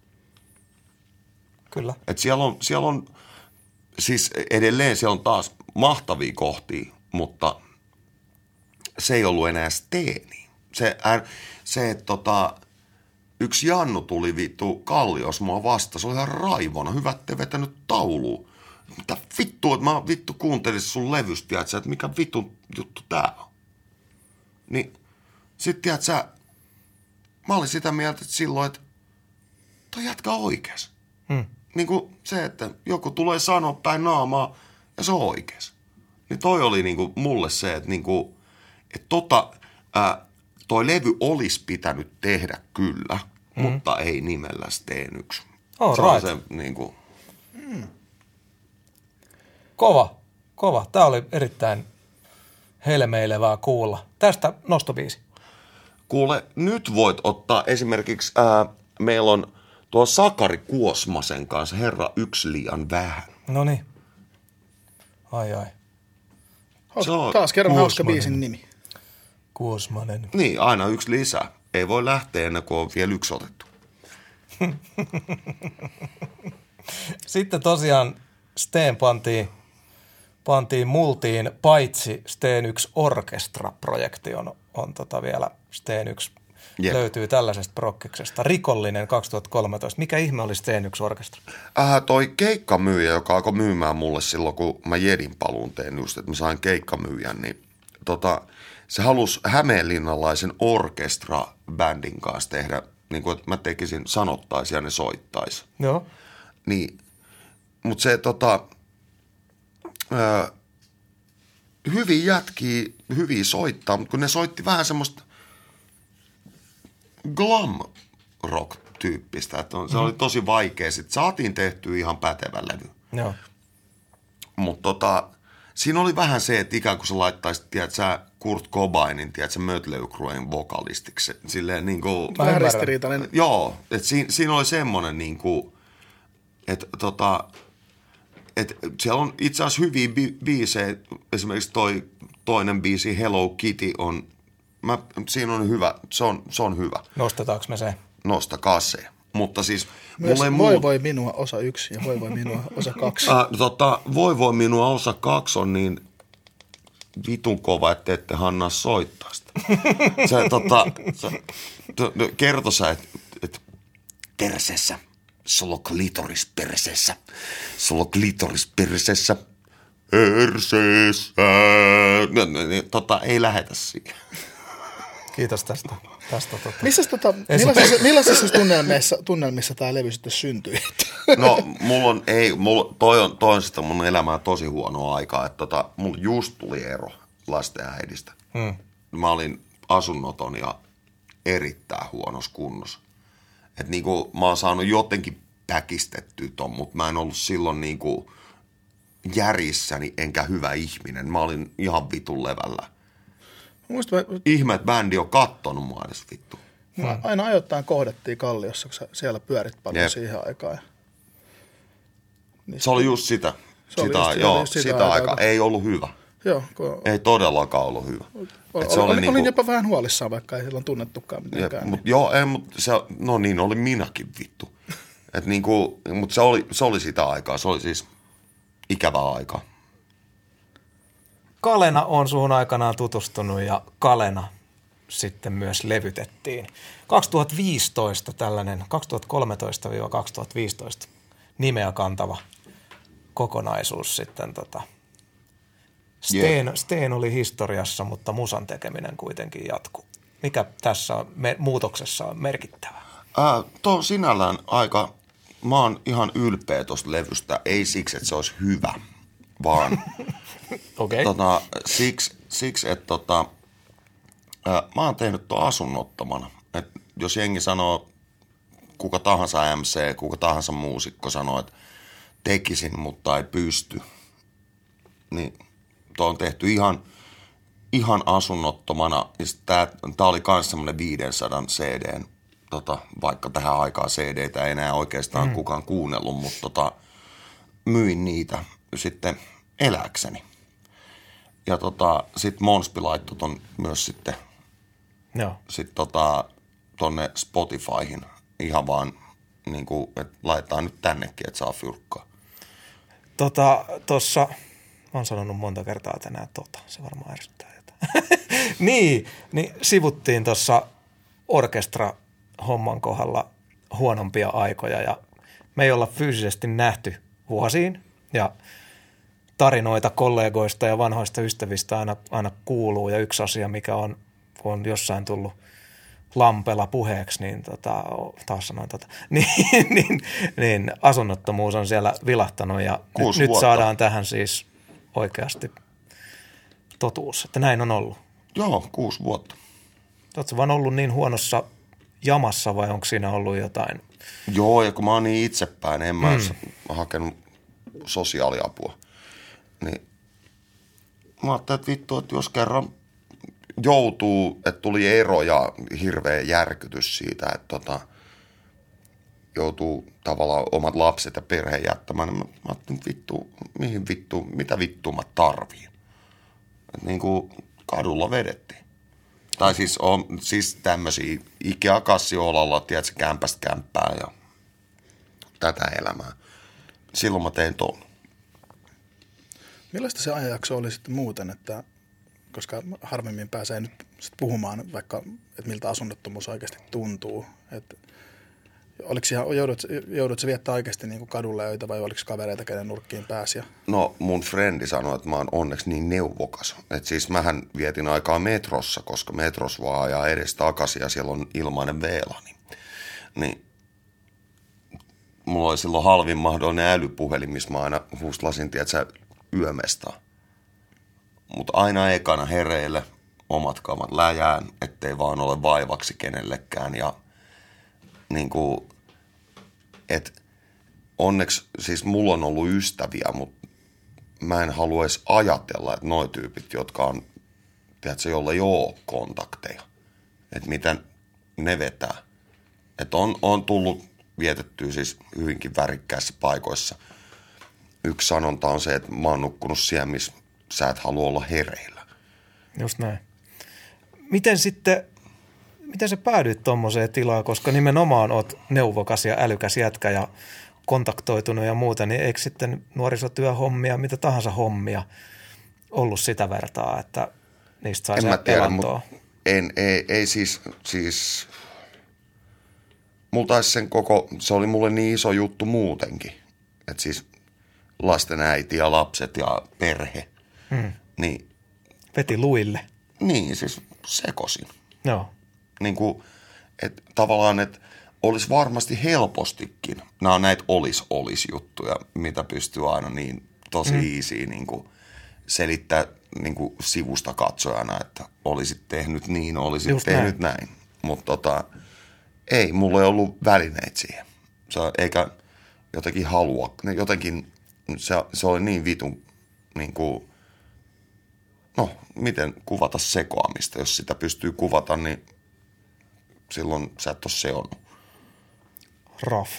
C: Kyllä.
D: Et siellä on, siis edelleen siellä on taas mahtavia kohtia, mutta se ei ollut enää Steni. Se että yksi Jannu tuli vittu Kallios mua vasta, se oli ihan raivona, hyvä ettei vetänyt tauluun. Mitä vittua, että mä vittu kuuntelisin sun levystä, tiedätkö, että mikä vittu juttu tää on. Niin sit tiedätkö, mä olin sitä mieltä, että silloin, että toi jätkä oikeas. Niin kuin se, että joku tulee sanoa päin naamaa ja se on oikeas. Niin toi oli niinku mulle se, että niinku, että toi levy olisi pitänyt tehdä kyllä, mutta ei nimellä Sten 1.
C: Oh,
D: se
C: right.
D: on se niinku.
C: Kova. Tämä oli erittäin helmeilevää kuulla. Tästä nostobiisi.
D: Kuule, nyt voit ottaa esimerkiksi, meillä on tuo Sakari Kuosmasen kanssa Herra yksi liian vähän.
C: Noniin. Ai.
B: Taas kerran hauska biisin nimi.
C: Kuosmanen.
D: Niin, aina yksi lisää. Ei voi lähteä ennen kuin on vielä yksi otettu.
C: Sitten tosiaan Sten pantiin multiin, paitsi Sten 1 Orkestra-projekti on vielä Sten 1. Jep. Löytyy tällaisesta prokkiksesta. Rikollinen 2013. Mikä ihme oli Sten 1 Orkestra?
D: Toi keikkamyyjä, joka alkoi myymään mulle silloin, kun mä Jedin paluun tein just, että mä sain keikkamyyjän, niin se halusi hämeenlinnalaisen orkestra-bändin kanssa tehdä, niin kuin, että mä tekisin, sanottaisi ja ne soittaisi.
C: Joo.
D: Niin, mutta se hyvin jätkiä, hyviä soittaa, mutta kun ne soitti vähän semmoista glam rock-tyyppistä, että se oli tosi vaikea. Sitten saatiin tehtyä ihan pätevä levy.
C: Joo.
D: Mutta siinä oli vähän se, että ikään kuin sä laittaisit, tiedät sä, Kurt Cobainin, tiedät sä, Mötley Crüen vokalistiksi. Silleen niin kuin...
B: Vähän ristiriitainen.
D: Joo, että siinä oli semmoinen niin kuin, että että siellä on itse asiassa hyviä biisejä, esimerkiksi toinen biisi Hello Kitty on, siinä on hyvä, se on hyvä.
C: Nostetaanko me se?
D: Nostakaa se. Mutta siis
B: myös voi minua osa 1 ja voi minua osa 2.
D: Voi minua osa 2 on niin vitun kova, että ette Hanna soittaa sitä. Kerto sä, että perseessä. Sulla on klitoris perseessä. Sulla on klitoris perseessä. Perseessä. Ei lähetä siihen.
C: Kiitos tästä.
B: Millaisissa tunnelmissa tämä levy sitten syntyi?
D: No, toi on sitä mun elämää tosi huonoa aikaa, että mulla just tuli ero lasten ja äidistä. Mä olin asunnoton ja erittäin huonossa kunnossa. Että niinku mä oon saanut jotenkin päkistettyä ton, mutta mä en ollut silloin niinku järissäni enkä hyvä ihminen. Mä olin ihan vitun levällä. Ihme, että bändi on kattonut mua edes vittu.
B: Aina ajoittain kohdattiin Kalliossa, kun siellä pyörit paljon siihen aikaan. Niin
D: se oli just sitä. Sitä aikaa. Ei ollut hyvä.
B: Joo,
D: ei todellakaan ollut hyvä.
B: Olin jopa vähän huolissaan, vaikka ei silloin tunnettukaan mitenkään.
D: Olin minäkin vittu. Mutta se oli sitä aikaa. Se oli siis ikävää aikaa.
C: Kalena on suhun aikanaan tutustunut ja Kalena sitten myös levytettiin. 2015 tällainen, 2013-2015 nimeä kantava kokonaisuus sitten Steen oli historiassa, mutta musan tekeminen kuitenkin jatkuu. Mikä tässä on, muutoksessa on merkittävää?
D: Tuo sinällään aika, mä oon ihan ylpeä tuosta levystä, ei siksi, että se olisi hyvä, vaan
C: okay.
D: Siksi, että mä oon tehnyt tuon asunnottomana. Et jos jengi sanoo, kuka tahansa MC, kuka tahansa muusikko sanoo, että tekisin, mutta ei pysty, niin tuo on tehty ihan asunnottomana. Tämä oli myös semmoinen 500 CDn, vaikka tähän aikaan CDtä ei enää oikeastaan kukaan kuunnellut, mutta myin niitä sitten eläkseni. Ja sitten Monspi laittoi ton myös sitten tonne Spotifyhin ihan vaan niin kuin, että laitetaan nyt tännekin, että saa fyrkkaa.
C: Tuossa, mä oon sanonut monta kertaa tänään se varmaan ärsyttää jotain. niin sivuttiin tuossa orkestra-homman kohdalla huonompia aikoja ja me ei olla fyysisesti nähty vuosiin ja tarinoita kollegoista ja vanhoista ystävistä aina kuuluu ja yksi asia, mikä on jossain tullut Lampela puheeksi, niin taas sanoin niin asunnottomuus on siellä vilahtanut ja nyt saadaan tähän siis oikeasti totuus, että näin on ollut.
D: Joo, 6 vuotta.
C: Oletko vaan ollut niin huonossa jamassa vai onko siinä ollut jotain?
D: Joo, ja kun mä oon niin itsepäin, en mä hakenut sosiaaliapua, niin mä ajattelin, että vittu, että jos kerran joutuu, että tuli ero ja hirveä järkytys siitä, että joutuu tavallaan omat lapset ja perheen jättämään, niin mä ajattelin, että mitä vittua mä tarviin. Että niin kuin kadulla vedettiin. Tai siis tämmöisiä Ikea-kassiolalla, tiedätkö, kämpästä kämppää ja tätä elämää. Silloin mä tein ton.
B: Millaista se ajanjakso oli sitten muuten, että koska harvemmin pääsee nyt puhumaan vaikka, että miltä asunnottomuus oikeasti tuntuu. Että joudutko viettää oikeasti niin kuin kadulla öitä vai oliko kavereita, kenen nurkkiin pääsi?
D: No mun frendi sanoi, että mä oon onneksi niin neuvokas. Että siis mähän vietin aikaa metrossa, koska metros vaan ajaa edes takaisin ja siellä on ilmainen veela. Niin mulla oli silloin halvin mahdollinen älypuhelin, missä mä aina huuslasin, tiedätkö, yömestaan. Mutta aina ekana hereille omat kamat läjään, ettei vaan ole vaivaksi kenellekään. Ja niinku, et onneksi, siis mulla on ollut ystäviä, mutta mä en halua edes ajatella, että noi tyypit, jotka on, tiedätkö, jolla ei ole kontakteja, että miten ne vetää. Että on tullut vietettyä siis hyvinkin värikkäissä paikoissa. Yksi sanonta on se, että mä oon nukkunut siellä, missä sä et halua olla hereillä.
C: Just näin. Miten sä päädyit tommoseen tilaan, koska nimenomaan oot neuvokas ja älykäs jätkä ja kontaktoitunut ja muuta, niin eikö sitten nuorisotyöhommia, mitä tahansa hommia ollut sitä vertaa, että niistä saisi elantoa?
D: Ei siis mulla taisi se oli mulle niin iso juttu muutenkin, että siis lasten äiti ja lapset ja perhe, niin
C: veti luille.
D: Niin, siis sekosin.
C: Joo.
D: Niin kuin, että tavallaan, että olisi varmasti helpostikin. Nämä on näitä olisi juttuja, mitä pystyy aina niin tosi easy niin kuin selittää niin kuin sivusta katsojana, että olisit tehnyt niin, olisit just tehnyt näin. Mutta ei, mulla ei ollut välineitä siihen. Eikä jotenkin halua. Jotenkin se oli niin vitun, niin kuin, no, miten kuvata sekoamista. Jos sitä pystyy kuvata, niin silloin sä et ole seonnut.
C: Rough.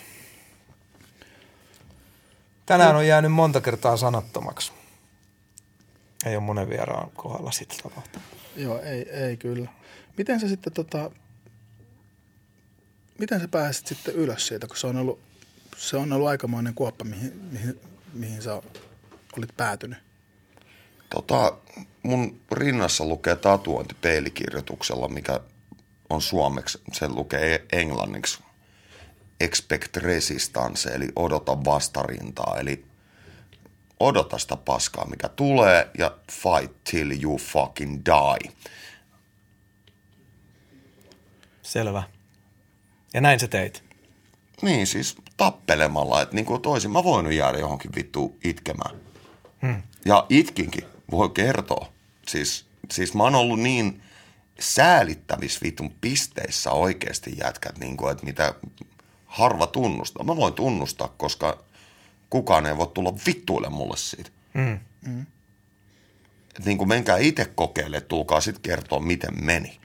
C: Tänään on jäänyt monta kertaa sanattomaksi. Ei ole monen vieraan kohdalla sitä tapahtunut.
B: Joo, ei kyllä. Miten sä sitten miten sä pääsit sitten ylös siitä, kun se on ollut aikamoinen kuoppa, mihin sä olit päätynyt?
D: Mun rinnassa lukee tatuointi peilikirjoituksella, mikä on suomeksi, se lukee englanniksi expect resistance, eli odota vastarintaa, eli odota sitä paskaa, mikä tulee, ja fight till you fucking die.
C: Selvä. Ja näin sä teit?
D: Niin, siis tappelemalla, että niin kuin toisin mä voinut jäädä johonkin vittuun itkemään. Ja itkinkin, voi kertoa. Siis mä oon ollut niin säälittävissä vitun pisteissä oikeasti jätkät, niin kuin, että mitä harva tunnustaa. Mä voin tunnustaa, koska kukaan ei voi tulla vittuille mulle siitä. Et niin kuin menkää itse kokeile, tulkaa sitten kertoa, miten meni.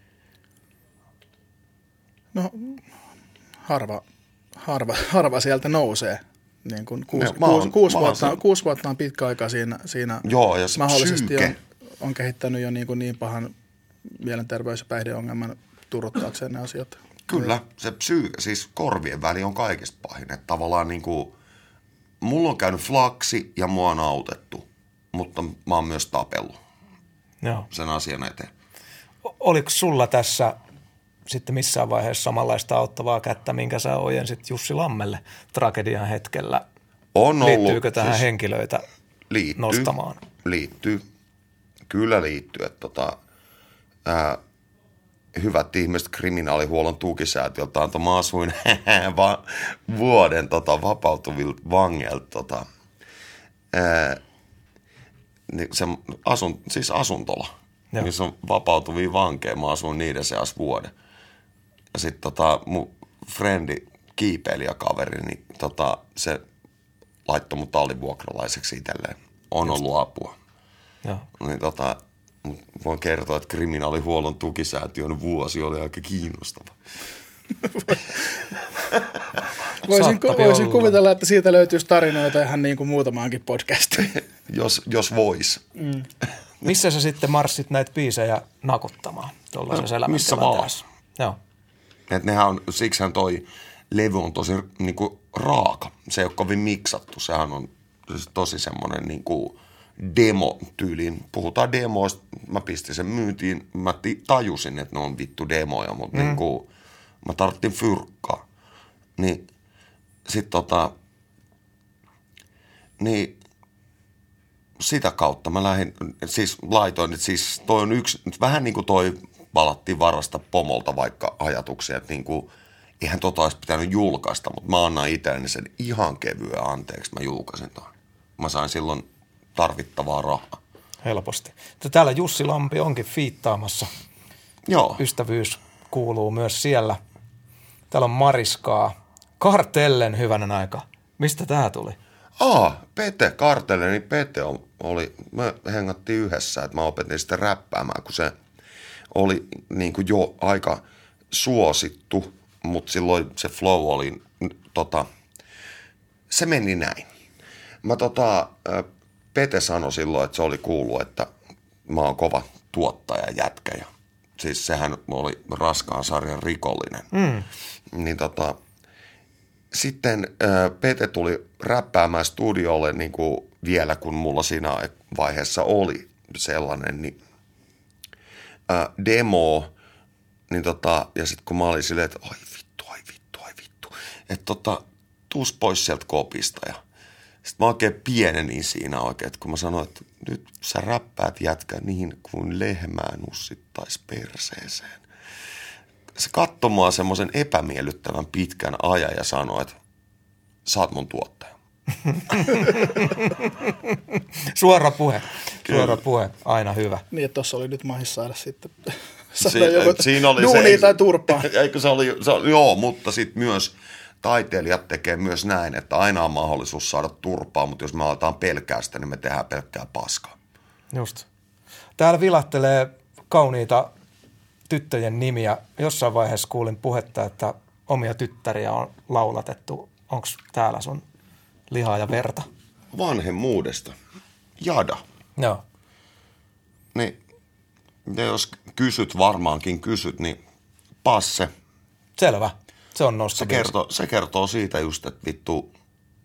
B: No, harva sieltä nousee. Niin kuin 6 vuotta on pitkä aika siinä.
D: Joo, ja se
B: mahdollisesti on kehittänyt jo niin pahan mielenterveys- ja päihdeongelman turruttaakseen ne asiat.
D: Kyllä, se psyyke, siis korvien väli on kaikista pahin. Että tavallaan niin kuin, mulla on käynyt flaksi ja mua on autettu, mutta mä oon myös tapellut sen asian eteen.
C: Oliko sulla tässä sitten missään vaiheessa samanlaista auttavaa kättä, minkä sä ojensit Jussi Lammelle tragedian hetkellä?
D: On ollut.
C: Liittyykö tähän siis henkilöitä nostamaan?
D: Liittyy. Kyllä liittyy. Hyvät ihmiset kriminaalihuollon tukisäätiöltä antoi mä asuin vuoden vapautuvilta vangeilta. Siis asuntola. Missä on vapautuvia vankeja. Mä asuin niiden seassa vuoden. Ja sitten mun frendi, kiipeilijäkaveri, niin se laittoi mut tallivuokralaiseksi itselleen. On ollut apua.
C: Joo.
D: Niin voin kertoa, että kriminaalihuollon tukisäätiön vuosi oli aika kiinnostava.
B: Voisin kuvitella, että siitä löytyisi tarinoita ihan niin kuin muutamaankin podcastiin.
D: jos vois.
C: Missä sä sitten marssit näitä biisejä nakuttamaan tuollaisessa elämäntilanteessa? Joo.
D: Et nehän on, siksihän toi levy on tosi niinku raaka. Se ei ole kovin miksattu. Sehän on tosi semmoinen niinku demo-tyyliin. Puhutaan demoista. Mä pistin sen myyntiin. Mä tajusin, että ne on vittu demoja, mutta niinku, mä tarvittiin fyrkkaa. Niin sit niin sitä kautta mä laitoin, että siis toi on yksi, vähän niin kuin toi palattiin varasta pomolta vaikka ajatuksia, että niin kuin, eihän olisi pitänyt julkaista, mutta mä annan itselleni sen ihan kevyen anteeksi, mä julkaisin ton. Mä sain silloin tarvittavaa rahaa.
C: Helposti. Täällä Jussi Lampi onkin fiittaamassa.
D: Joo.
C: Ystävyys kuuluu myös siellä. Täällä on Mariskaa. Kartellen hyvänen aika. Mistä tää tuli?
D: Pete Kartelle, niin Pete me hengattiin yhdessä, että mä opetin sitä räppäämään, kun se oli niin kuin jo aika suosittu, mutta silloin se flow oli, se meni näin. Pete sanoi silloin, että se oli kuullut, että mä oon kova tuottaja jätkä ja siis sehän oli raskaan sarjan rikollinen. Niin sitten Pete tuli räppäämään studiolle niin kuin vielä, kun mulla siinä vaiheessa oli sellainen niin, demo. Niin ja sitten kun mä olin silleen, että ai vittu. Että tuus pois sieltä kopista. Ja sitten mä oikein pienenin siinä oikein, että kun mä sanoin, että nyt sä räppäät jätkä niin kuin lehmää nussittais perseeseen. Se katsoi mua semmoisen epämiellyttävän pitkän ajan ja sanoi, että sä oot mun tuottaja.
C: Suora puhe, aina hyvä.
B: Niin, että tossa oli nyt mahis saada sitten
D: siinä oli
B: duunia tai turpaa.
D: Eikö se oli, joo, mutta sitten myös taiteilijat tekee myös näin, että aina on mahdollisuus saada turpaa, mutta jos me aletaan pelkää sitä, niin me tehdään pelkkää paskaa.
C: Just. Täällä vilahtelee kauniita tyttöjen nimiä. Jossain vaiheessa kuulin puhetta, että omia tyttäriä on laulatettu. Onko täällä sun lihaa ja verta?
D: Vanhemmuudesta. Jada.
C: Joo.
D: Niin, ja jos varmaankin kysyt, niin Passe.
C: Selvä. Se on nostabiisi.
D: Se kertoo siitä just, että vittu,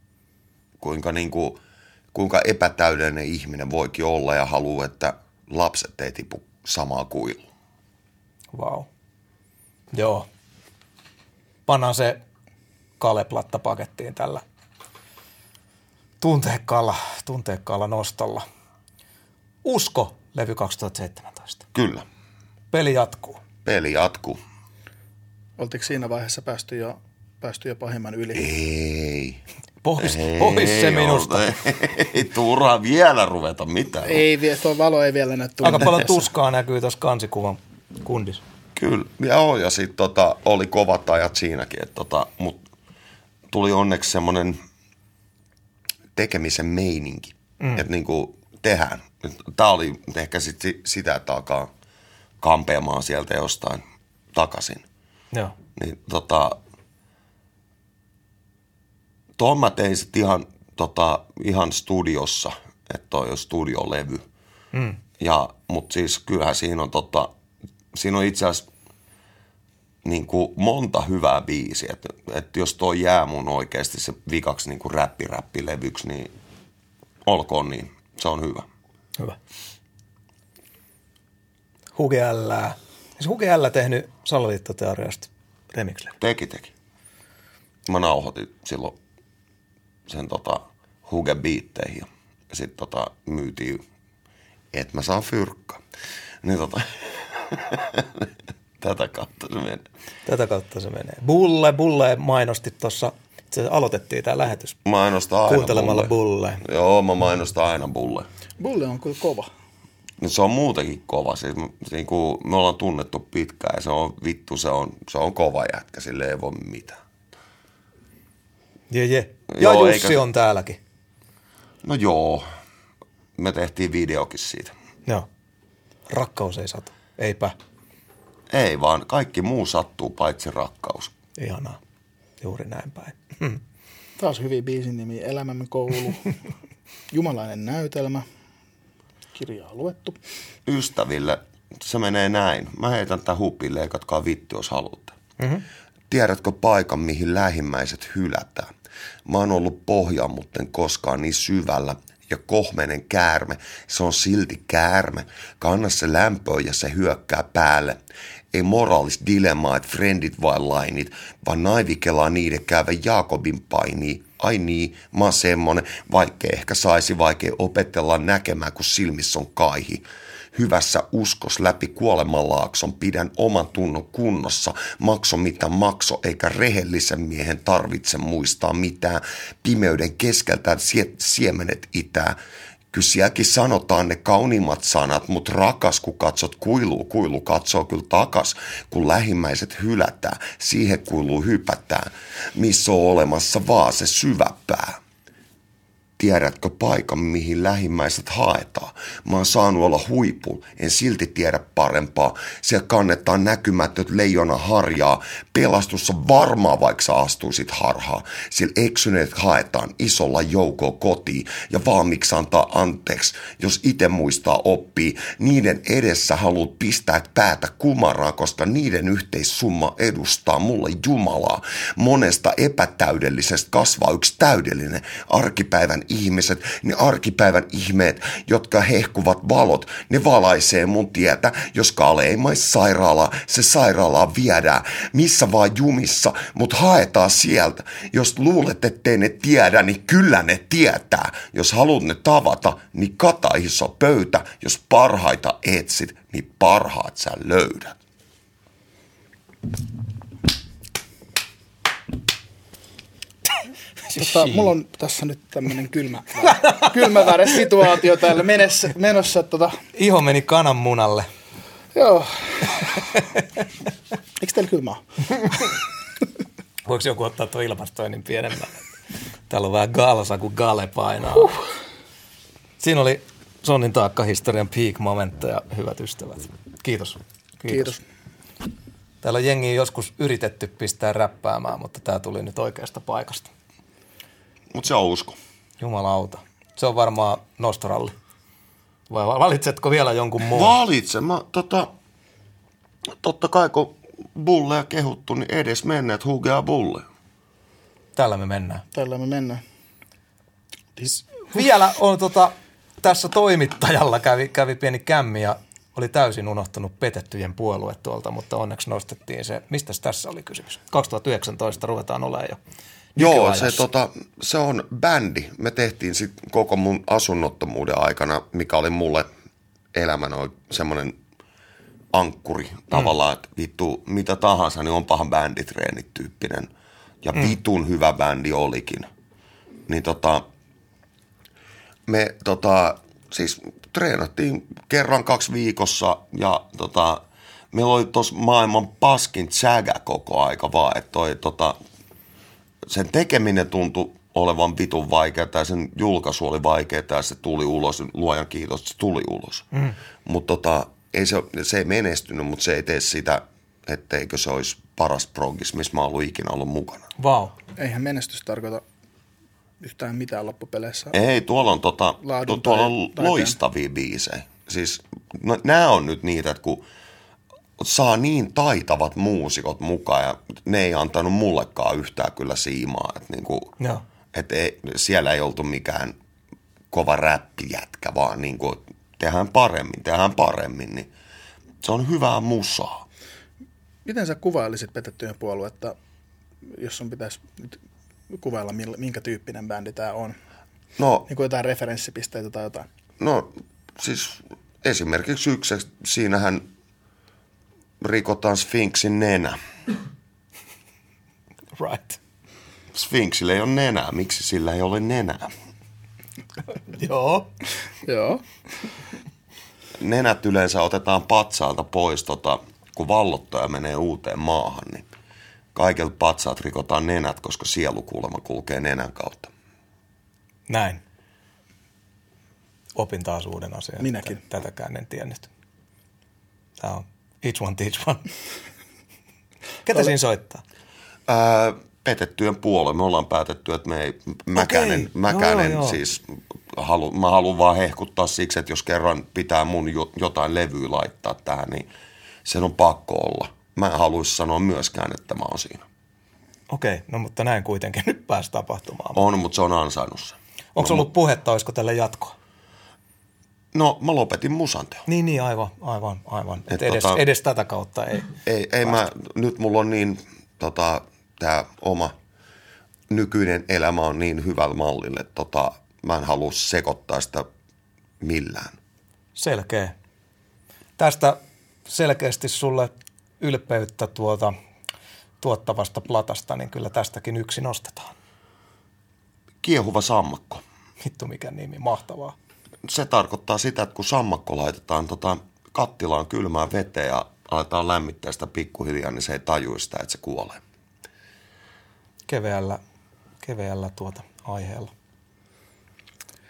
D: kuinka epätäydellinen ihminen voikin olla ja haluaa, että lapset ei tipu samaa kuilua.
C: Vau. Joo. Pannaan se Kaleplatta pakettiin tällä tunteekkaalla nostolla. Usko, levy 2017.
D: Kyllä.
C: Peli jatkuu.
B: Oltiinko siinä vaiheessa päästy jo pahimman yli?
D: Ei.
C: Pois se minusta.
D: Ei turhaa vielä ruveta mitään.
B: Ei, tuo valo ei vielä näy tunteessa.
C: Aika paljon tuskaa näkyy tuossa kansikuvan kundissa.
D: Kyllä, ja sitten oli kovat ajat siinäkin, mutta tuli onneksi semmoinen tekemisen meininki, että niinku tehdään. Tämä oli ehkä sitä, että alkaa kampeamaan sieltä jostain takaisin.
C: Joo.
D: Niin tuon mä tein sitten ihan studiossa, että toi on studiolevy. Mutta siis kyllähän siinä on siinä on itse asiassa niin kuin monta hyvää biisiä, että jos toi jää mun oikeasti se vikaksi niin kuin räppilevyksi, niin olkoon niin, se on hyvä.
C: Hyvä. Huge L. Siis Huge L tehnyt Salaliittoteoriasta remixlevy.
D: Teki. Mä nauhoitin silloin sen Huge-biitteihin ja sitten myytiin, että mä saan fyrkkaa. Niin tätä kautta se menee. Bulle mainosti tuossa, se aloitettiin tämä lähetys. Mainostaa aina
C: kuuntelemalla Bulle.
D: Joo, mä mainostan aina Bulle.
B: Bulle on kyllä kova.
D: No, se on muutenkin kova. Siis, niin kuin me ollaan tunnettu pitkään ja se on kova jätkä, sille ei voi mitään.
C: Ja
D: joo,
C: Jussi on täälläkin.
D: No joo, me tehtiin videokin siitä.
C: Joo, rakkaus ei satu, eipä.
D: Ei vaan, kaikki muu sattuu paitsi rakkaus.
C: Ihanaa, juuri näin päin.
B: Taas hyvin biisin nimi, Elämämme koulu, Jumalainen näytelmä, kirjaa luettu.
D: Ystäville se menee näin. Mä heitän tämän huppiin, leikatkaa vittu, jos haluatte. Tiedätkö paikan, mihin lähimmäiset hylätään? Mä oon ollut pohjaan, mutta en koskaan niin syvällä. Ja kohmeinen käärme, se on silti käärme. Kanna se lämpöä ja se hyökkää päälle. Ei moraalis dilemmaa, että frendit vai lainit, vaan naivikelaa niiden käyvä Jaakobin painii. Ai niin, mä oon semmonen, vaikkei ehkä saisi vaikea opetella näkemään, kun silmissä on kaihi. Hyvässä uskos läpi kuolemanlaakson pidän oman tunnon kunnossa. Makso mitä makso, eikä rehellisen miehen tarvitse muistaa mitään. Pimeyden keskeltä siemenet itää. Kysiäkin sanotaan ne kauniimmat sanat, mut rakas kun katsot kuilu katsoo kyllä takas. Kun lähimmäiset hylätään, siihen kuiluu hypätään. Missä on olemassa vaan se syvä pää. Tiedätkö paikan, mihin lähimmäiset haetaan? Mä oon saanut olla huipulla, en silti tiedä parempaa. Siellä kannetaan näkymättöt leijona harjaa. Pelastus on varmaa, vaikka sä astuisit harhaa. Siellä eksyneet haetaan isolla joukolla kotiin. Ja valmiiksi antaa anteeksi, jos itse muistaa oppii. Niiden edessä haluat pistää päätä kumaraan, koska niiden yhteissumma edustaa mulle Jumalaa. Monesta epätäydellisestä kasvaa yksi täydellinen. Arkipäivän ihmiset, ne arkipäivän ihmeet, jotka hehkuvat valot, ne valaisee mun tietä. Jos Kaale ei mais sairaalaa, se sairaalaa viedään. Missä vaan jumissa, mut haetaan sieltä. Jos luulet, ettei ne tiedä, niin kyllä ne tietää. Jos haluat ne tavata, niin kata iso pöytä. Jos parhaita etsit, niin parhaat sä löydät.
B: Mulla on tässä nyt tämmönen kylmäväre-situaatio täällä menossa.
C: Iho meni kananmunalle.
B: Joo. Eikö teillä kylmää?
C: Voiko joku ottaa tuon ilmastoinnin pienemmän? Täällä on vähän galsa, kun gale painaa. Siinä oli Sonnin taakkahistorian peak-momentteja, hyvät ystävät. Kiitos. Täällä on jengiä joskus yritetty pistää räppäämään, mutta tää tuli nyt oikeasta paikasta.
D: Mut se on usko.
C: Jumalauta. Se on varmaan nostoralli. Vai valitsetko vielä jonkun muun?
D: Valitsen. Totta kai kun bulleja kehuttu, niin edes menneet hugea bulle.
C: Tällä me mennään. Vielä on tässä toimittajalla kävi pieni kämmi ja oli täysin unohtunut petettyjen puolue tuolta, mutta onneksi nostettiin se. Mistäs tässä oli kysymys? 2019 ruvetaan olemaan jo.
D: Joo, se on bändi. Me tehtiin sitten koko mun asunnottomuuden aikana, mikä oli mulle elämän semmoinen ankkuri tavallaan, että vittu mitä tahansa, niin onpahan bänditreenit tyyppinen. Ja vitun hyvä bändi olikin. Niin me siis treenattiin kerran 2 viikossa ja meillä oli tossa maailman paskin tsägä koko aika vaan, että sen tekeminen tuntui olevan vitun vaikeaa ja sen julkaisu oli vaikeaa ja se tuli ulos, luojan kiitos, se tuli ulos. Mutta se ei menestynyt, mutta se ei tee sitä, etteikö se olisi paras progis, missä mä oon ollut ikinä ollut mukana.
C: Vau.
B: Eihän menestys tarkoita yhtään mitään loppupeleissä.
D: Ei, tuolla on, tuolla on loistavia biisejä. Siis nämä on nyt niitä, että kun saa niin taitavat muusikot mukaan ja ne ei antanut mullekaan yhtään kyllä siimaa. Että siellä ei oltu mikään kova räppijätkä, vaan tehdään paremmin, niin se on hyvää musaa.
B: Miten sä kuvailisit petettyjen puoluetta, jos sun pitäisi nyt kuvailla, minkä tyyppinen bändi tää on? No, niin kuin jotain referenssipisteitä tai jotain.
D: No siis esimerkiksi yksi, siinähän rikotaan Sphinxin nenä.
C: Right.
D: Sphinxillä ei ole nenää. Miksi sillä ei ole nenää?
C: Joo.
D: Nenät yleensä otetaan patsaalta pois, kun vallottaja menee uuteen maahan, niin kaikilta patsaat rikotaan nenät, koska sielukuulema kulkee nenän kautta.
C: Näin. Opin taas uuden asian.
B: Minäkin.
C: Tätäkään en tiennyt. Tämä on each one teach one. Ketä siinä soittaa?
D: Petettyjen puolue. Me ollaan päätetty, että me ei Mäkänen joo. Siis mä haluan vaan hehkuttaa siksi, että jos kerran pitää mun jotain levyä laittaa tähän, niin sen on pakko olla. Mä en haluaisi sanoa myöskään, että mä oon siinä.
C: Okei, no mutta näin kuitenkin nyt pääsi tapahtumaan.
D: On, mutta se on ansainnut sen.
C: Onko ollut puhetta, olisiko tälle jatkoa?
D: No, mä lopetin musanteon.
C: Niin, aivan. Edes tätä kautta ei.
D: Ei nyt mulla on niin, tää oma nykyinen elämä on niin hyvällä mallilla, että mä en halua sekoittaa sitä millään.
C: Selkeä. Tästä selkeästi sulle ylpeyttä tuottavasta platasta, niin kyllä tästäkin yksi nostetaan.
D: Kiehuva sammakko.
C: Vittu mikä nimi, mahtavaa.
D: Se tarkoittaa sitä, että kun sammakko laitetaan kattilaan kylmään veteen ja aletaan lämmittää sitä pikkuhiljaa, niin se ei tajua sitä, että se kuolee.
C: Keveällä aiheella.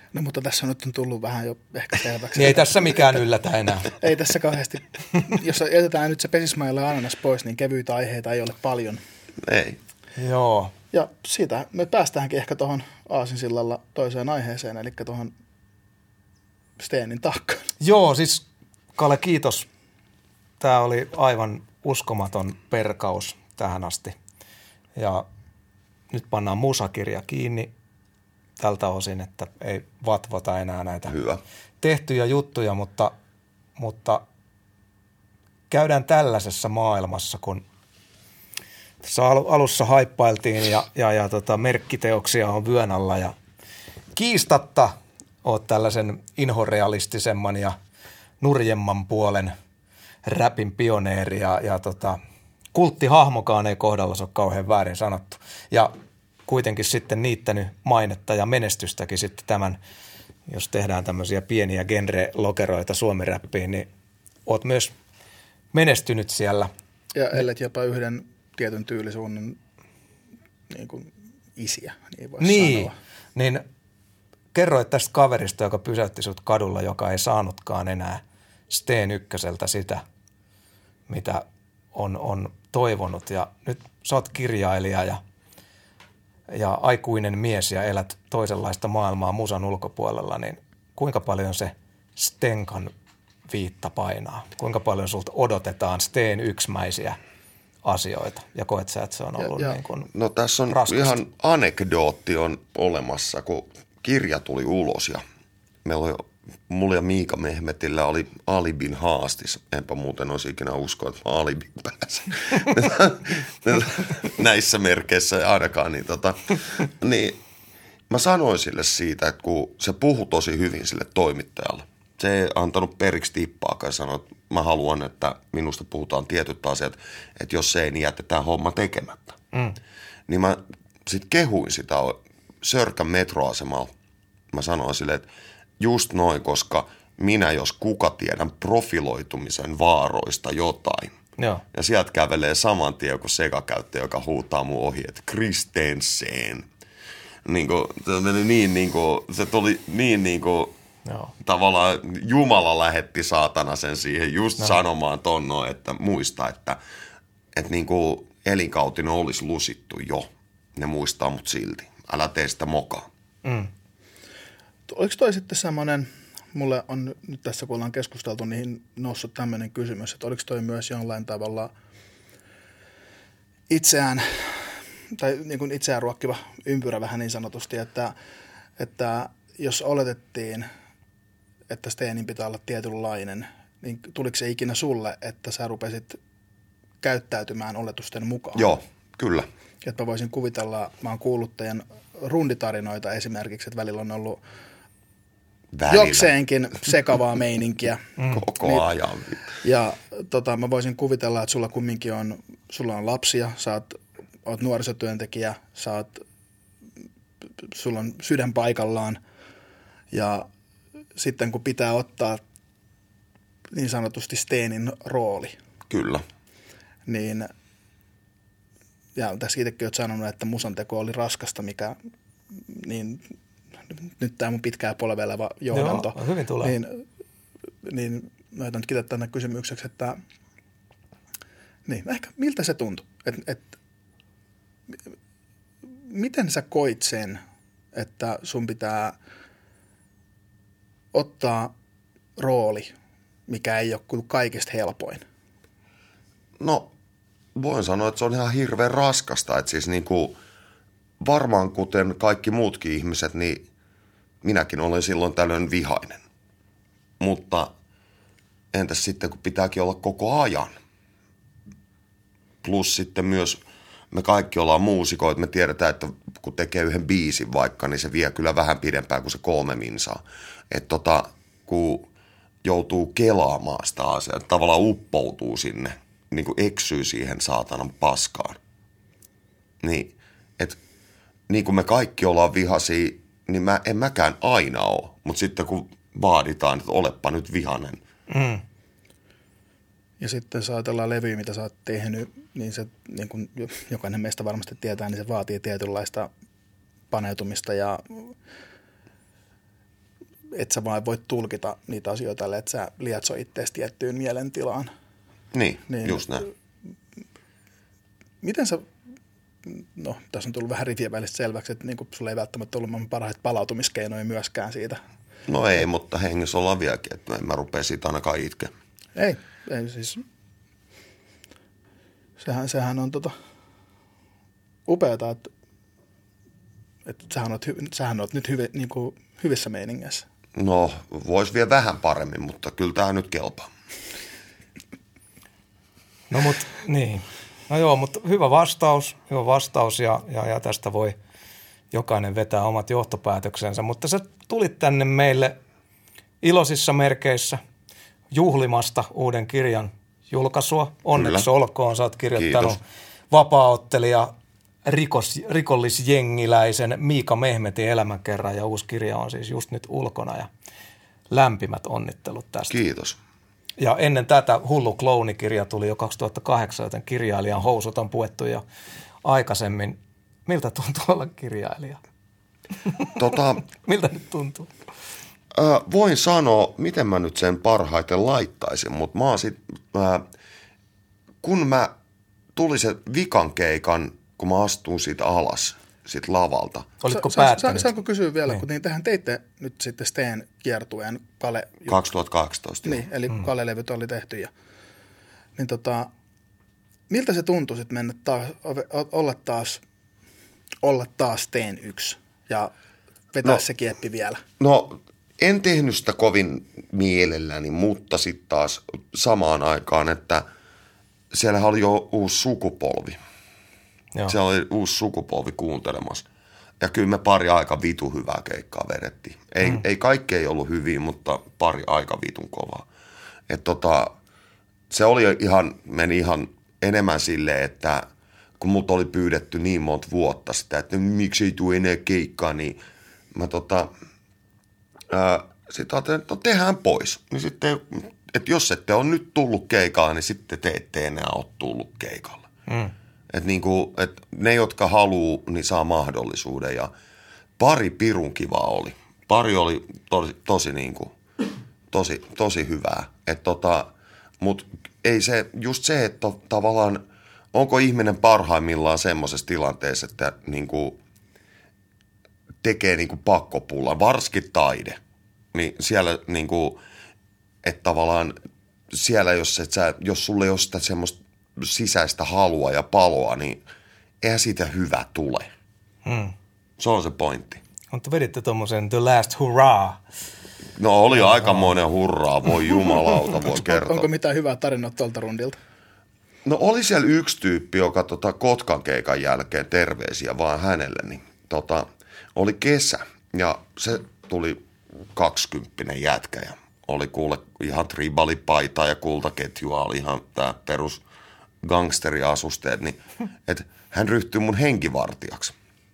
B: No mutta tässä nyt on tullut vähän jo ehkä selväksi.
C: Niin ei tässä mikään yllätä enää.
B: Ei tässä kauheasti. Jos jätetään nyt se pesismailla ja ananas pois, niin kevyitä aiheita ei ole paljon.
D: Ei.
C: Joo.
B: Ja siitä me päästäänkin ehkä tuohon aasinsillalla toiseen aiheeseen, eli tuohon Stenin takkaan.
C: Joo, siis Kalle, kiitos. Tämä oli aivan uskomaton perkaus tähän asti. Ja nyt pannaan musakirja kiinni tältä osin, että ei vatvota enää näitä tehtyjä juttuja, mutta käydään tällaisessa maailmassa, kun tässä alussa haippailtiin ja merkkiteoksia on vyön alla ja kiistatta oot tällaisen inhorealistisemman ja nurjemman puolen räpin pioneeri ja kulttihahmokaan ei kohdalla ole kauhean väärin sanottu. Ja kuitenkin sitten niittänyt mainetta ja menestystäkin sitten tämän, jos tehdään tämmöisiä pieniä genre-lokeroita suomiräppiin, niin oot myös menestynyt siellä.
B: Ja ellet jopa yhden tietyn tyylisuunnan niin kuin isiä, niin voisi sanoa.
C: Niin kerroit tästä kaverista, joka pysäytti sut kadulla, joka ei saanutkaan enää Steen ykköseltä sitä, mitä on toivonut. Ja nyt sä oot kirjailija ja aikuinen mies ja elät toisenlaista maailmaa musan ulkopuolella, niin kuinka paljon se Stenkan viitta painaa? Kuinka paljon sulta odotetaan Steen yksimäisiä asioita? Ja koet sä, että se on ollut niin kuin
D: no tässä on raskasta. Ihan anekdootti on olemassa, kun kirja tuli ulos ja mulla ja Miika Mehmetillä oli Alibin haastis. Enpä muuten olisi ikinä uskoa, että Alibin pääsen. Näissä merkeissä ainakaan. Niin mä sanoin sille siitä, että kun se puhui tosi hyvin sille toimittajalle. Se ei antanut periksi tippaakaan ja sanoi, että mä haluan, että minusta puhutaan tietyt asiat, että jos se ei, niin jätetään homma tekemättä. Niin mä sitten kehuin sitä Sörkän metroasemalla. Mä sanoin sille, että just noin, koska minä jos kuka tiedän profiloitumisen vaaroista jotain.
C: Joo.
D: Ja sieltä kävelee saman tien kuin sekakäyttäjä, joka huutaa mun ohi, että Kristensen. Se tuli tavallaan Jumala lähetti saatana sen siihen just sanomaan tonnoin, että muista, että elinkautinen olisi lusittu jo. Ne muistaa mut silti. Älä tee sitä mokaa.
B: Oliko toi sitten semmoinen, mulle on nyt tässä kun ollaan keskusteltu, niin noussut tämmöinen kysymys, että oliko toi myös jollain tavalla itseään ruokkiva ympyrä vähän niin sanotusti, että jos oletettiin, että Stenin pitää olla tietynlainen, niin tuliko se ikinä sulle, että sä rupesit käyttäytymään oletusten mukaan?
D: Joo, kyllä.
B: Että mä voisin kuvitella, mä oon kuullut teidän runditarinoita esimerkiksi, että välillä on ollut jokseenkin sekavaa meininkiä.
D: Koko ajan.
B: Ja mä voisin kuvitella, että sulla kumminkin sulla on lapsia, oot nuorisotyöntekijä, sulla on sydän paikallaan ja sitten kun pitää ottaa niin sanotusti Stenin rooli.
D: Kyllä.
B: Niin, ja tässä itsekin olet sanonut, että musanteko oli raskasta, niin nyt tämä mun pitkää polveleva johdanto.
C: Joo, hyvin tulee.
B: Niin mä yritän kiteyttää tämän kysymykseksi, että niin, ehkä miltä se tuntui? Miten sä koit sen, että sun pitää ottaa rooli, mikä ei ole kaikista helpoin?
D: No, voin sanoa, että se on ihan hirveän raskasta. Että siis varmaan kuten kaikki muutkin ihmiset, niin minäkin olen silloin tällöin vihainen. Mutta entäs sitten, kun pitääkin olla koko ajan? Plus sitten myös me kaikki ollaan muusikoita, me tiedetään, että kun tekee yhden biisin vaikka, niin se vie kyllä vähän pidempään kuin se 3 minsaa. Että kun joutuu kelaamaan sitä asiaa, tavallaan uppoutuu sinne, niin kuin eksyy siihen saatanan paskaan. Niin, että niin kuin me kaikki ollaan vihaisia, niin en mäkään aina ole. Mutta sitten kun vaaditaan, että olepa nyt vihainen.
B: Ja sitten jos ajatellaan levyä, mitä sä oot tehnyt, niin se, niin kuin jokainen meistä varmasti tietää, niin se vaatii tietynlaista paneutumista ja et sä vaan voit tulkita niitä asioita tälle, että sä lietsoo itteesi tiettyyn mielentilaan.
D: Niin, just näin.
B: Miten sä, no tässä on tullut vähän rivien välistä selväksi, että niin sulla ei välttämättä ollut parhaita palautumiskeinoja myöskään siitä.
D: No ei, mutta hengissä ollaan vieläkin, että en mä rupea siitä ainakaan itkeä.
B: Ei siis, sehän on upeata, että sähän oot nyt niin kuin hyvissä meiningeissä.
D: No, vois vielä vähän paremmin, mutta kyllä tää nyt kelpaa.
C: No mut niin. No joo, mutta hyvä vastaus ja tästä voi jokainen vetää omat johtopäätöksensä, mutta sä tulit tänne meille iloisissa merkeissä juhlimasta uuden kirjan julkaisua. Onneksi Kyllä. olkoon, sä oot kirjoittanut Kiitos. Vapaaottelija rikollisjengiläisen Miika Mehmetin elämänkerran ja uusi kirja on siis just nyt ulkona ja lämpimät onnittelut tästä.
D: Kiitos.
C: Ja ennen tätä Hullu Clowni-kirja tuli jo 2008, joten kirjailijan housut on puettu jo aikaisemmin. Miltä tuntuu olla kirjailija? Miltä nyt tuntuu?
D: Voin sanoa, miten mä nyt sen parhaiten laittaisin, mutta kun mä tulin se vikan keikan, kun mä astuin siitä alas, siitä lavalta.
C: Olitko päättänyt?
B: Saanko kysyä vielä, kun tähän teitte nyt sitten Steen kiertueen Kale.
D: 2018.
B: Niin, eli Kale-levyt oli tehty. Niin miltä se tuntui sitten mennä olla taas Steen yksi ja vetää se kieppi vielä?
D: No, en tehnyt sitä kovin mielelläni, mutta sitten taas samaan aikaan, että siellä oli jo uusi sukupolvi. Joo. Siellä oli uusi sukupolvi kuuntelemassa. Ja kyllä me pari aika vitu hyvää keikkaa vedettiin. Ei kaikki ei ollut hyviä, mutta pari aika vitun kovaa. Se oli meni ihan enemmän silleen, että kun mut oli pyydetty niin monta vuotta sitä, että miksi ei tule enää keikkaa, niin mä sitten ajattelin, että tehdään pois. Niin sitten, että jos ette ole nyt tullut keikalla, niin sitten te ette enää ole tullut keikalla. Että et ne, jotka haluaa, niin saa mahdollisuuden. Ja pari pirun kivaa oli. Pari oli tosi hyvää. Mutta ei se, just se, että tavallaan, onko ihminen parhaimmillaan semmoisessa tilanteessa, että tekee pakkopullan, varsinkin taide. Niin siellä että tavallaan siellä, jos sulle ei ole sitä semmoista sisäistä halua ja paloa, niin eihän siitä hyvä tule. Se on se pointti.
C: Mutta veditte tommosen The Last Hurrah.
D: No oli aikamoinen hurraa, voi jumalauta, voi kertoa.
B: Onko mitään hyvää tarinaa tuolta rundilta?
D: No oli siellä yksi tyyppi, joka Kotkan keikan jälkeen, terveisiä vaan hänelle, niin oli kesä ja se tuli 20 jätkä ja oli kuule ihan tribalipaita ja kultaketjua, oli ihan tää perus gangsteriasusteet, niin että hän ryhtyy mun henkivartijaksi.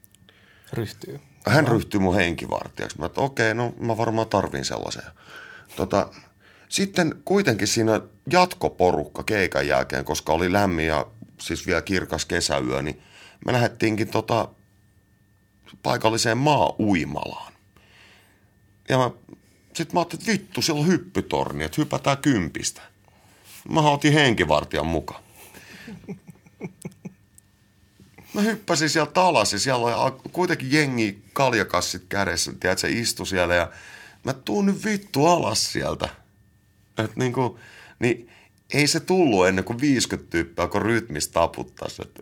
D: Hän ryhtyy mun henkivartijaksi. Mä okei, no mä varmaan tarvin sellaisen. Sitten kuitenkin siinä jatkoporukka keikan jälkeen, koska oli lämmin ja siis vielä kirkas kesäyö, niin me lähdettiinkin paikalliseen maa-uimalaan. Ja sitten mä ajattelin, että vittu, siellä on hyppytorni, että hypätään 10. Mä otin henkivartijan mukaan. Mä hyppäsin sieltä alas ja siellä oli kuitenkin jengi kaljakassit kädessä, tiedät, se istui siellä ja mä tuun nyt vittu alas sieltä. Että niin ei se tullut ennen kuin 50 tyyppiä, kun rytmistä taputtaisi, että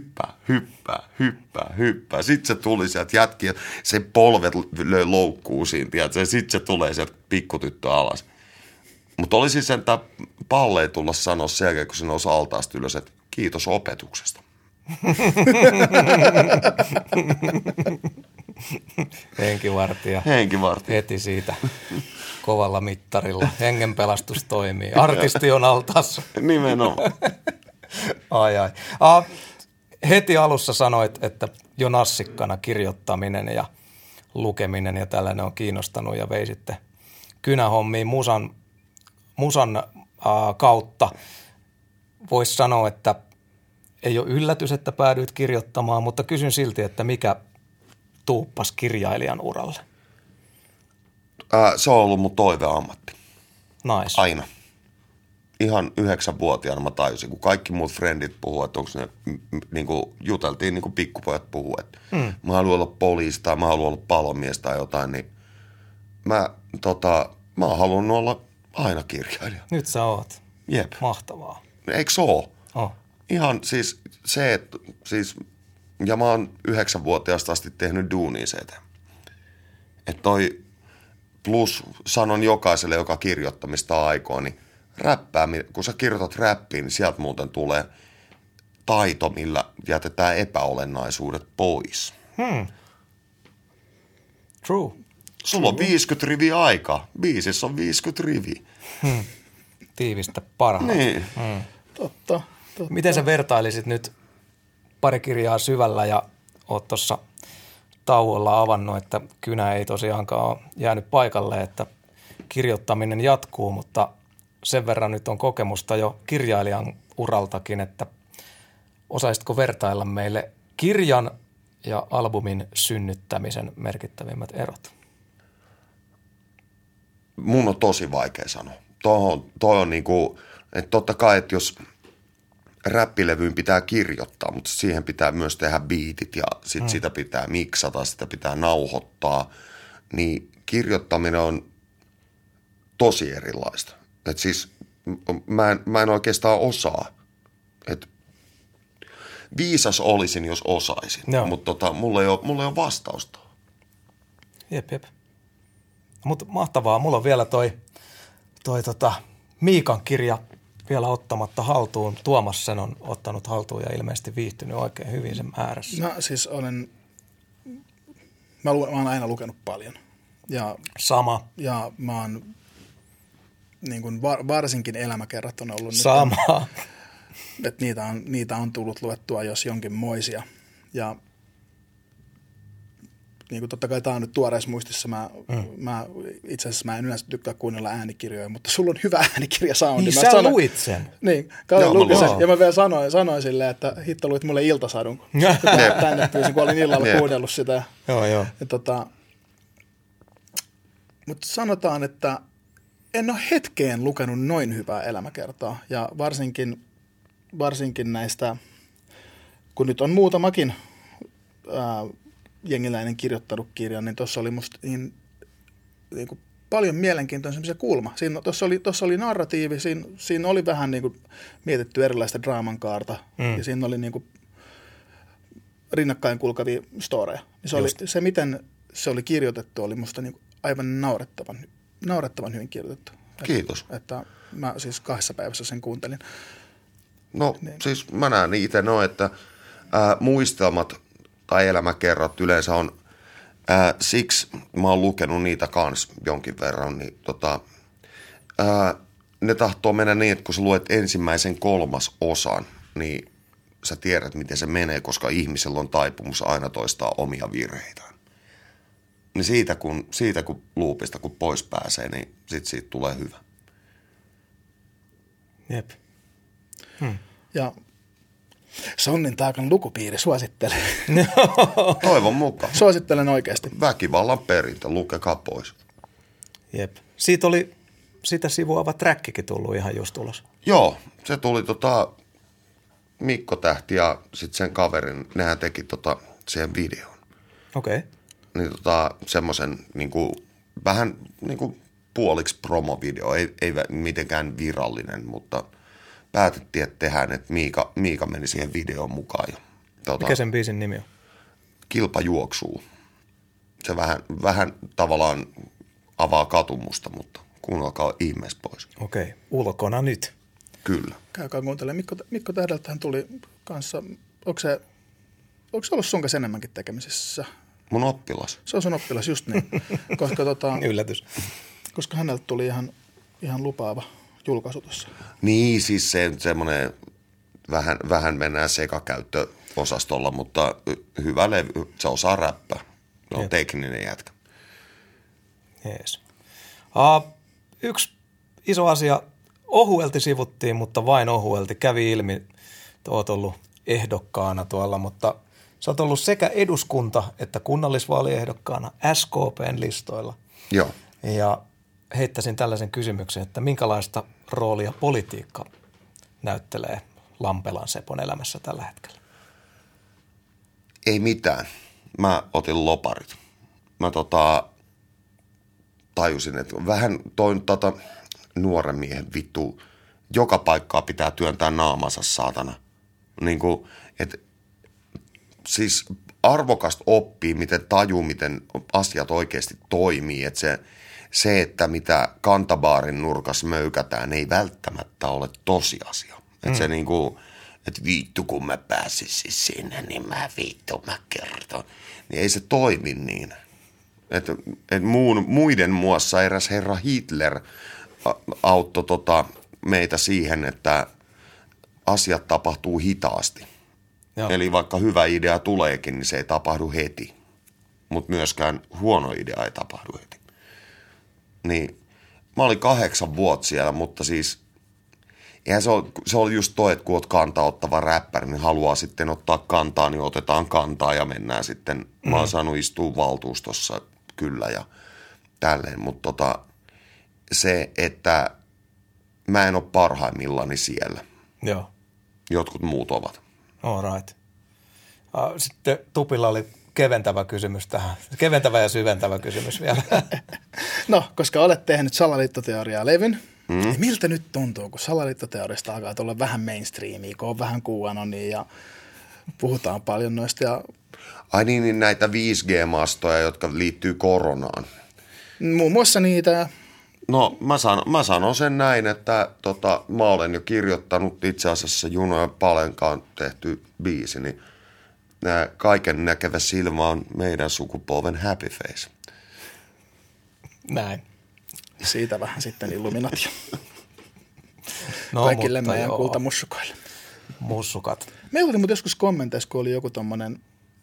D: hyppää. Sitten se tuli sieltä jätki ja se polvet löi loukkuu siinä, tiedät, ja sitten se tulee sieltä pikkutyttö alas. Mutta oli siis sen palle ei tulla sanoa sen jälkeen, kun se nousi altaasta ylös, että kiitos opetuksesta.
C: Henkivartija. Heti siitä kovalla mittarilla. Hengenpelastus toimii. Artisti on altaassa.
D: Nimenomaan.
C: Ai. Heti alussa sanoit, että jo nassikkana kirjoittaminen ja lukeminen ja tällainen on kiinnostanut ja vei sitten kynähommiin musan kautta. Voisi sanoa, että ei ole yllätys, että päädyit kirjoittamaan, mutta kysyn silti, että mikä tuuppas kirjailijan uralle?
D: Se on ollut mun toiveammatti.
C: Nice.
D: Aina. Ihan 9-vuotiaana mä tajusin, kun kaikki muut frendit puhuu, että onko ne, niin kuin juteltiin, niin kuin pikkupojat puhuu, että mä haluan olla poliisi tai mä haluan olla palomies tai jotain, niin mä oon halunnut olla aina kirjailija.
C: Nyt sä oot.
D: Jep.
C: Mahtavaa.
D: Eikö se oo?
C: Oh.
D: Ihan siis se, että siis, ja mä oon 9-vuotiaasta asti tehnyt duunia se eteen. Että toi, plus sanon jokaiselle, joka kirjoittamista aikoo, niin räppää, kun sä kirjoitat räppiin, niin sieltä muuten tulee taito, millä jätetään epäolennaisuudet pois.
C: True.
D: Sulla on 50 riviä aikaa. Biisissä on 50 riviä.
C: Tiivistä parhaat.
D: Niin.
B: Totta.
C: Miten sä vertailisit nyt pari kirjaa syvällä ja oot tuossa tauolla avannut, että kynä ei tosiaankaan ole jäänyt paikalle, että kirjoittaminen jatkuu, mutta sen verran nyt on kokemusta jo kirjailijan uraltakin, että osaisitko vertailla meille kirjan ja albumin synnyttämisen merkittävimmät erot?
D: Mun on tosi vaikea sanoa. Toi on niinku, että totta kai, että jos räppilevyyn pitää kirjoittaa, mutta siihen pitää myös tehdä biitit ja sit sitä pitää miksata, sitä pitää nauhoittaa, niin kirjoittaminen on tosi erilaista. Et siis mä en oikeastaan osaa. Et viisas olisin, jos osaisin, mutta mulla ei ole vastausta.
C: Jep. Mutta mahtavaa. Mulla on vielä toi Miikan kirja vielä ottamatta haltuun. Tuomas sen on ottanut haltuun ja ilmeisesti viihtynyt oikein hyvin sen määrässä.
B: Mä siis mä oon aina lukenut paljon.
C: Sama.
B: Ja mä oon niin kuin varsinkin elämäkerrat on ollut
C: sama.
B: Nyt, että niitä on tullut luettua jos jonkinmoisia. Ja niin kuin totta kai tämä on nyt tuoreessa muistissa. Itse asiassa mä en yleensä tykkää kuunnella äänikirjoja, mutta sulla on hyvä äänikirjasoundi.
C: Niin sä luit sen.
B: Niin, Kalle luki sen. Ja mä vielä sanoin silleen, että hitto luit mulle iltasadun. Tänne pyysin, kun olin illalla kuunnellut sitä.
C: Joo.
B: Mutta sanotaan, että en ole hetkeen lukenut noin hyvää elämäkertaa. Ja varsinkin näistä, kun nyt on muutamakin jengiläinen kirjoittanut kirjan, niin tuossa oli musta niin kuin paljon mielenkiintoisia kulma. Tuossa oli narratiivi, siinä oli vähän niin kuin mietitty erilaista draaman kaarta, ja siinä oli niin kuin rinnakkain kulkevia storeja. Se, miten se oli kirjoitettu, oli musta niin kuin aivan naurettavan hyvin kirjoitettu.
D: Kiitos.
B: Että mä siis 2 päivässä sen kuuntelin.
D: No niin. Siis mä näen itse että muistelmat tai elämäkerrat yleensä on, siksi mä oon lukenut niitä kans jonkin verran, niin ne tahtoo mennä niin, että kun sä luet ensimmäisen 3. osan, niin sä tiedät, miten se menee, koska ihmisellä on taipumus aina toistaa omia virheitään. Niin siitä kun luupista kun pois pääsee, niin siitä tulee hyvä.
C: Jep.
B: Ja Sonnin taakan lukupiiri suosittelee.
D: Toivon mukaan.
B: Suosittelen oikeasti.
D: Väkivallan perintö, lukekaa pois.
C: Jep. Sitä sivuava trackikin tullut ihan just ulos.
D: Joo, se tuli Mikko Tähti ja sitten sen kaverin, nehän teki siihen videon.
C: Okei. Okay.
D: Niin semmoisen niinku, vähän niinku puoliksi promovideo, ei mitenkään virallinen, mutta päätettiin, että tehdään, että Miika meni siihen videoon mukaan.
C: Mikä sen biisin nimi on?
D: Kilpa juoksuu. Se vähän tavallaan avaa katumusta, mutta kuunnelkaa ihmeessä pois.
C: Okei, ulkona nyt.
D: Kyllä.
B: Käykää kuuntelemaan. Mikko Tähdeltähän tuli kanssa, onko se ollut sun kanssa enemmänkin tekemisissä?
D: Mun oppilas.
B: Se on sun oppilas, just niin. Koska
C: yllätys.
B: Koska häneltä tuli ihan lupaava julkaisu tuossa.
D: Niin, siis semmoinen vähän mennään sekakäyttöosastolla, mutta hyvä levy, se osaa räppää. Se on tekninen jätkä.
C: Jees. Yksi iso asia, ohuelti sivuttiin, mutta vain ohuelti. Kävi ilmi, että olet ollut ehdokkaana tuolla, mutta sä oot ollut sekä eduskunta- että kunnallisvaaliehdokkaana SKP:n listoilla.
D: Joo.
C: Ja heittäisin tällaisen kysymyksen, että minkälaista roolia politiikka näyttelee Lampelan Sepon elämässä tällä hetkellä?
D: Ei mitään. Mä otin loparit. Mä tajusin, että vähän toin nuoren miehen vittu. Joka paikkaa pitää työntää naamansa, saatana. Niin kuin, että siis arvokasta oppii, miten tajuu, miten asiat oikeasti toimii. Että se, että mitä kantabaarin nurkassa möykätään, ei välttämättä ole tosiasia. Että se niin kuin, että vittu kun mä pääsisin sinne, niin mä kerton. Niin ei se toimi niin. Että muiden muassa eräs herra Hitler auttoi meitä siihen, että asiat tapahtuu hitaasti. Joo. Eli vaikka hyvä idea tuleekin, niin se ei tapahdu heti. Mutta myöskään huono idea ei tapahdu heti. Niin mä olin 8 vuotta siellä, mutta siis eihän se oli just toi, että kun oot kantaa ottava räppäri, niin haluaa sitten ottaa kantaa, niin otetaan kantaa ja mennään sitten. Mä oon saanut istua valtuustossa kyllä ja tälleen, mutta se, että mä en ole parhaimmillani siellä.
C: Joo.
D: Jotkut muut ovat.
C: All right. Sitten Tupilla oli keventävä kysymys tähän. Keventävä ja syventävä kysymys vielä.
B: No, koska olet tehnyt salaliittoteoriaa-levyn, niin miltä nyt tuntuu, kun salaliittoteoriasta alkaa tulla vähän mainstreamia, kun on vähän QAnonia ja puhutaan paljon noista. Ja
D: ai niin, näitä 5G-mastoja, jotka liittyy koronaan.
B: Muun muassa niitä.
D: No mä sanon sen näin, että mä olen jo kirjoittanut itse asiassa Juno ja Palenkaan tehty biisi, niin kaiken näkevä silmä on meidän sukupolven happy face.
C: Näin.
B: Siitä vähän sitten Illuminatia.
C: No,
B: kaikille meidän kultamussukoille.
C: Mussukat.
B: Meillä oli mutta joskus kommenteissa, kun oli joku tommonen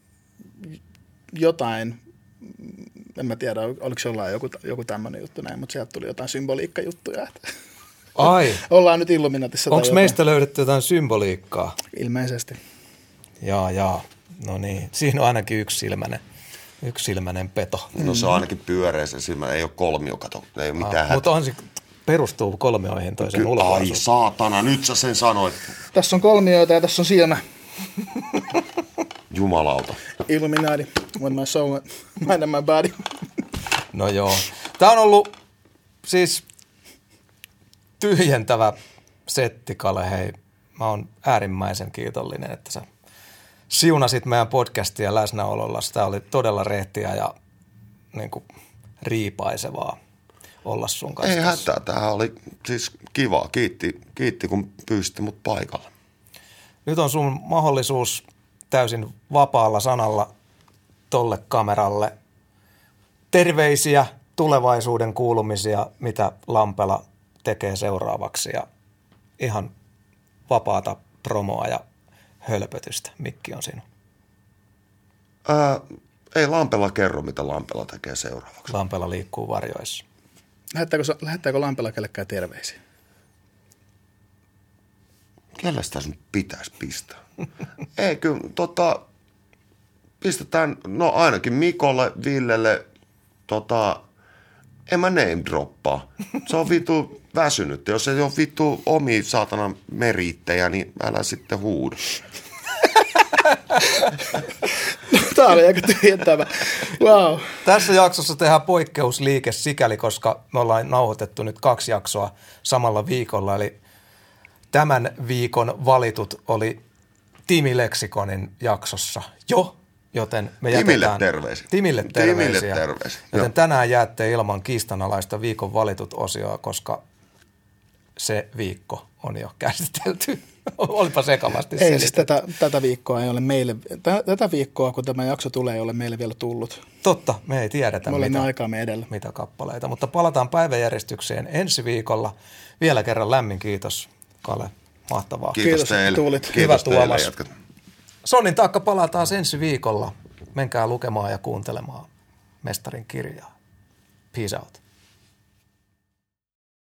B: jotain, en mä tiedä, oliko jollain joku tämmöinen juttu näin, mutta sieltä tuli jotain symboliikkajuttuja.
C: Ai.
B: Ollaan nyt Illuminatissa.
C: Onko meistä löydetty jotain symboliikkaa?
B: Ilmeisesti.
C: Jaa. No niin, siinä on ainakin yksisilmäinen peto.
D: No se on ainakin pyöreä se silmä, ei ole kolmio, kato, ei ole mitään
C: mutta on se perustuu kolmioihin toisen ulkoasuun.
D: Ai saatana, nyt sä sen sanoit.
B: Tässä on kolmioita ja tässä on silmä.
D: Jumalauta.
B: Illuminati, when my soul, mind and my body.
C: No joo. Tää on ollut siis tyhjentävä setti, Kale. Hei, mä oon äärimmäisen kiitollinen, että sä siunasit meidän podcastia läsnäololla. Tämä oli todella rehtiä ja niin kuin riipaisevaa olla sun kanssa.
D: Ei hätää, tämä oli siis kivaa. Kiitti kun pyysitte mut paikalle.
C: Nyt on sun mahdollisuus täysin vapaalla sanalla tolle kameralle. Terveisiä, tulevaisuuden kuulumisia, mitä Lampela tekee seuraavaksi ja ihan vapaata promoa ja hölpötystä. Mikki on sinun.
D: Ei Lampela kerro, mitä Lampela tekee seuraavaksi.
C: Lampela liikkuu varjoissa.
B: Lähettääkö Lampela kellekään terveisiä?
D: Kelle sitä sun pitäisi pistää? Ei kyllä, pistetään, no ainakin Mikolle, Villelle, en mä name droppaa. Se on vittu väsynyt. Jos ei ole vittu omia saatana meriittejä, niin älä sitten huuda.
B: Tämä oli aika tyhjentävä. Wow.
C: Tässä jaksossa tehdään poikkeusliike sikäli, koska me ollaan nauhoitettu nyt 2 jaksoa samalla viikolla. Eli tämän viikon valitut oli Timi Leksikonin jaksossa jo, joten me jätetään Timille terveisiä. Joten tänään jäätte ilman kiistanalaista viikon valitut -osioa, koska se viikko on jo käsitelty. Olipa sekavasti
B: selitetty. Ei siis tätä viikkoa ei ole meille, tätä viikkoa kun tämä jakso tulee, ei ole meille vielä tullut.
C: Totta, me ei tiedetä
B: mitä
C: kappaleita, mutta palataan päiväjärjestykseen ensi viikolla. Vielä kerran lämmin kiitos, Kale. Mahtavaa.
D: Kiitos teille.
B: Tuulit.
C: Hyvä Tuomas. Sonnin taakka palaa taas ensi viikolla. Menkää lukemaan ja kuuntelemaan Mestarin kirjaa. Peace out.